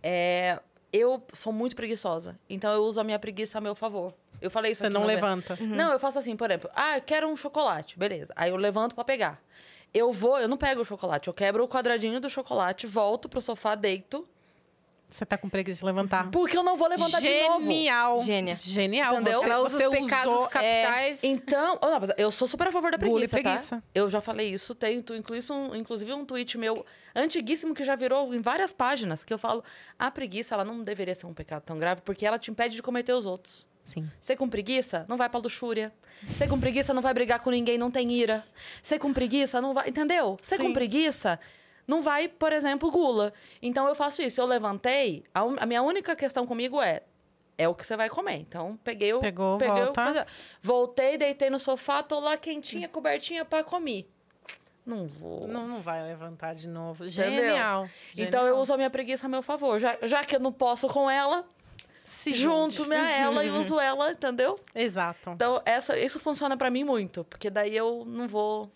Eu sou muito preguiçosa. Então eu uso a minha preguiça a meu favor. Eu falei isso Você aqui não no levanta. Não, eu faço assim, por exemplo. Eu quero um chocolate. Beleza. Aí eu levanto pra pegar. Eu não pego o chocolate. Eu quebro o quadradinho do chocolate, volto pro sofá, deito. Você tá com preguiça de levantar. Porque eu não vou levantar de novo. Genial. Entendeu? Ela usa Você os pecados usou, capitais. Então, eu sou super a favor da Bula e preguiça, preguiça. tá? Eu já falei isso, inclusive um tweet meu antiguíssimo que já virou em várias páginas, que eu falo, a preguiça, ela não deveria ser um pecado tão grave, porque ela te impede de cometer os outros. Sim. Você com preguiça, não vai pra luxúria. Você com preguiça, não vai brigar com ninguém, não tem ira. Você com preguiça, não vai... Entendeu? Você com preguiça... Não vai, por exemplo, gula. Então, eu faço isso. Eu levantei, a minha única questão comigo é o que você vai comer. Então, peguei volta. Voltei, deitei no sofá, tô lá quentinha, cobertinha, comer. Não vou. Não vai levantar de novo. Entendeu? Genial. Então, eu uso a minha preguiça a meu favor. Já que eu não posso com ela, junto-me a ela e uso ela, entendeu? Exato. Então, isso funciona pra mim muito. Porque daí eu não vou...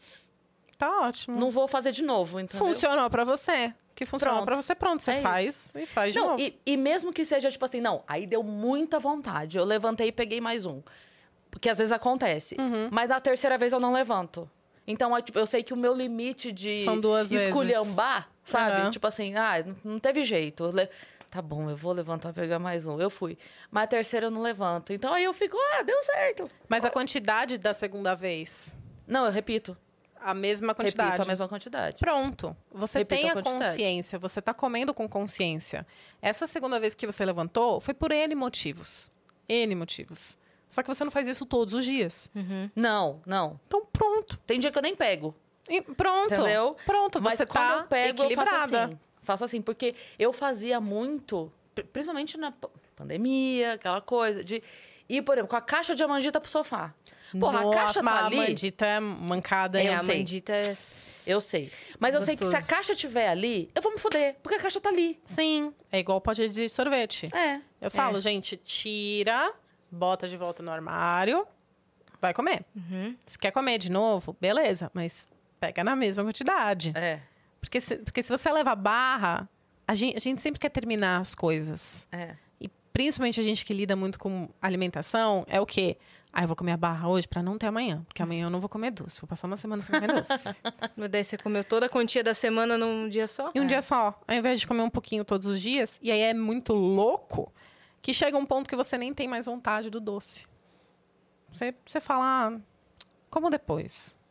Tá ótimo. Não vou fazer de novo, entendeu? Funcionou pra você. Que funcionou Pronto. pra você, pronto. Você faz e faz de novo. E mesmo que seja, tipo assim, aí deu muita vontade. Eu levantei e peguei mais um. Porque às vezes acontece. Mas na terceira vez eu não levanto. Então, eu sei que o meu limite de São 2 vezes. esculhambar, sabe? Tipo assim, não teve jeito. Tá bom, eu vou levantar e pegar mais um. Eu fui. Mas a terceira eu não levanto. Então aí eu fico, deu certo. Mas a quantidade da segunda vez? Não, eu repito. A mesma quantidade. Repito a mesma quantidade. Pronto. Você Repito tem a a quantidade. consciência. Você tá comendo com consciência. Essa segunda vez que você levantou foi por N motivos. N motivos. Só que você não faz isso todos os dias. Não. Então pronto. Tem dia que eu nem pego. E pronto. Entendeu? Pronto. Mas Você quando tá eu pego, equilibrada. eu faço assim. Porque eu fazia muito, principalmente na pandemia, aquela coisa de ir, por exemplo, com a caixa de amandita pro sofá. Porra, a caixa tá ali... A mandita é mancada. É, eu a sei. mandita é... Eu sei. Mas eu sei que se a Gostoso. caixa tiver ali, eu vou me fuder. Porque a caixa tá ali. Sim. É igual o pote de sorvete. Eu falo, gente, tira, bota de volta no armário, vai comer. Se quer comer de novo, beleza. Mas pega na mesma quantidade. Porque se você leva barra, a gente sempre quer terminar as coisas. E principalmente a gente que lida muito com alimentação, é o quê? Eu vou comer a barra hoje pra não ter amanhã. Porque amanhã eu não vou comer doce. Vou passar uma semana sem comer doce. Mas daí você comeu toda a quantia da semana num dia só? E um dia só. Ao invés de comer um pouquinho todos os dias. E aí é muito louco que chega um ponto que você nem tem mais vontade do doce. Você fala, como depois?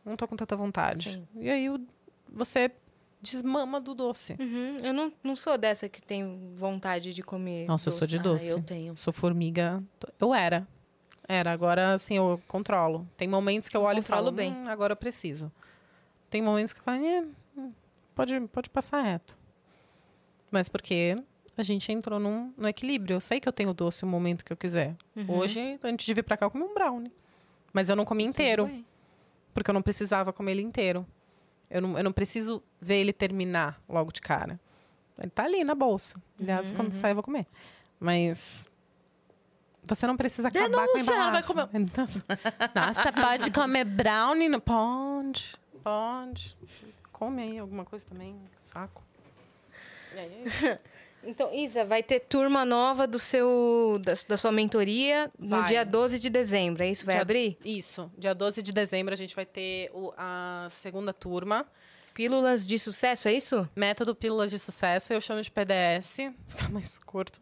Não tô com tanta vontade. Sim. E aí você desmama do doce. Eu não sou dessa que tem vontade de comer Nossa, eu sou de doce. Eu tenho. Sou formiga. Eu era. Agora, assim, eu controlo. Tem momentos que eu olho e controlo falo, bem. agora eu preciso. Tem momentos que eu falo, pode passar reto. Mas porque a gente entrou no equilíbrio. Eu sei que eu tenho doce o momento que eu quiser. Hoje, antes de vir pra cá, eu comi um brownie. Mas eu não comi inteiro. Ué. Porque eu não precisava comer ele inteiro. Eu não preciso ver ele terminar logo de cara. Ele tá ali na bolsa. Aliás, quando sair, eu vou comer. Mas você não precisa acabar com a Denúncia, ela vai embalagem. Nossa, pode comer brownie? Não pode. Pode. Come aí alguma coisa também. Saco. E aí, Então, Isa, vai ter turma nova da sua mentoria no Vai. dia 12 de dezembro, é isso? Vai Dia- abrir? Isso. Dia 12 de dezembro a gente vai ter a segunda turma. Pílulas de sucesso, é isso? Método Pílulas de Sucesso, eu chamo de PDS, fica mais curto.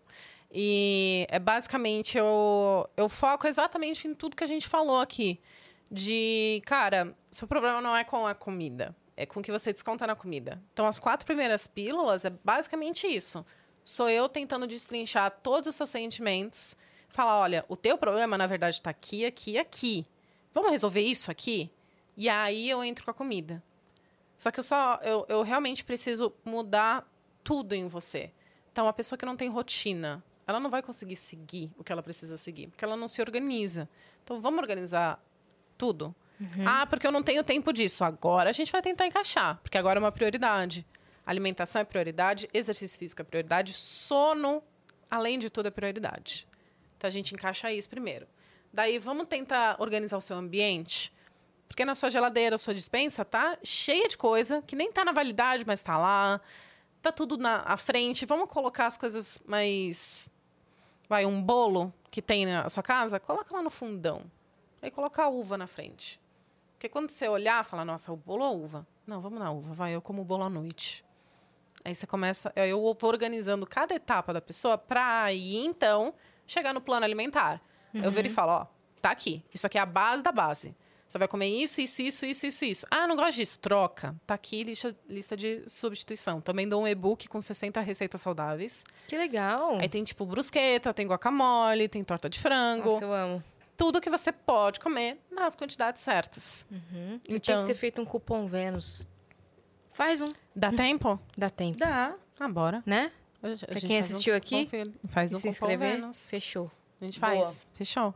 E é basicamente, eu foco exatamente em tudo que a gente falou aqui. De, cara, seu problema não é com a comida, é com o que você desconta na comida. Então, as 4 primeiras pílulas é basicamente isso. Sou eu tentando destrinchar todos os seus sentimentos. Falar, olha, o teu problema, na verdade, está aqui, aqui e aqui. Vamos resolver isso aqui? E aí eu entro com a comida. Só que eu realmente preciso mudar tudo em você. Então, a pessoa que não tem rotina, ela não vai conseguir seguir o que ela precisa seguir, porque ela não se organiza. Então, vamos organizar tudo? Porque eu não tenho tempo disso. Agora a gente vai tentar encaixar, porque agora é uma prioridade. Alimentação é prioridade, exercício físico é prioridade, sono, além de tudo, é prioridade. Então, a gente encaixa isso primeiro. Daí, vamos tentar organizar o seu ambiente. Porque na sua geladeira, sua despensa, tá cheia de coisa, que nem tá na validade, mas tá lá. Tá tudo à frente. Vamos colocar as coisas mais... Vai, um bolo que tem na sua casa, coloca lá no fundão. Aí coloca a uva na frente. Porque quando você olhar, fala, nossa, o bolo ou a uva? Não, vamos na uva, vai, eu como o bolo à noite. Aí você começa... Eu vou organizando cada etapa da pessoa pra aí, então, chegar no plano alimentar. Eu viro e falo, ó, tá aqui. Isso aqui é a base da base. Você vai comer isso. Ah, não gosto disso. Troca. Tá aqui, lista de substituição. Também dou um e-book com 60 receitas saudáveis. Que legal. Aí tem, tipo, brusqueta, tem guacamole, tem torta de frango. Nossa, eu amo. Tudo que você pode comer nas quantidades certas. Você tinha que ter feito um cupom Vênus. Faz um. Dá tempo? Dá tempo, Dá. Ah, bora. né? A gente Pra quem faz assistiu aqui, faz E um se cupom inscrever, Vênus. fechou. A gente Boa. faz. Fechou.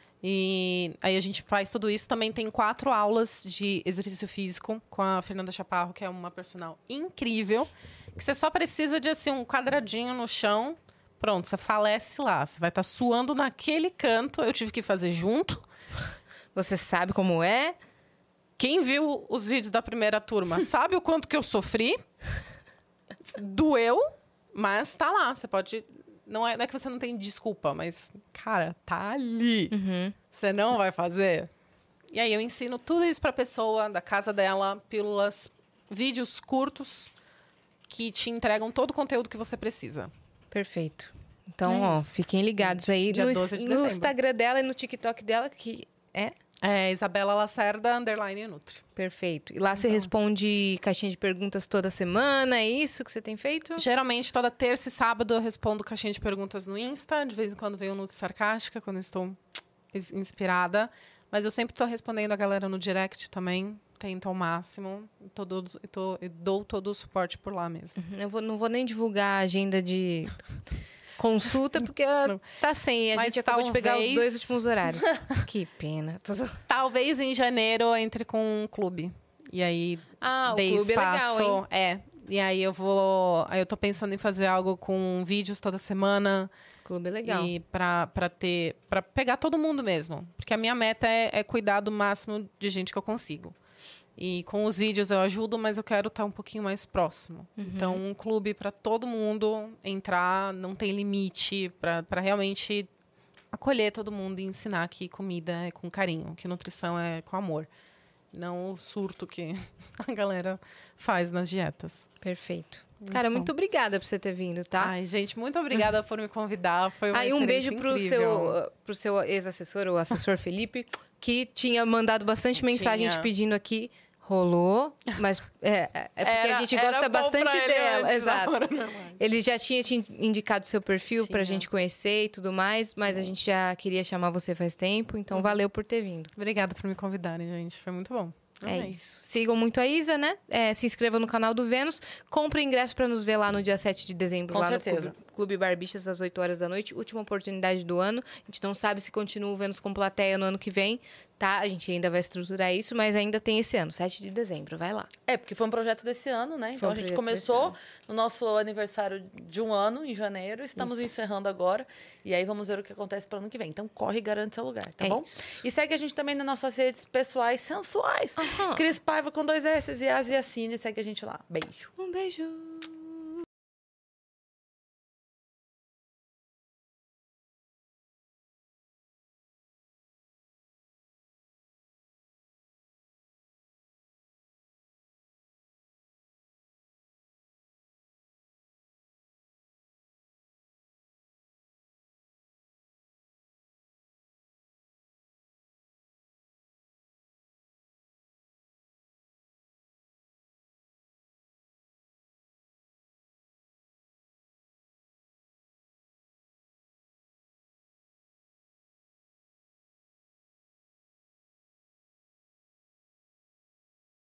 E aí a gente faz tudo isso. Também tem 4 aulas de exercício físico com a Fernanda Chaparro, que é uma personal incrível. Que você só precisa de, assim, um quadradinho no chão. Pronto, você falece lá. Você vai estar suando naquele canto. Eu tive que fazer junto. Você sabe como é? Quem viu os vídeos da primeira turma sabe o quanto que eu sofri. Doeu, mas tá lá. Você pode... Não é que você não tem desculpa, mas, cara, tá ali. Você não vai fazer? E aí eu ensino tudo isso pra pessoa, da casa dela, pílulas, vídeos curtos que te entregam todo o conteúdo que você precisa. Perfeito. Então, É ó, isso. fiquem ligados aí Dia no, 12 de no dezembro. Instagram dela e no TikTok dela, que é É Isabela Lacerda, _Nutri. perfeito. E lá você responde caixinha de perguntas toda semana, é isso que você tem feito? Geralmente, toda terça e sábado eu respondo caixinha de perguntas no Insta. De vez em quando veio Nutri Sarcástica, quando eu estou inspirada. Mas eu sempre estou respondendo a galera no direct também. Tento ao máximo. E dou todo o suporte por lá mesmo. Eu não vou nem divulgar a agenda de consulta, porque tá sem. A Mas gente acabou de pegar os talvez- 2 últimos horários. Que pena. Talvez em janeiro eu entre com um clube. E aí Ah, o dei clube espaço. é legal, hein? E aí eu vou. Aí eu tô pensando em fazer algo com vídeos toda semana. Clube é legal. E pra pegar todo mundo mesmo. Porque a minha meta é cuidar do máximo de gente que eu consigo. E com os vídeos eu ajudo, mas eu quero estar um pouquinho mais próximo. Então, um clube para todo mundo entrar, não tem limite, para realmente acolher todo mundo e ensinar que comida é com carinho, que nutrição é com amor. Não o surto que a galera faz nas dietas. Perfeito. Cara, bom. muito obrigada por você ter vindo, tá? Ai, gente, muito obrigada por me convidar. Foi uma Aí um beijo experiência incrível. pro seu ex-assessor, o assessor Felipe, que tinha mandado bastante mensagem te pedindo aqui. Rolou, mas é porque a gente gosta bastante dela. Exato. Ele já tinha te indicado seu perfil pra gente conhecer e tudo mais, mas a gente já queria chamar você faz tempo, então valeu por ter vindo. Obrigada por me convidarem, gente. Foi muito bom. É isso. Sigam muito a Isa, né? Se inscrevam no canal do Vênus. Compre ingresso pra nos ver lá no dia 7 de dezembro, lá no Clube Barbixas, às 8 horas da noite. Última oportunidade do ano. A gente não sabe se continua o Vênus com plateia no ano que vem, tá? A gente ainda vai estruturar isso, mas ainda tem esse ano, 7 de dezembro. Vai lá. Porque foi um projeto desse ano, né? Então a gente começou no nosso aniversário de um ano, em janeiro. Estamos encerrando agora. E aí vamos ver o que acontece para o ano que vem. Então corre e garante seu lugar, tá bom? Isso. E segue a gente também nas nossas redes pessoais sensuais. Cris Paiva com 2 S e Asiacine. Segue a gente lá. Beijo. Um beijo.